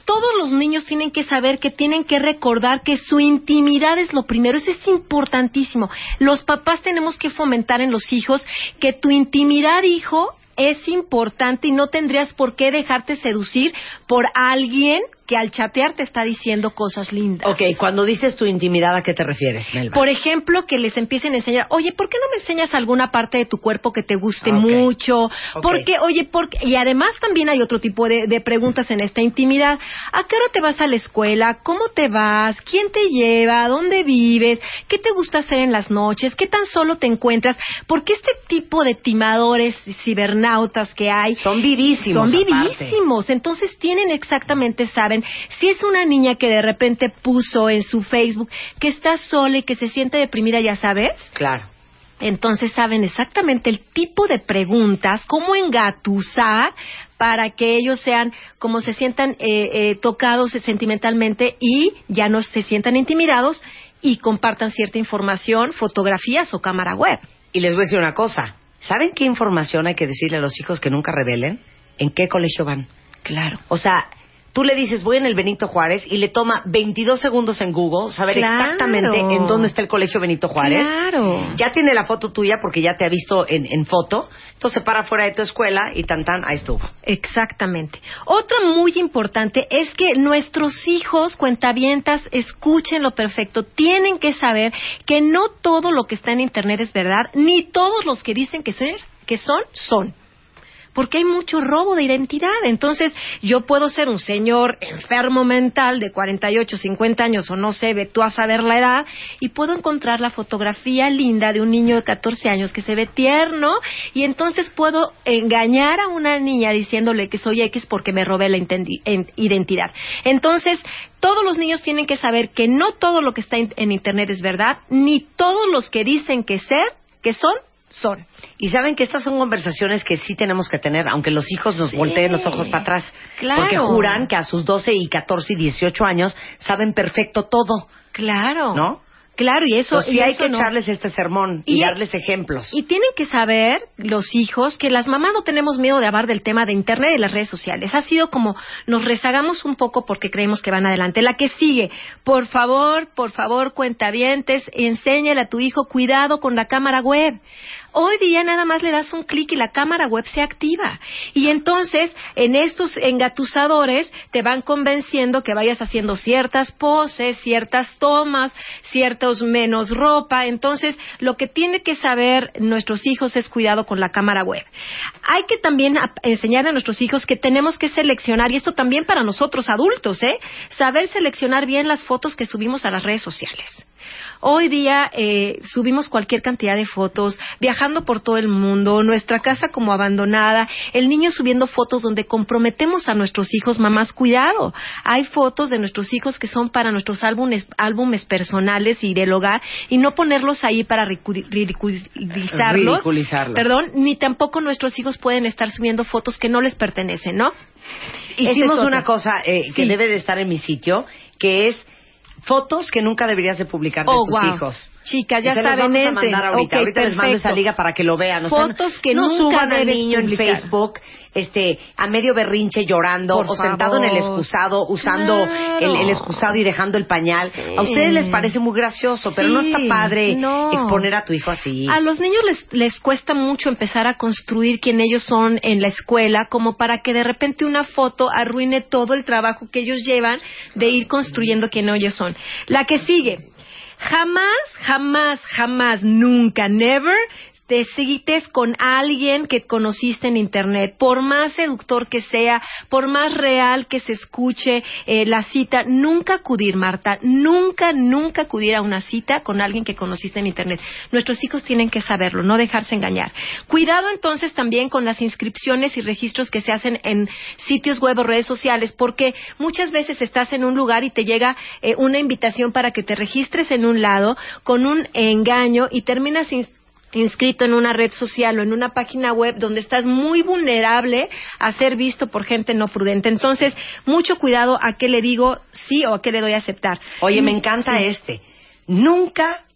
todos los niños tienen que saber que tienen que recordar que su intimidad es lo primero. Eso es importantísimo. Los papás tenemos que fomentar en los hijos que tu intimidad, hijo, es importante y no tendrías por qué dejarte seducir por alguien que al chatear te está diciendo cosas lindas. Ok, cuando dices tu intimidad, ¿a qué te refieres, Melba? Por ejemplo, que les empiecen a enseñar, oye, ¿por qué no me enseñas alguna parte de tu cuerpo que te guste okay. mucho? Okay. Porque, oye, porque... Y además también hay otro tipo de, de preguntas en esta intimidad. ¿A qué hora te vas a la escuela? ¿Cómo te vas? ¿Quién te lleva? ¿Dónde vives? ¿Qué te gusta hacer en las noches? ¿Qué tan solo te encuentras? Porque este tipo de timadores cibernautas que hay... Son vivísimos. Son vivísimos. Aparte. Entonces tienen exactamente, saben, si es una niña que de repente puso en su Facebook que está sola y que se siente deprimida, ya sabes. Claro. Entonces saben exactamente el tipo de preguntas, cómo engatusar para que ellos sean, como se sientan eh, eh, tocados sentimentalmente y ya no se sientan intimidados y compartan cierta información, fotografías o cámara web. Y les voy a decir una cosa. ¿Saben qué información hay que decirle a los hijos que nunca revelen? ¿En qué colegio van? Claro. O sea, tú le dices, voy en el Benito Juárez, y le toma veintidós segundos en Google saber claro. exactamente en dónde está el colegio Benito Juárez. Claro. Ya tiene la foto tuya porque ya te ha visto en, en foto. Entonces para fuera de tu escuela y tan tan, ahí estuvo. Exactamente. Otra muy importante es que nuestros hijos, cuentavientas, escuchen lo perfecto. Tienen que saber que no todo lo que está en Internet es verdad, ni todos los que dicen que son, que son, son. Porque hay mucho robo de identidad. Entonces, yo puedo ser un señor enfermo mental de cuarenta y ocho, cincuenta años, o no sé, ve tú a saber la edad, y puedo encontrar la fotografía linda de un niño de catorce años que se ve tierno, y entonces puedo engañar a una niña diciéndole que soy X porque me robé la intendi- en- identidad. Entonces, todos los niños tienen que saber que no todo lo que está en, en Internet es verdad, ni todos los que dicen que ser, que son, son. Y saben que estas son conversaciones que sí tenemos que tener, aunque los hijos nos sí. volteen los ojos para atrás. Claro. Porque juran que a sus doce y catorce y dieciocho años saben perfecto todo. Claro. ¿No? Claro, y eso... Entonces, sí y hay eso que no. echarles este sermón y, y darles ejemplos. Y tienen que saber, los hijos, que las mamás no tenemos miedo de hablar del tema de Internet y de las redes sociales. Ha sido como nos rezagamos un poco porque creemos que van adelante. La que sigue, por favor, por favor, cuentavientes, enséñale a tu hijo cuidado con la cámara web. Hoy día nada más le das un clic y la cámara web se activa. Y entonces, en estos engatusadores te van convenciendo que vayas haciendo ciertas poses, ciertas tomas, ciertos menos ropa. Entonces, lo que tiene que saber nuestros hijos es cuidado con la cámara web. Hay que también enseñar a nuestros hijos que tenemos que seleccionar, y esto también para nosotros adultos, ¿eh? Saber seleccionar bien las fotos que subimos a las redes sociales. Hoy día eh, subimos cualquier cantidad de fotos, viajando por todo el mundo, nuestra casa como abandonada, el niño subiendo fotos donde comprometemos a nuestros hijos. Mamás, cuidado. Hay fotos de nuestros hijos que son para nuestros álbumes, álbumes personales y del hogar, y no ponerlos ahí para ridiculizarlos. Ridiculizarlos. Perdón, ni tampoco nuestros hijos pueden estar subiendo fotos que no les pertenecen, ¿no? Hicimos es una cosa eh, que sí. debe de estar en mi sitio, que es fotos que nunca deberías de publicar de oh, tus wow. hijos. Chicas, ya y se saben, los vamos a mandar ahorita. Okay, ahorita les mando esa liga para que lo vean. O sea, fotos que no nunca suban al debes niño publicar. en Facebook, este, a medio berrinche llorando, Por o favor. sentado en el excusado, usando claro. el, el excusado y dejando el pañal. Sí. A ustedes les parece muy gracioso, pero sí. no está padre no. exponer a tu hijo así. A los niños les, les cuesta mucho empezar a construir quién ellos son en la escuela, como para que de repente una foto arruine todo el trabajo que ellos llevan de ir construyendo quién ellos son. La que sigue. Jamás, jamás, jamás, nunca, never te cites con alguien que conociste en Internet, por más seductor que sea, por más real que se escuche eh, la cita, nunca acudir, Marta, nunca, nunca acudir a una cita con alguien que conociste en Internet. Nuestros hijos tienen que saberlo, no dejarse engañar. Cuidado entonces también con las inscripciones y registros que se hacen en sitios web o redes sociales, porque muchas veces estás en un lugar y te llega eh, una invitación para que te registres en un lado con un engaño y terminas in- inscrito en una red social o en una página web donde estás muy vulnerable a ser visto por gente no prudente. Entonces, mucho cuidado a qué le digo sí o a qué le doy a aceptar. Oye, me encanta sí. este. Nunca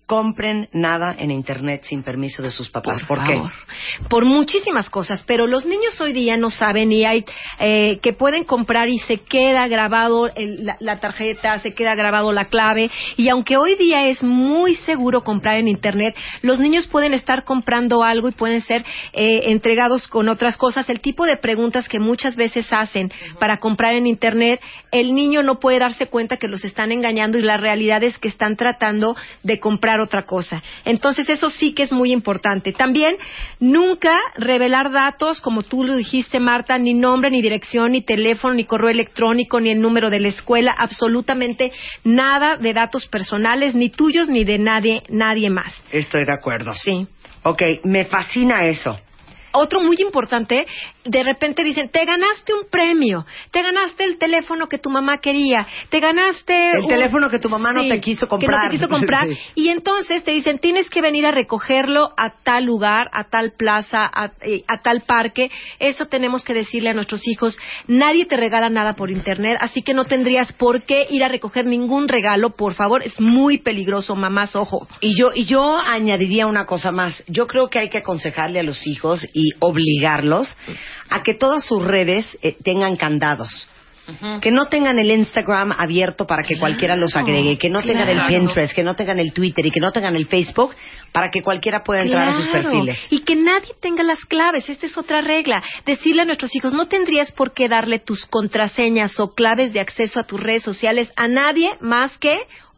compren nada en internet sin permiso de sus papás. ¿Por, Por qué? favor. Por muchísimas cosas, pero los niños hoy día no saben y hay eh, que pueden comprar y se queda grabado el, la, la tarjeta, se queda grabado la clave, y aunque hoy día es muy seguro comprar en internet, los niños pueden estar comprando algo y pueden ser eh, entregados con otras cosas. El tipo de preguntas que muchas veces hacen para comprar en internet, el niño no puede darse cuenta que los están engañando y la realidad es que están tratando de comprar otra cosa. Entonces eso sí que es muy importante. También nunca revelar datos, como tú lo dijiste, Marta, ni nombre, ni dirección, ni teléfono, ni correo electrónico, ni el número de la escuela, absolutamente nada de datos personales, ni tuyos ni de nadie, nadie más. Estoy de acuerdo. Sí. Ok, me fascina eso. Otro muy importante, de repente dicen, te ganaste un premio, te ganaste el teléfono que tu mamá quería, te ganaste... El un... teléfono que tu mamá sí, no te quiso comprar. Que no te quiso comprar. Sí. Y entonces te dicen, tienes que venir a recogerlo a tal lugar, a tal plaza, a, eh, a tal parque. Eso tenemos que decirle a nuestros hijos. Nadie te regala nada por internet, así que no tendrías por qué ir a recoger ningún regalo, por favor. Es muy peligroso, mamás, ojo. Y yo, y yo añadiría una cosa más. Yo creo que hay que aconsejarle a los hijos y obligarlos a que todas sus redes eh, tengan candados. Uh-huh. Que no tengan el Instagram abierto para que claro, cualquiera los agregue, que no claro. tengan el Pinterest, que no tengan el Twitter y que no tengan el Facebook para que cualquiera pueda entrar claro. a sus perfiles. Y que nadie tenga las claves, esta es otra regla. Decirle a nuestros hijos, no tendrías por qué darle tus contraseñas o claves de acceso a tus redes sociales a nadie más que,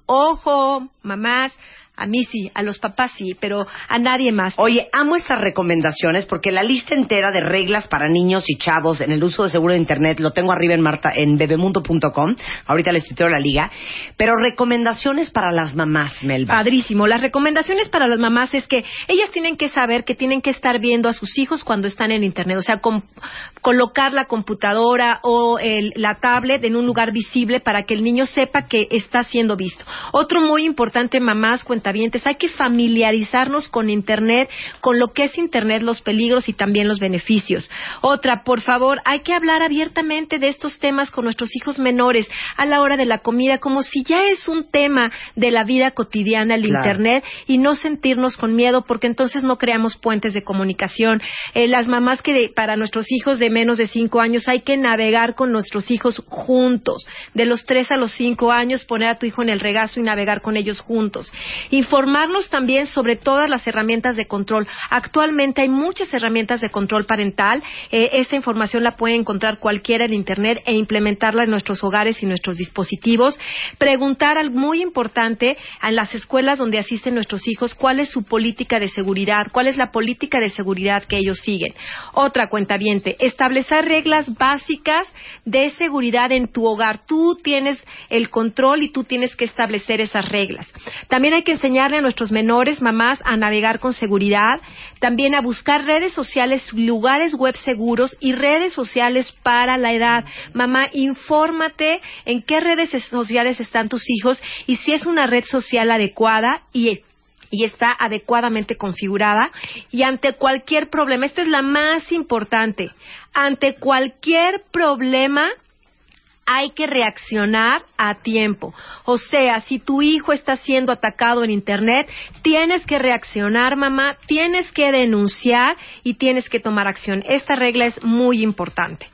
ojo, mamás, a mí sí, a los papás sí, pero a nadie más. Oye, amo estas recomendaciones porque la lista entera de reglas para niños y chavos en el uso de seguro de internet lo tengo arriba en Marta en bebemundo punto com. Ahorita les tuiteo la liga. Pero recomendaciones para las mamás, Melba. Padrísimo. Las recomendaciones para las mamás es que ellas tienen que saber que tienen que estar viendo a sus hijos cuando están en internet. O sea, com- colocar la computadora o el, la tablet en un lugar visible para que el niño sepa que está siendo visto. Otro muy importante, mamás, cuenta hay que familiarizarnos con internet, con lo que es internet, los peligros y también los beneficios. Otra, por favor, hay que hablar abiertamente de estos temas con nuestros hijos menores a la hora de la comida, como si ya es un tema de la vida cotidiana el claro. internet, y no sentirnos con miedo, porque entonces no creamos puentes de comunicación. Eh, las mamás que de, para nuestros hijos de menos de cinco años hay que navegar con nuestros hijos juntos. De los tres a los cinco años, poner a tu hijo en el regazo y navegar con ellos juntos. Informarnos también sobre todas las herramientas de control. Actualmente hay muchas herramientas de control parental. Eh, esta información la puede encontrar cualquiera en internet e implementarla en nuestros hogares y nuestros dispositivos. Preguntar, algo muy importante, en las escuelas donde asisten nuestros hijos, cuál es su política de seguridad, cuál es la política de seguridad que ellos siguen. Otra, cuentaviente, establecer reglas básicas de seguridad en tu hogar. Tú tienes el control y tú tienes que establecer esas reglas. También hay que enseñarle a nuestros menores, mamás, a navegar con seguridad, también a buscar redes sociales, lugares web seguros y redes sociales para la edad. Mamá, infórmate en qué redes sociales están tus hijos y si es una red social adecuada y y está adecuadamente configurada, y ante cualquier problema, esta es la más importante, ante cualquier problema hay que reaccionar a tiempo. O sea, si tu hijo está siendo atacado en internet, tienes que reaccionar, mamá, tienes que denunciar y tienes que tomar acción. Esta regla es muy importante.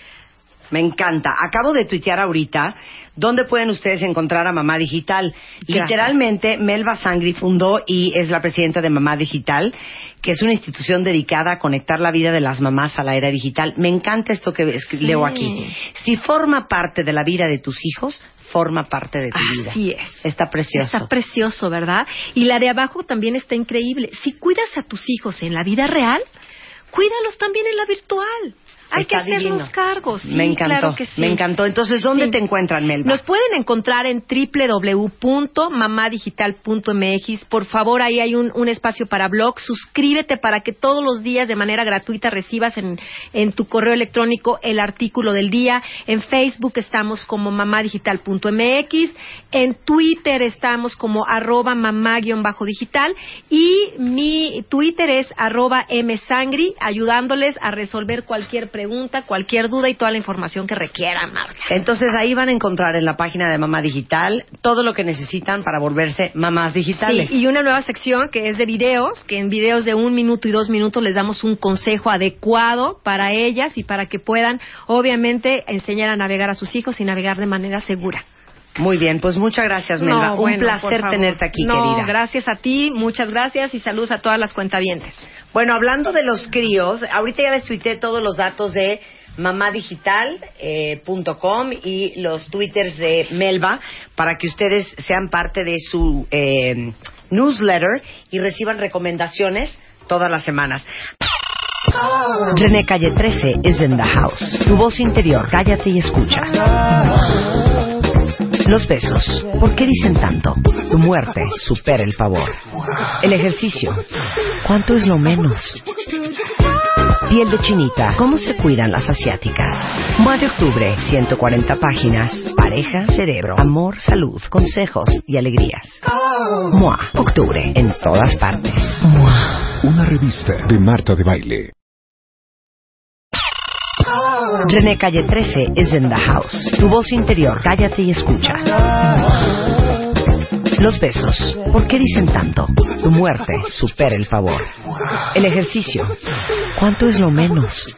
Me encanta. Acabo de tuitear ahorita dónde pueden ustedes encontrar a Mamá Digital. Gracias. Literalmente, Melba Sangri fundó y es la presidenta de Mamá Digital, que es una institución dedicada a conectar la vida de las mamás a la era digital. Me encanta esto que sí. leo aquí. Si forma parte de la vida de tus hijos, forma parte de tu Así vida. Así es. Está precioso. Está precioso, ¿verdad? Y la de abajo también está increíble. Si cuidas a tus hijos en la vida real, cuídalos también en la virtual. Hay Está que hacer divino. los cargos. Sí, me encantó, claro que sí. me encantó. Entonces, ¿dónde sí. te encuentran, Melba? Nos pueden encontrar en doble u doble u doble u punto mamá digital punto m x. Por favor, ahí hay un, un espacio para blog. Suscríbete para que todos los días de manera gratuita recibas en, en tu correo electrónico el artículo del día. En Facebook estamos como mamá digital punto m x. En Twitter estamos como arroba mamá-digital. Y mi Twitter es arroba msangri, ayudándoles a resolver cualquier pregunta pregunta, cualquier duda y toda la información que requieran, Marta. Entonces ahí van a encontrar en la página de Mamá Digital todo lo que necesitan para volverse mamás digitales. Sí, y una nueva sección que es de videos, que en videos de un minuto y dos minutos les damos un consejo adecuado para ellas y para que puedan, obviamente, enseñar a navegar a sus hijos y navegar de manera segura. Muy bien, pues muchas gracias, Melba. No, un bueno, placer tenerte aquí, no, querida. Gracias a ti, muchas gracias y saludos a todas las cuentavientes. Bueno, hablando de los críos, ahorita ya les tuiteé todos los datos de mamadigital punto com eh, y los twitters de Melba para que ustedes sean parte de su eh, newsletter y reciban recomendaciones todas las semanas. René Calle trece is in the house. Tu voz interior, cállate y escucha. Los besos, ¿por qué dicen tanto? Tu muerte supera el favor. El ejercicio, ¿cuánto es lo menos? Piel de chinita, ¿cómo se cuidan las asiáticas? Mua de octubre, ciento cuarenta páginas. Pareja, cerebro, amor, salud, consejos y alegrías. Mua, octubre, en todas partes. Mua. Una revista de Marta de Baile. René Calle trece is in the house. Tu voz interior, cállate y escucha. Los besos, ¿por qué dicen tanto? Tu muerte supera el favor. El ejercicio, ¿cuánto es lo menos?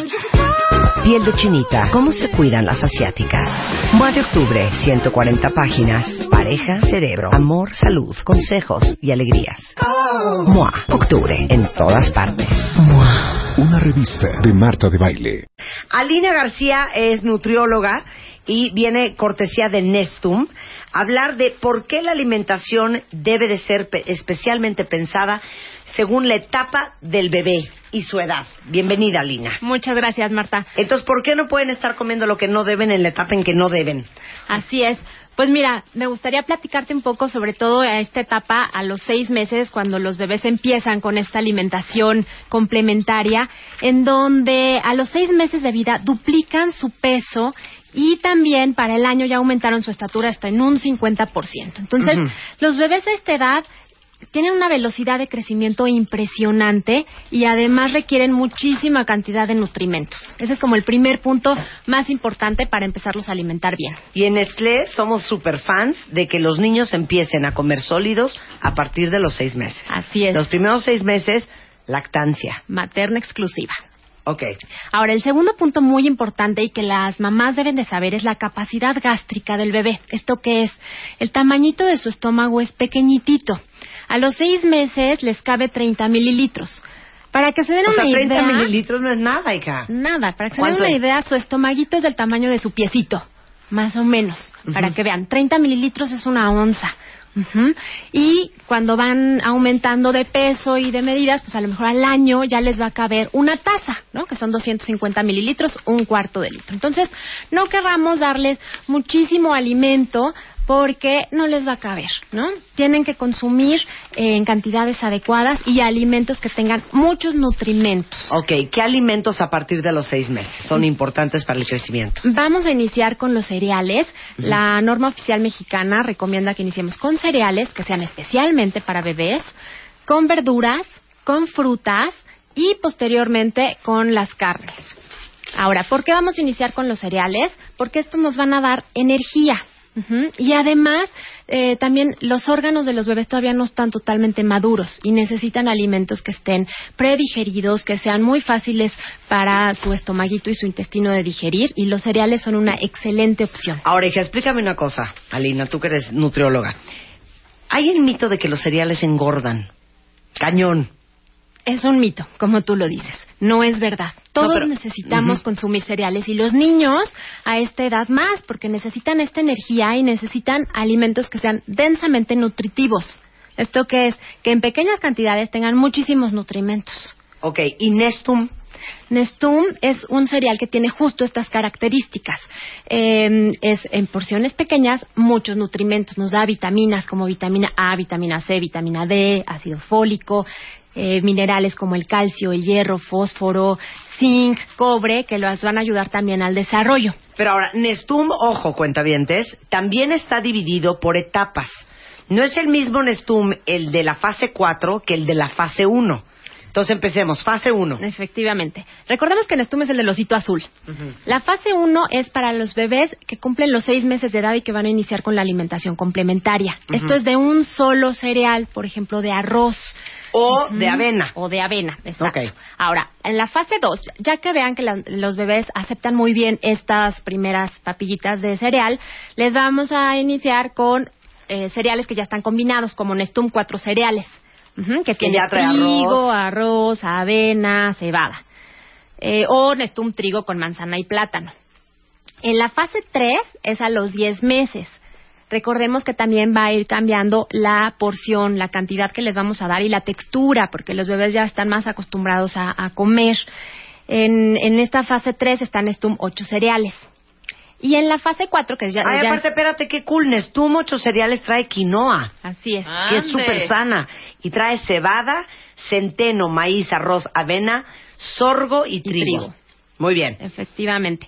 Piel de chinita, ¿cómo se cuidan las asiáticas? Mua de octubre, ciento cuarenta páginas. Pareja, cerebro, amor, salud, consejos y alegrías. Mua, octubre, en todas partes. Mua. Una revista de Marta de Baile. Alina García es nutrióloga y viene cortesía de Nestum a hablar de por qué la alimentación debe de ser pe- especialmente pensada según la etapa del bebé y su edad. Bienvenida, Alina. Muchas gracias, Marta. Entonces, ¿por qué no pueden estar comiendo lo que no deben en la etapa en que no deben? Así es. Pues mira, me gustaría platicarte un poco sobre todo a esta etapa, a los seis meses, cuando los bebés empiezan con esta alimentación complementaria, en donde a los seis meses de vida duplican su peso y también para el año ya aumentaron su estatura hasta en un cincuenta por ciento. Entonces, uh-huh. los bebés a esta edad tienen una velocidad de crecimiento impresionante y además requieren muchísima cantidad de nutrimentos. Ese es como el primer punto más importante para empezarlos a alimentar bien. Y en Nestlé somos super fans de que los niños empiecen a comer sólidos a partir de los seis meses. Así es. Los primeros seis meses, lactancia. Materna exclusiva. Ok. Ahora, el segundo punto muy importante y que las mamás deben de saber es la capacidad gástrica del bebé. ¿Esto qué es? El tamañito de su estómago es pequeñitito. A los seis meses les cabe treinta mililitros. Para que se den o una sea, treinta idea... mililitros no es nada, hija. Nada. Para que se den una es? idea, su estomaguito es del tamaño de su piecito. Más o menos. Uh-huh. Para que vean, treinta mililitros es una onza. Uh-huh. Y cuando van aumentando de peso y de medidas, pues a lo mejor al año ya les va a caber una taza, ¿no? Que son doscientos cincuenta mililitros, un cuarto de litro. Entonces, no querramos darles muchísimo alimento porque no les va a caber, ¿no? Tienen que consumir eh, en cantidades adecuadas y alimentos que tengan muchos nutrimentos. Ok, ¿qué alimentos a partir de los seis meses son importantes para el crecimiento? Vamos a iniciar con los cereales. Uh-huh. La norma oficial mexicana recomienda que iniciemos con cereales que sean especialmente para bebés, con verduras, con frutas y posteriormente con las carnes. Ahora, ¿por qué vamos a iniciar con los cereales? Porque estos nos van a dar energía. Uh-huh. Y además, eh, también los órganos de los bebés todavía no están totalmente maduros y necesitan alimentos que estén predigeridos, que sean muy fáciles para su estomaguito y su intestino de digerir, y los cereales son una excelente opción. Ahora, hija, explícame una cosa, Alina, tú que eres nutrióloga. Hay el mito de que los cereales engordan. Cañón. Es un mito, como tú lo dices. No es verdad. Todos no, pero, necesitamos uh-huh. consumir cereales y los niños a esta edad más, porque necesitan esta energía y necesitan alimentos que sean densamente nutritivos. ¿Esto qué es? Que en pequeñas cantidades tengan muchísimos nutrimentos. Ok, ¿y Nestum? Nestum es un cereal que tiene justo estas características. Eh, es en porciones pequeñas, muchos nutrimentos. Nos da vitaminas como vitamina A, vitamina C, vitamina D, ácido fólico, eh, minerales como el calcio, el hierro, fósforo, zinc, cobre, que los van a ayudar también al desarrollo. Pero ahora, Nestum, ojo, cuentavientes, también está dividido por etapas. No es el mismo Nestum el de la fase cuatro que el de la fase uno. Entonces empecemos. Fase uno. Efectivamente. Recordemos que Nestum es el del osito azul. Uh-huh. La fase uno es para los bebés que cumplen los seis meses de edad y que van a iniciar con la alimentación complementaria. Uh-huh. Esto es de un solo cereal, por ejemplo, de arroz. O uh-huh. de avena. O de avena, exacto. Okay. Ahora, en la fase dos, ya que vean que la, los bebés aceptan muy bien estas primeras papillitas de cereal, les vamos a iniciar con eh, cereales que ya están combinados, como Nestum cuatro cereales. Uh-huh, que tiene trigo, arroz. arroz, avena, cebada. Eh, o Nestum trigo con manzana y plátano. En la fase tres es a los diez meses. Recordemos que también va a ir cambiando la porción, la cantidad que les vamos a dar y la textura, porque los bebés ya están más acostumbrados a, a comer. En, en esta fase tres están Nestum ocho cereales. Y en la fase cuatro, que ya... Ay, ya aparte, espérate, qué cool. Nestum ocho cereales trae quinoa. Así es. Que es súper sana. Y trae cebada, centeno, maíz, arroz, avena, sorgo y trigo. Y trigo. Muy bien. Efectivamente.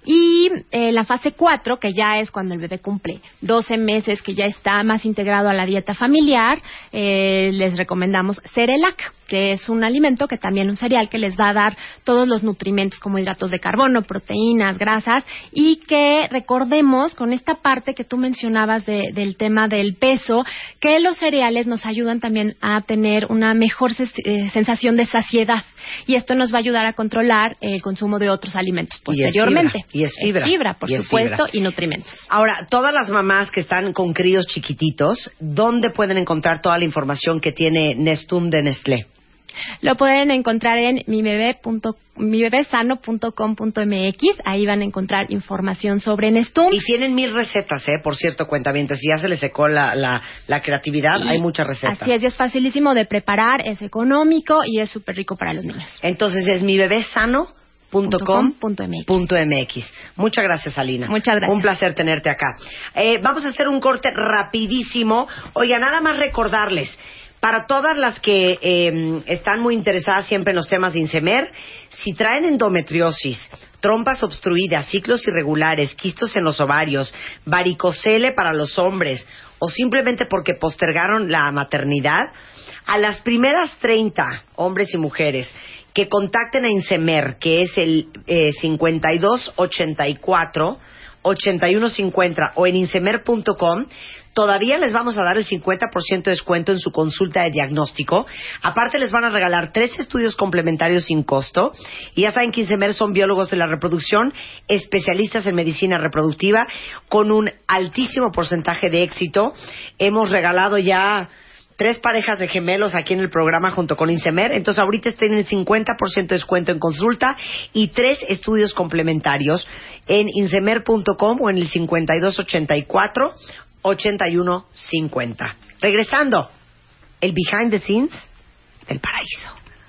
Y eh, la fase cuatro, que ya es cuando el bebé cumple doce meses, que ya está más integrado a la dieta familiar, eh, les recomendamos Cerelac, que es un alimento que también un cereal que les va a dar todos los nutrimentos como hidratos de carbono, proteínas, grasas, y que recordemos con esta parte que tú mencionabas de, del tema del peso, que los cereales nos ayudan también a tener una mejor ses- eh, sensación de saciedad, y esto nos va a ayudar a controlar el consumo de otros alimentos posteriormente. Y es fibra. Es fibra, por y supuesto, fibra. y nutrimentos. Ahora, todas las mamás que están con críos chiquititos, ¿dónde pueden encontrar toda la información que tiene Nestum de Nestlé? Lo pueden encontrar en mi bebé punto mi bebé sano punto com punto m x. Ahí van a encontrar información sobre Nestum. Y tienen mil recetas, ¿eh? Por cierto, cuentavientes, si ya se les secó la, la, la creatividad, y hay muchas recetas. Así es, y es facilísimo de preparar, es económico y es súper rico para los niños. Entonces es mi bebé sano punto com punto m x. Muchas gracias, Alina. Muchas gracias. Un placer tenerte acá. Eh, vamos a hacer un corte rapidísimo. Oiga, nada más recordarles, para todas las que eh, están muy interesadas siempre en los temas de Insemer, si traen endometriosis, trompas obstruidas, ciclos irregulares, quistos en los ovarios, varicocele para los hombres, o simplemente porque postergaron la maternidad, a las primeras treinta hombres y mujeres que contacten a Insemer, que es el eh, cincuenta y dos ochenta y cuatro ochenta y uno cincuenta, o en insemer punto com, todavía les vamos a dar el cincuenta por ciento de descuento en su consulta de diagnóstico. Aparte les van a regalar tres estudios complementarios sin costo. Y ya saben que Insemer son biólogos de la reproducción, especialistas en medicina reproductiva, con un altísimo porcentaje de éxito. Hemos regalado ya tres parejas de gemelos aquí en el programa junto con Insemer. Entonces ahorita tienen el cincuenta por ciento de descuento en consulta y tres estudios complementarios en insemer punto com o en el cincuenta y dos ochenta y cuatro ochenta y uno cincuenta. Regresando, el behind the scenes del paraíso.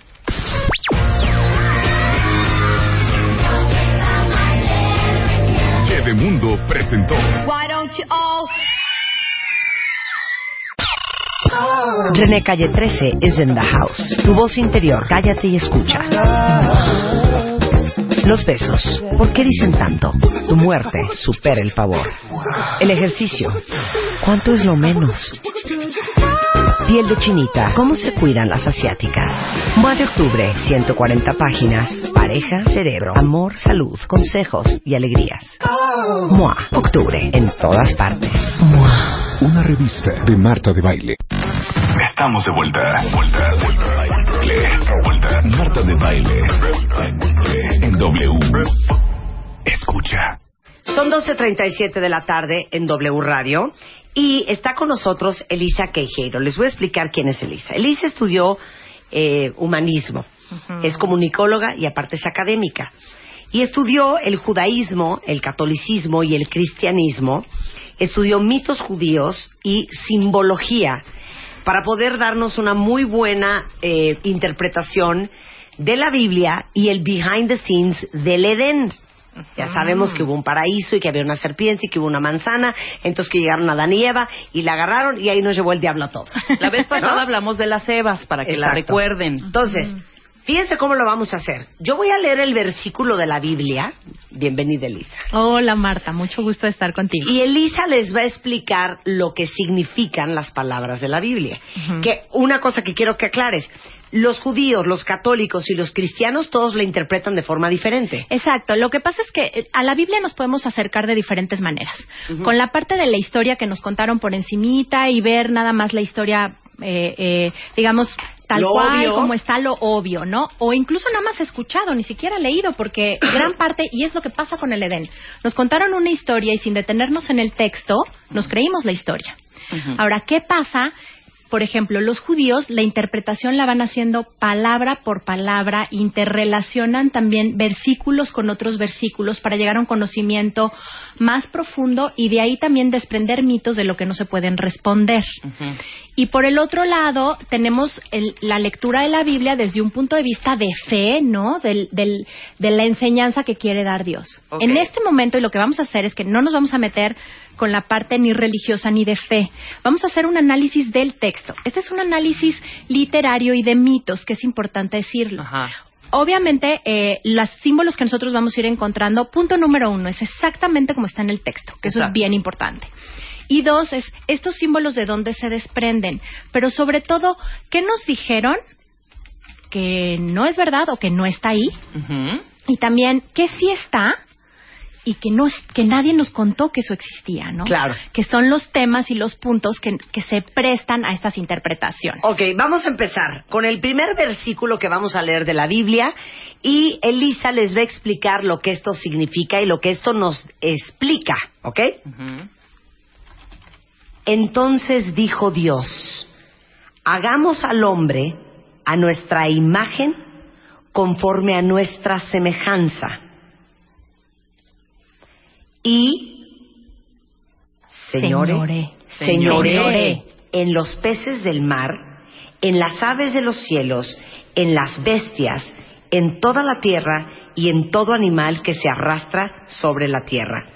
Bebemundo presentó Why don't you all... René Calle trece is in the house. Tu voz interior, cállate y escucha. Los besos, ¿por qué dicen tanto? Tu muerte supera el favor. El ejercicio, ¿cuánto es lo menos? Piel de chinita, ¿cómo se cuidan las asiáticas? Mua de octubre, ciento cuarenta páginas. Pareja, cerebro, amor, salud, consejos y alegrías. Mua, octubre, en todas partes. Mua. Una revista de Marta de Baile. Estamos de vuelta. Vuelta, vuelta, vuelta, vuelta. Marta de Baile. En W. Escucha. Son doce treinta y siete de la tarde en W Radio y está con nosotros Elisa Queijeiro. Les voy a explicar quién es Elisa. Elisa estudió eh, humanismo, uh-huh. Es comunicóloga y aparte es académica. Y estudió el judaísmo, el catolicismo y el cristianismo. Estudió mitos judíos y simbología para poder darnos una muy buena eh, interpretación de la Biblia y el behind the scenes del Edén. Ya sabemos que hubo un paraíso y que había una serpiente y que hubo una manzana, entonces que llegaron Adán y Eva y la agarraron y ahí nos llevó el diablo a todos. La vez pasada ¿no? hablamos de las Evas para que Exacto. la recuerden. Entonces, fíjense cómo lo vamos a hacer. Yo voy a leer el versículo de la Biblia. Bienvenida, Elisa. Hola, Marta. Mucho gusto de estar contigo. Y Elisa les va a explicar lo que significan las palabras de la Biblia. Uh-huh. Que una cosa que quiero que aclares. los judíos, los católicos y los cristianos todos la interpretan de forma diferente. Exacto. Lo que pasa es que a la Biblia nos podemos acercar de diferentes maneras. Uh-huh. Con la parte de la historia que nos contaron por encimita y ver nada más la historia, eh, eh, digamos, tal lo cual, obvio. Como está lo obvio, ¿no? O incluso nada más escuchado, ni siquiera leído, porque gran parte, y es lo que pasa con el Edén, nos contaron una historia y sin detenernos en el texto, nos creímos la historia. Uh-huh. Ahora, ¿qué pasa? Por ejemplo, los judíos, la interpretación la van haciendo palabra por palabra, interrelacionan también versículos con otros versículos para llegar a un conocimiento más profundo y de ahí también desprender mitos de lo que no se pueden responder. Uh-huh. Y por el otro lado, tenemos el, la lectura de la Biblia desde un punto de vista de fe, ¿no? Del, del, de la enseñanza que quiere dar Dios. Okay. En este momento, y lo que vamos a hacer es que no nos vamos a meter con la parte ni religiosa ni de fe. Vamos a hacer un análisis del texto. Este es un análisis literario y de mitos, que es importante decirlo. Ajá. Obviamente, eh, los símbolos que nosotros vamos a ir encontrando, punto número uno, es exactamente como está en el texto, que eso Exacto. es bien importante. Y dos, es estos símbolos de dónde se desprenden. Pero sobre todo, ¿qué nos dijeron que no es verdad o que no está ahí? Uh-huh. Y también, ¿qué sí está? Y que no que nadie nos contó que eso existía, ¿no? Claro. Que son los temas y los puntos que, que se prestan a estas interpretaciones. Ok, vamos a empezar con el primer versículo que vamos a leer de la Biblia y Elisa les va a explicar lo que esto significa y lo que esto nos explica, ¿ok? Uh-huh. Entonces dijo Dios, hagamos al hombre a nuestra imagen conforme a nuestra semejanza. Y señore, señore, señore en los peces del mar, en las aves de los cielos, en las bestias, en toda la tierra y en todo animal que se arrastra sobre la tierra.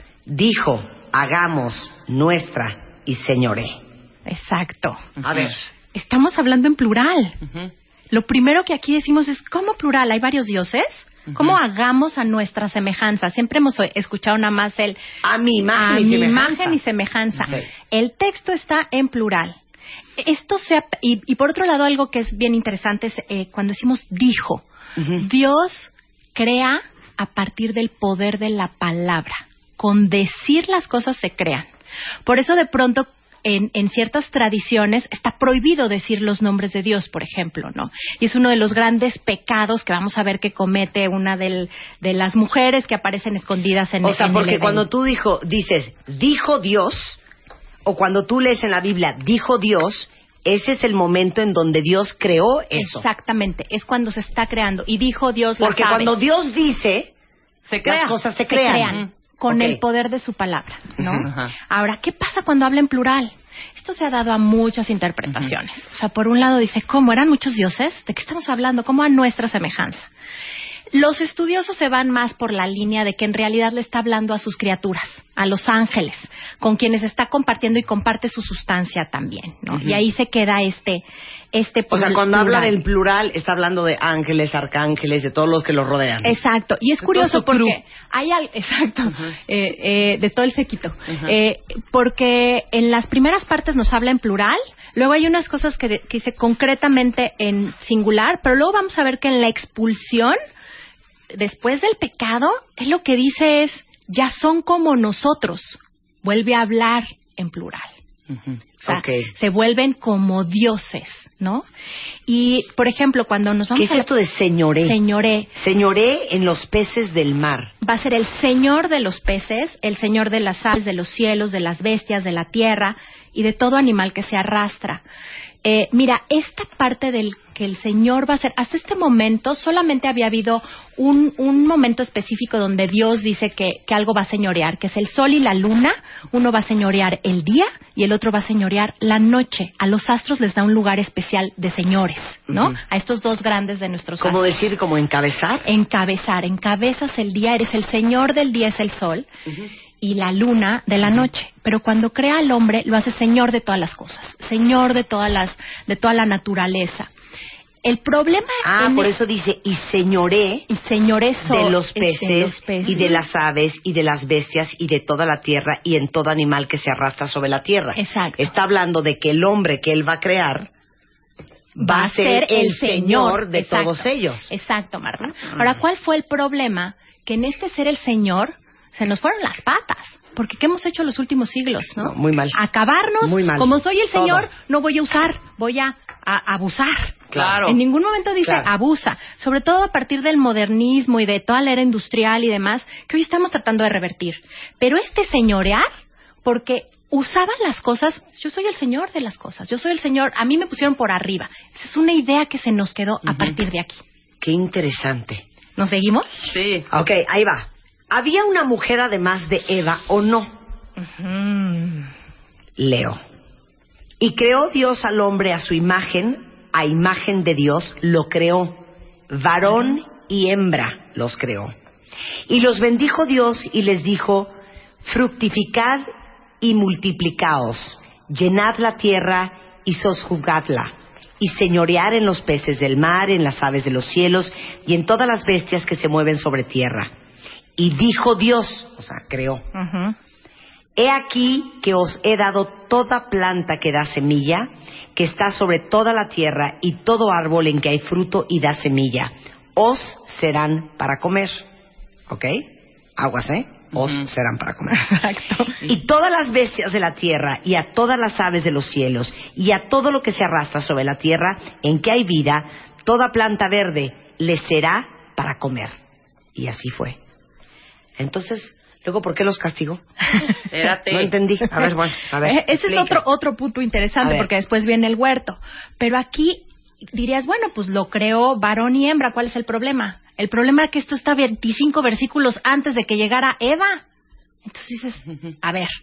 Dijo, hagamos nuestra y señore. Exacto. Uh-huh. A ver. Estamos hablando en plural. Uh-huh. Lo primero que aquí decimos es, ¿cómo plural? ¿Hay varios dioses? ¿Cómo uh-huh. hagamos a nuestra semejanza? Siempre hemos escuchado nada más el... A mi imagen a y mi semejanza. imagen y semejanza. Okay. El texto está en plural. Esto se... Y, y por otro lado, algo que es bien interesante es eh, cuando decimos dijo. Uh-huh. Dios crea a partir del poder de la palabra. Con decir las cosas se crean. Por eso de pronto... En, en ciertas tradiciones está prohibido decir los nombres de Dios, por ejemplo, ¿no? Y es uno de los grandes pecados que vamos a ver que comete una del, de las mujeres que aparecen escondidas en el O sea, en porque el cuando tú dijo, dices, dijo Dios, o cuando tú lees en la Biblia, dijo Dios, ese es el momento en donde Dios creó eso. Exactamente, es cuando se está creando. Y dijo Dios, porque las aves. Cuando Dios dice, se crea. las cosas se, se crean. crean. Con okay. el poder de su palabra, ¿no? Uh-huh. Ahora, ¿qué pasa cuando habla en plural? Esto se ha dado a muchas interpretaciones. Uh-huh. O sea, por un lado dice, ¿cómo? ¿Eran muchos dioses? ¿De qué estamos hablando? ¿Cómo a nuestra semejanza? Los estudiosos se van más por la línea de que en realidad le está hablando a sus criaturas, a los ángeles, con quienes está compartiendo y comparte su sustancia también, ¿no? Uh-huh. Y ahí se queda este... este o sea, cuando plural. Habla del plural, está hablando de ángeles, arcángeles, de todos los que los rodean. Exacto. Y es de curioso porque hay algo... Exacto. Uh-huh. eh, eh, de todo el séquito. Uh-huh. Eh, porque en las primeras partes nos habla en plural, luego hay unas cosas que, de, que dice concretamente en singular, pero luego vamos a ver que en la expulsión... Después del pecado, es lo que dice es, ya son como nosotros. Vuelve a hablar en plural. Uh-huh. O sea, okay. se vuelven como dioses, ¿no? Y, por ejemplo, cuando nos vamos a... ¿Qué es esto de señoré? Señoré. Señoré en los peces del mar. Va a ser el señor de los peces, el señor de las aves, de los cielos, de las bestias, de la tierra y de todo animal que se arrastra. Eh, mira, esta parte del que el Señor va a ser, hasta este momento solamente había habido un, un momento específico donde Dios dice que, que algo va a señorear, que es el sol y la luna. Uno va a señorear el día y el otro va a señorear la noche. A los astros les da un lugar especial de señores, ¿no? Uh-huh. A estos dos grandes de nuestros ¿Cómo astros. decir? ¿Como encabezar? Encabezar, encabezas el día, eres el Señor del día, es el sol. Uh-huh. Y la luna de la noche. Pero cuando crea al hombre, lo hace señor de todas las cosas, señor de todas las, de toda la naturaleza. El problema ah, por el... eso dice y señoré, y señoré so... de los peces, de los peces y de las aves y de las bestias y de toda la tierra y en todo animal que se arrastra sobre la tierra. Exacto. Está hablando de que el hombre que él va a crear va a ser el Señor de Exacto. todos ellos. Exacto, Marta. Ahora, ¿cuál fue el problema? Que en este ser el Señor se nos fueron las patas. Porque ¿qué hemos hecho los últimos siglos, no? No, muy mal. Acabarnos. Muy mal. Como soy el Todo. Señor, no voy a usar, voy a, a abusar. Claro. En ningún momento dice Claro. abusa. Sobre todo a partir del modernismo y de toda la era industrial y demás, que hoy estamos tratando de revertir. Pero este señorear, porque usaban las cosas, yo soy el señor de las cosas, yo soy el señor, a mí me pusieron por arriba. Esa es una idea que se nos quedó a partir de aquí. Qué interesante. ¿Nos seguimos? Sí. Ok, ahí va. ¿Había una mujer además de Eva o no? Uh-huh. Leo. Y creó Dios al hombre a su imagen, a imagen de Dios lo creó. Varón y hembra los creó. Y los bendijo Dios y les dijo, fructificad y multiplicaos, llenad la tierra y sojuzgadla, y señorear en los peces del mar, en las aves de los cielos y en todas las bestias que se mueven sobre tierra. Y dijo Dios, o sea, creó, Uh-huh. he aquí que os he dado toda planta que da semilla, que está sobre toda la tierra, y todo árbol en que hay fruto y da semilla, os serán para comer. ¿Ok? Aguas, ¿eh? Os Ujú. serán para comer. Y todas las bestias de la tierra, y a todas las aves de los cielos, y a todo lo que se arrastra sobre la tierra, en que hay vida, toda planta verde les será para comer. Y así fue. Entonces, luego, ¿por qué los castigó? Espérate. No entendí. A ver, bueno, a ver. Eh, Ese explica. es otro otro punto A interesante ver. porque después viene el huerto. Pero aquí dirías, bueno, pues lo creó varón y hembra, ¿cuál es el problema? El problema es que esto está veinticinco versículos antes de que llegara Eva. Entonces dices, a ver,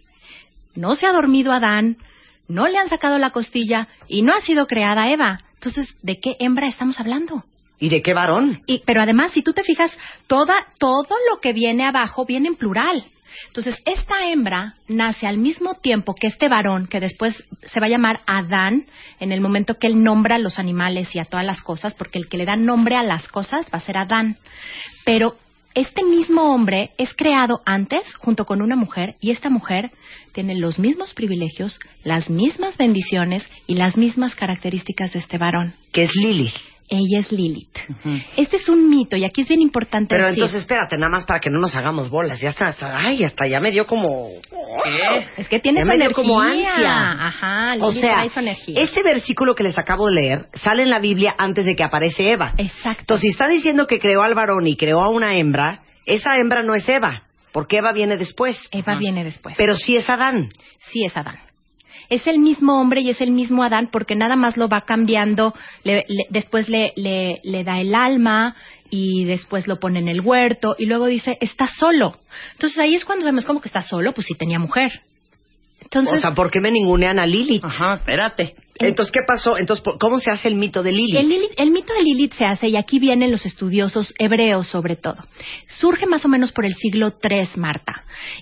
no se ha dormido Adán, no le han sacado la costilla y no ha sido creada Eva. Entonces, ¿de qué hembra estamos hablando? ¿Y de qué varón? Y, pero además, si tú te fijas, toda, todo lo que viene abajo viene en plural. Entonces, esta hembra nace al mismo tiempo que este varón, que después se va a llamar Adán, en el momento que él nombra a los animales y a todas las cosas, porque el que le da nombre a las cosas va a ser Adán. Pero este mismo hombre es creado antes junto con una mujer, y esta mujer tiene los mismos privilegios, las mismas bendiciones y las mismas características de este varón. Que es Lilith. Ella es Lilith. Uh-huh. Este es un mito y aquí es bien importante Pero decir. entonces espérate, nada más para que no nos hagamos bolas. Ya está, hasta, ay, hasta ya me dio como... ¿Qué? Es que tiene ya su me dio energía. como ansia. Ajá, O Lilith sea, trae su energía. ese versículo que les acabo de leer sale en la Biblia antes de que aparece Eva. Exacto. Entonces, si está diciendo que creó al varón y creó a una hembra, esa hembra no es Eva, porque Eva viene después. Eva uh-huh. viene después. Pero sí es Adán. Sí es Adán. Es el mismo hombre y es el mismo Adán porque nada más lo va cambiando, le, le, después le, le, le da el alma y después lo pone en el huerto y luego dice, está solo. Entonces ahí es cuando sabemos cómo que está solo, pues sí tenía mujer. Entonces, o sea, ¿por qué me ningunean a Lilith? Ajá, espérate. Entonces, ¿qué pasó? Entonces, ¿cómo se hace el mito de Lilith? El, Lilith, el mito de Lilith se hace, y aquí vienen los estudiosos hebreos sobre todo. Surge más o menos por el siglo tres, Marta.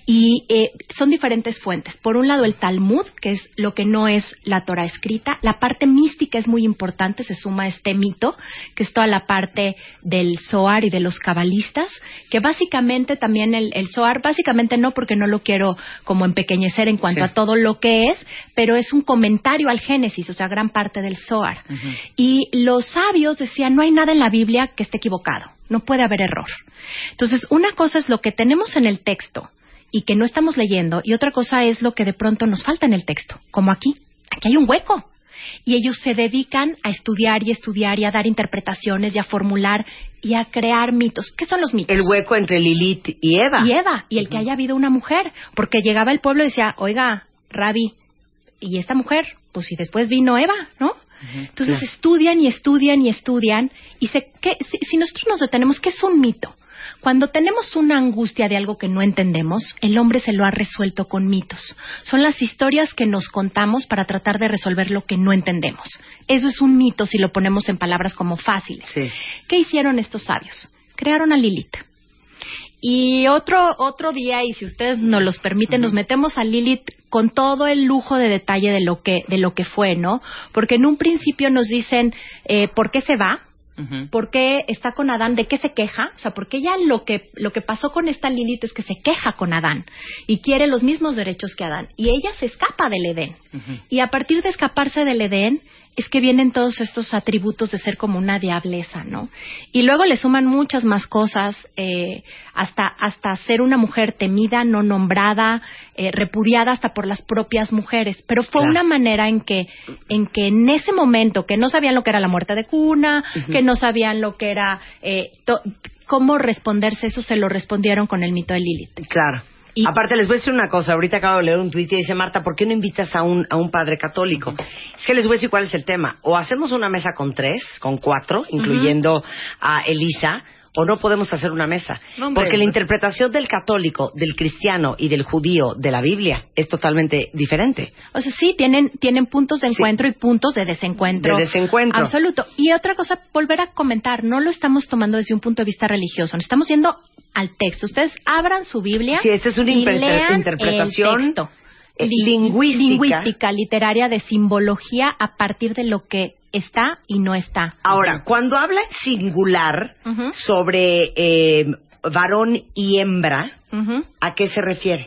Y eh, son diferentes fuentes. Por un lado, el Talmud, que es lo que no es la Torah escrita. La parte mística es muy importante, se suma a este mito, que es toda la parte del Zohar y de los cabalistas, que básicamente también el, el Zohar, básicamente no porque no lo quiero como empequeñecer en cuanto sí. a todo lo que es, pero es un comentario al Génesis, o sea, gran parte del Zohar. Uh-huh. Y los sabios decían, no hay nada en la Biblia que esté equivocado, no puede haber error. Entonces, una cosa es lo que tenemos en el texto y que no estamos leyendo, y otra cosa es lo que de pronto nos falta en el texto, como aquí. Aquí hay un hueco. Y ellos se dedican a estudiar y estudiar y a dar interpretaciones y a formular y a crear mitos. ¿Qué son los mitos? El hueco entre Lilith y Eva. Y Eva, y el uh-huh. que haya habido una mujer. Porque llegaba el pueblo y decía, oiga, Rabbi, ¿y esta mujer? Pues si después vino Eva, ¿no? Uh-huh. Entonces yeah. estudian y estudian y estudian. Y se, ¿qué, si, si nosotros nos detenemos, ¿qué es un mito? Cuando tenemos una angustia de algo que no entendemos, el hombre se lo ha resuelto con mitos. Son las historias que nos contamos para tratar de resolver lo que no entendemos. Eso es un mito si lo ponemos en palabras como fáciles. Sí. ¿Qué hicieron estos sabios? Crearon a Lilith. Y otro otro día, y si ustedes nos los permiten, uh-huh. nos metemos a Lilith con todo el lujo de detalle de lo que de lo que fue, ¿no? Porque en un principio nos dicen eh, ¿por qué se va? Uh-huh. ¿Por qué está con Adán? ¿De qué se queja? O sea, porque ella lo que lo que pasó con esta Lilith es que se queja con Adán y quiere los mismos derechos que Adán. Y ella se escapa del Edén. Uh-huh. Y a partir de escaparse del Edén, es que vienen todos estos atributos de ser como una diableza, ¿no? Y luego le suman muchas más cosas, eh, hasta hasta ser una mujer temida, no nombrada, eh, repudiada hasta por las propias mujeres. Pero fue claro. una manera en que, en que en ese momento, que no sabían lo que era la muerte de cuna, uh-huh. que no sabían lo que era, eh, to- cómo responderse, eso se lo respondieron con el mito de Lilith. Claro. Y aparte les voy a decir una cosa, ahorita acabo de leer un tuit y dice Marta, ¿por qué no invitas a un a un padre católico? Uh-huh. Es que les voy a decir cuál es el tema. O hacemos una mesa con tres, con cuatro, incluyendo uh-huh. a Elisa, o no podemos hacer una mesa. No, hombre, porque la interpretación del católico, del cristiano y del judío de la Biblia es totalmente diferente. O sea, sí, tienen tienen puntos de encuentro sí. y puntos de desencuentro. De desencuentro. Absoluto. Y otra cosa, volver a comentar, no lo estamos tomando desde un punto de vista religioso, nos estamos yendo al texto. Ustedes abran su Biblia sí, esta es una y inter- lean interpretación el texto. lingüística. lingüística, literaria, de simbología a partir de lo que está y no está. Ahora, uh-huh. cuando habla en singular uh-huh. sobre eh, varón y hembra, uh-huh. ¿a qué se refiere?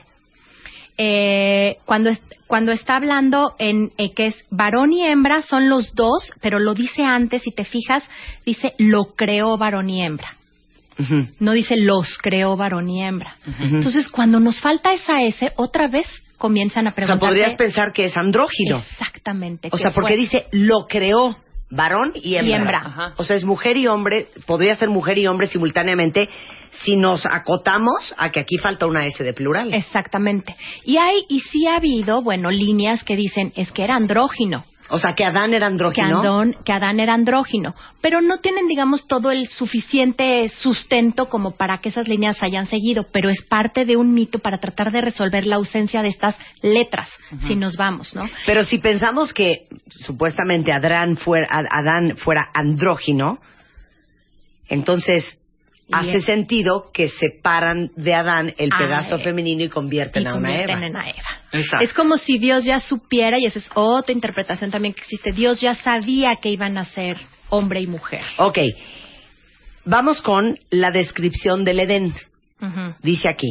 Eh, cuando es, cuando está hablando en eh, que es varón y hembra son los dos, pero lo dice antes, si te fijas, dice lo creó varón y hembra. Uh-huh. No dice los creó varón y hembra. Uh-huh. Entonces, cuando nos falta esa S, otra vez comienzan a preguntar. O sea, podrías pensar que es andrógino. Exactamente. O sea, porque fue? dice lo creó varón y hembra. Y hembra. O sea, es mujer y hombre, podría ser mujer y hombre simultáneamente si nos acotamos a que aquí falta una S de plural. Exactamente. Y hay, y sí ha habido, bueno, líneas que dicen es que era andrógino. O sea, que Adán era andrógino. Que Adán, que Adán era andrógino. Pero no tienen, digamos, todo el suficiente sustento como para que esas líneas hayan seguido. Pero es parte de un mito para tratar de resolver la ausencia de estas letras, uh-huh. si nos vamos, ¿no? Pero si pensamos que supuestamente Adán fuera, Adán fuera andrógino, entonces hace sentido que separan de Adán el ah, pedazo eh, femenino y convierten y a una convierten Eva. En a Eva. Exacto. Es como si Dios ya supiera, y esa es otra interpretación también que existe, Dios ya sabía que iban a ser hombre y mujer. Ok, vamos con la descripción del Edén. Uh-huh. Dice aquí,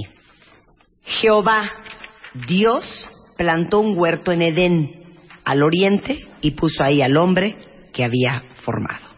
Jehová, Dios, plantó un huerto en Edén, al oriente, y puso ahí al hombre que había formado.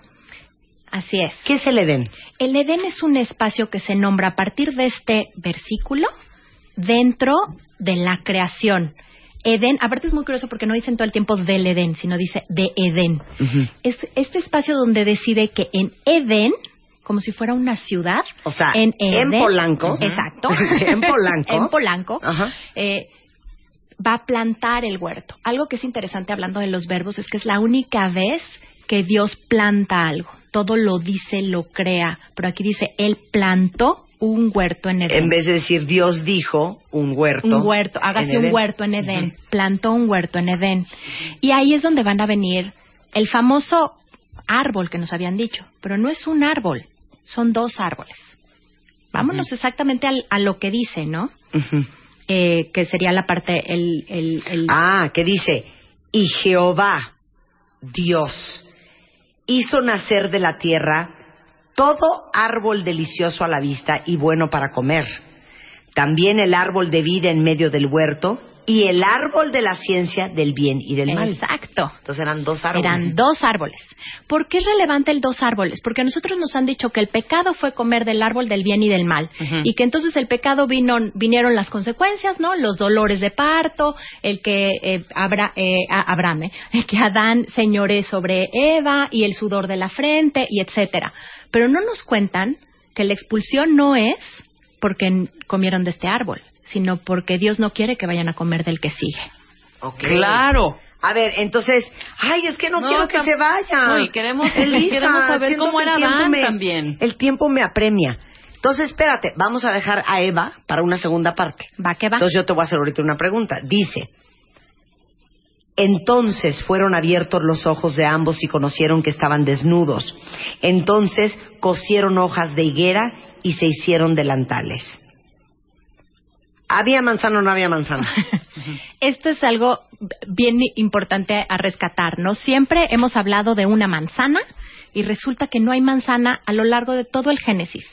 Así es. ¿Qué es el Edén? El Edén es un espacio que se nombra a partir de este versículo dentro de la creación. Edén, aparte es muy curioso porque no dicen todo el tiempo del Edén, sino dice de Edén. Uh-huh. Es este espacio donde decide que en Edén, como si fuera una ciudad, o sea, en, Edén, en Polanco, uh-huh. exacto, en Polanco, en Polanco, uh-huh. eh, va a plantar el huerto. Algo que es interesante hablando de los verbos es que es la única vez que Dios planta algo. Todo lo dice, lo crea, pero aquí dice, Él plantó un huerto en Edén. En vez de decir Dios dijo un huerto. Un huerto, hágase un huerto en Edén. Uh-huh. Plantó un huerto en Edén. Y ahí es donde van a venir el famoso árbol que nos habían dicho, pero no es un árbol, son dos árboles. Vámonos uh-huh. exactamente al, a lo que dice, ¿no? Uh-huh. Eh, que sería la parte, el, el, el... Ah, que dice, y Jehová, Dios, hizo nacer de la tierra todo árbol delicioso a la vista y bueno para comer. También el árbol de vida en medio del huerto y el árbol de la ciencia del bien y del mal. Exacto. Entonces eran dos árboles. Eran dos árboles. ¿Por qué es relevante el dos árboles? Porque a nosotros nos han dicho que el pecado fue comer del árbol del bien y del mal. Uh-huh. Y que entonces el pecado vino, vinieron las consecuencias, ¿no? Los dolores de parto, el que eh, Abra, eh, Abraham, eh, el que Adán señore sobre Eva y el sudor de la frente y etcétera. Pero no nos cuentan que la expulsión no es porque comieron de este árbol, sino porque Dios no quiere que vayan a comer del que sigue. Okay. Claro. A ver, entonces, ay, es que no, no quiero que se vaya. No, y queremos, Elisa, queremos saber cómo era Adán me, también. El tiempo me apremia. Entonces, espérate, vamos a dejar a Eva para una segunda parte. Va que va. Entonces yo te voy a hacer ahorita una pregunta. Dice, entonces fueron abiertos los ojos de ambos y conocieron que estaban desnudos. Entonces cosieron hojas de higuera y se hicieron delantales. ¿Había manzana o no había manzana? Esto es algo bien importante a rescatar, ¿no? Siempre hemos hablado de una manzana y resulta que no hay manzana a lo largo de todo el Génesis.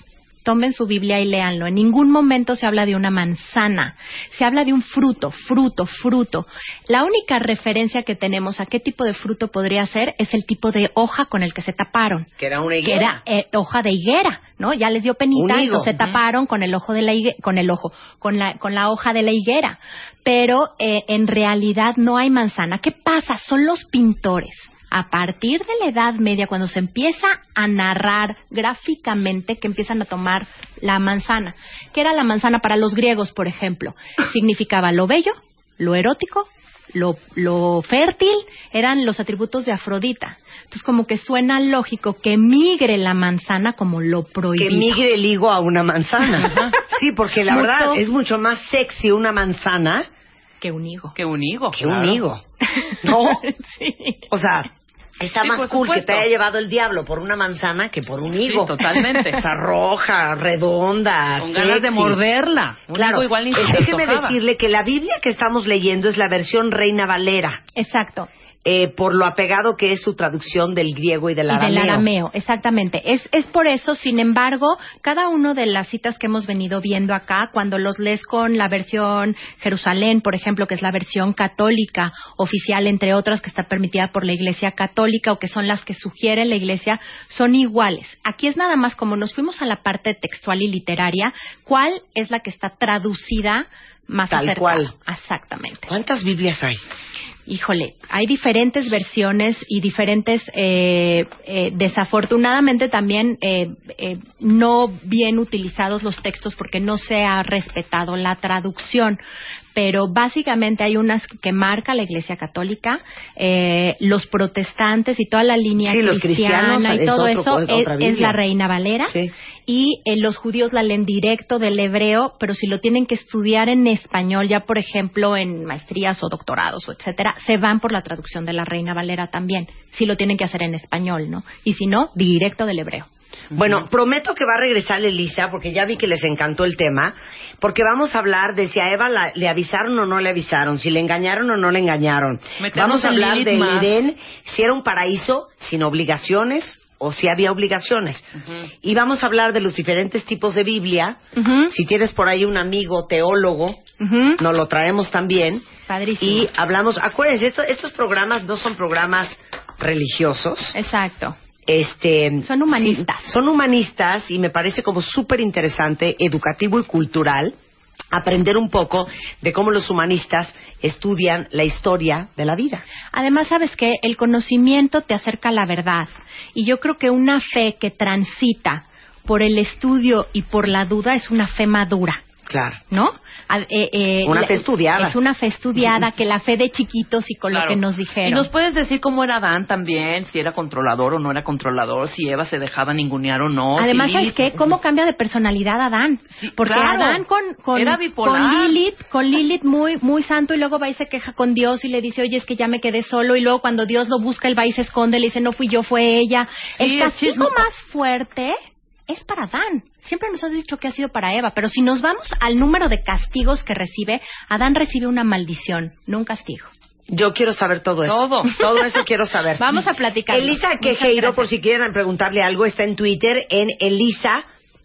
tomen su Biblia y léanlo. En ningún momento se habla de una manzana, se habla de un fruto, fruto, fruto. La única referencia que tenemos a qué tipo de fruto podría ser es el tipo de hoja con el que se taparon. Que era una higuera. Que era eh, hoja de higuera, ¿no? Ya les dio penita, entonces se taparon con el ojo de la higuera, con el ojo, con la, con la hoja de la higuera. Pero eh, en realidad no hay manzana. ¿Qué pasa? Son los pintores. A partir de la Edad Media, cuando se empieza a narrar gráficamente, que empiezan a tomar la manzana. ¿Qué era la manzana para los griegos, por ejemplo? Significaba lo bello, lo erótico, lo, lo fértil, eran los atributos de Afrodita. Entonces, como que suena lógico que migre la manzana como lo prohibido. Que migre el higo a una manzana. Sí, porque la Mucho. verdad es mucho más sexy una manzana que un higo. Que un higo. Que claro. un higo. ¿No? Sí. O sea, está Sí, más por cool supuesto. que te haya llevado el diablo por una manzana que por un higo. Sí, totalmente. Está roja, redonda, Con ganas de sexy. morderla. Un Claro, higo igual ni se eh, te déjeme antojaba. decirle que la Biblia que estamos leyendo es la versión Reina Valera. Exacto. Eh, por lo apegado que es su traducción del griego y del Y arameo. del arameo, exactamente. Es, es por eso, sin embargo, cada una de las citas que hemos venido viendo acá, cuando los lees con la versión Jerusalén, por ejemplo, que es la versión católica oficial, entre otras, que está permitida por la Iglesia Católica o que son las que sugiere la Iglesia, son iguales. Aquí es nada más como nos fuimos a la parte textual y literaria, ¿cuál es la que está traducida más Tal acertada? cual. Exactamente. ¿Cuántas Biblias hay? Híjole, hay diferentes versiones y diferentes, eh, eh, desafortunadamente también eh, eh, no bien utilizados los textos porque no se ha respetado la traducción. Pero básicamente hay unas que marca la Iglesia Católica, eh, los protestantes y toda la línea Sí, los cristiana cristianos y es todo otro- eso otra es, Biblia. es la Reina Valera. Sí. Y eh, los judíos la leen directo del hebreo, pero si lo tienen que estudiar en español, ya por ejemplo en maestrías o doctorados o etcétera, se van por la traducción de la Reina Valera también, si lo tienen que hacer en español, ¿no? Y si no, directo del hebreo. Bueno, prometo que va a regresar Elisa, porque ya vi que les encantó el tema, porque vamos a hablar de si a Eva la- le avisaron o no le avisaron, si le engañaron o no le engañaron. Meternos Vamos a en hablar Lilith del más. Edén, si era un paraíso sin obligaciones o si había obligaciones. Y vamos a hablar de los diferentes tipos de Biblia. Si tienes por ahí un amigo teólogo, nos lo traemos también. Padrísimo. Y hablamos, acuérdense, esto- estos programas no son programas religiosos. Exacto. Este, son humanistas. Sí, son humanistas y me parece como súper interesante, educativo y cultural, aprender un poco de cómo los humanistas estudian la historia de la vida. Además, ¿sabes qué? El conocimiento te acerca a la verdad. Y yo creo que una fe que transita por el estudio y por la duda es una fe madura. Claro. ¿No? A- eh, eh, Una la- fe estudiada. Es una fe estudiada, que la fe de chiquitos y con Claro. lo que nos dijeron. Y nos puedes decir cómo era Adán también, si era controlador o no era controlador, si Eva se dejaba ningunear o no. Además, si ¿sabes Lilith- qué? ¿Cómo cambia de personalidad Adán? Porque claro. Adán con, con, Era bipolar. con Lilith, con Lilith muy, muy santo, y luego va y se queja con Dios y le dice, oye, es que ya me quedé solo, y luego cuando Dios lo busca, él va y se esconde, le dice, no fui yo, fue ella. Sí, el el castigo chismo- más fuerte es para Adán. Siempre nos has dicho que ha sido para Eva, pero si nos vamos al número de castigos que recibe, Adán recibe una maldición, no un castigo. Yo quiero saber todo eso. Todo. Todo eso quiero saber. Vamos a platicar. Elisa Muchas Quejeiro, gracias. por si quieren preguntarle algo, está en Twitter en Elisa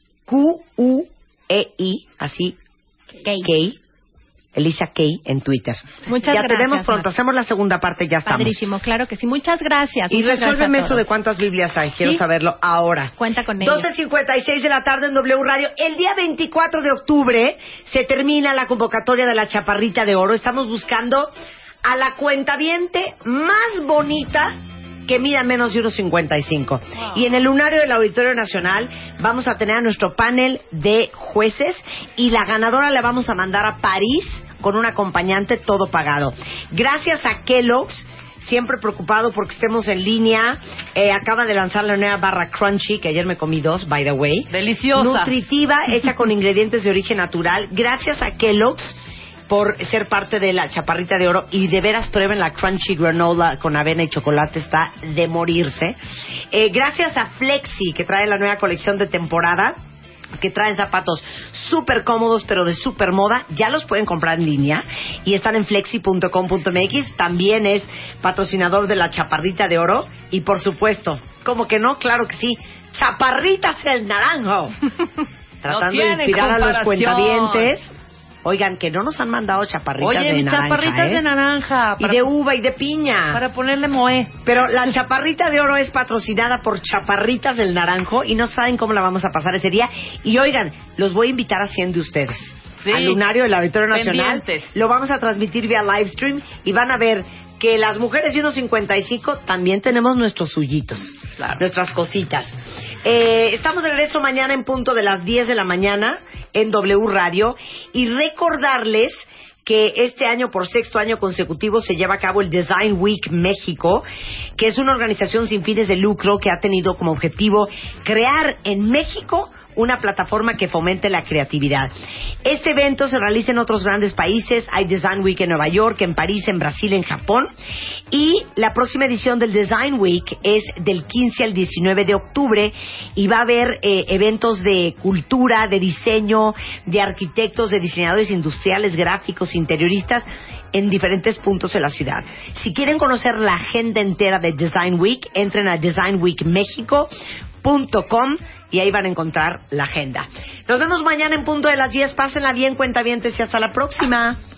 Q U E I, así, Key. Elisa Key en Twitter. Muchas ya te gracias, vemos pronto. Marta. Hacemos la segunda parte, ya estamos. Padrísimo, claro que sí. Muchas gracias. Y Muchas resuélveme gracias a eso de todos. cuántas Biblias hay. Quiero Sí. saberlo ahora. Cuenta con ello. doce cincuenta y seis de la tarde en W Radio. El día veinticuatro de octubre se termina la convocatoria de la Chaparrita de Oro. Estamos buscando a la cuentaviente más bonita que mida menos de uno cincuenta y cinco. Y en el lunario del Auditorio Nacional vamos a tener a nuestro panel de jueces y la ganadora la vamos a mandar a París con un acompañante todo pagado. Gracias a Kellogg's, siempre preocupado porque estemos en línea. Eh, acaba de lanzar la nueva barra Crunchy, que ayer me comí dos, by the way. Deliciosa. Nutritiva, hecha con ingredientes de origen natural. Gracias a Kellogg's por ser parte de la Chaparrita de Oro, y de veras prueben la Crunchy Granola con avena y chocolate, está de morirse. Eh, gracias a Flexi, que trae la nueva colección de temporada, que traen zapatos súper cómodos pero de súper moda. Ya los pueden comprar en línea y están en flexi punto com punto m x. También es patrocinador de la Chaparrita de Oro y, por supuesto, ¿cómo que no? Claro que sí, Chaparritas el Naranjo. tratando de inspirar a los cuentavientes. Oigan, que no nos han mandado chaparritas Oye, de mis naranja, chaparritas ¿eh? de naranja. Y de uva y de piña. Para ponerle moe. Pero la chaparrita de oro es patrocinada por Chaparritas del Naranjo y no saben cómo la vamos a pasar ese día. Y oigan, los voy a invitar a cien de ustedes. Sí. Al Lunario del Auditorio Nacional. Pendientes. Lo vamos a transmitir vía live stream y van a ver que las mujeres de uno cincuenta y cinco también tenemos nuestros suyitos, claro, nuestras cositas. Eh, estamos de regreso mañana en punto de las diez de la mañana en W Radio y recordarles que este año, por sexto año consecutivo, se lleva a cabo el Design Week México, que es una organización sin fines de lucro que ha tenido como objetivo crear en México una plataforma que fomente la creatividad. Este evento se realiza en otros grandes países. Hay Design Week en Nueva York, en París, en Brasil, en Japón. Y la próxima edición del Design Week es del quince al diecinueve de octubre y va a haber eh, eventos de cultura, de diseño, de arquitectos, de diseñadores industriales, gráficos, interioristas en diferentes puntos de la ciudad. Si quieren conocer la agenda entera de Design Week, entren a design week mexico punto com y ahí van a encontrar la agenda. Nos vemos mañana en punto de las diez. Pásenla bien, cuentavientes, y hasta la próxima.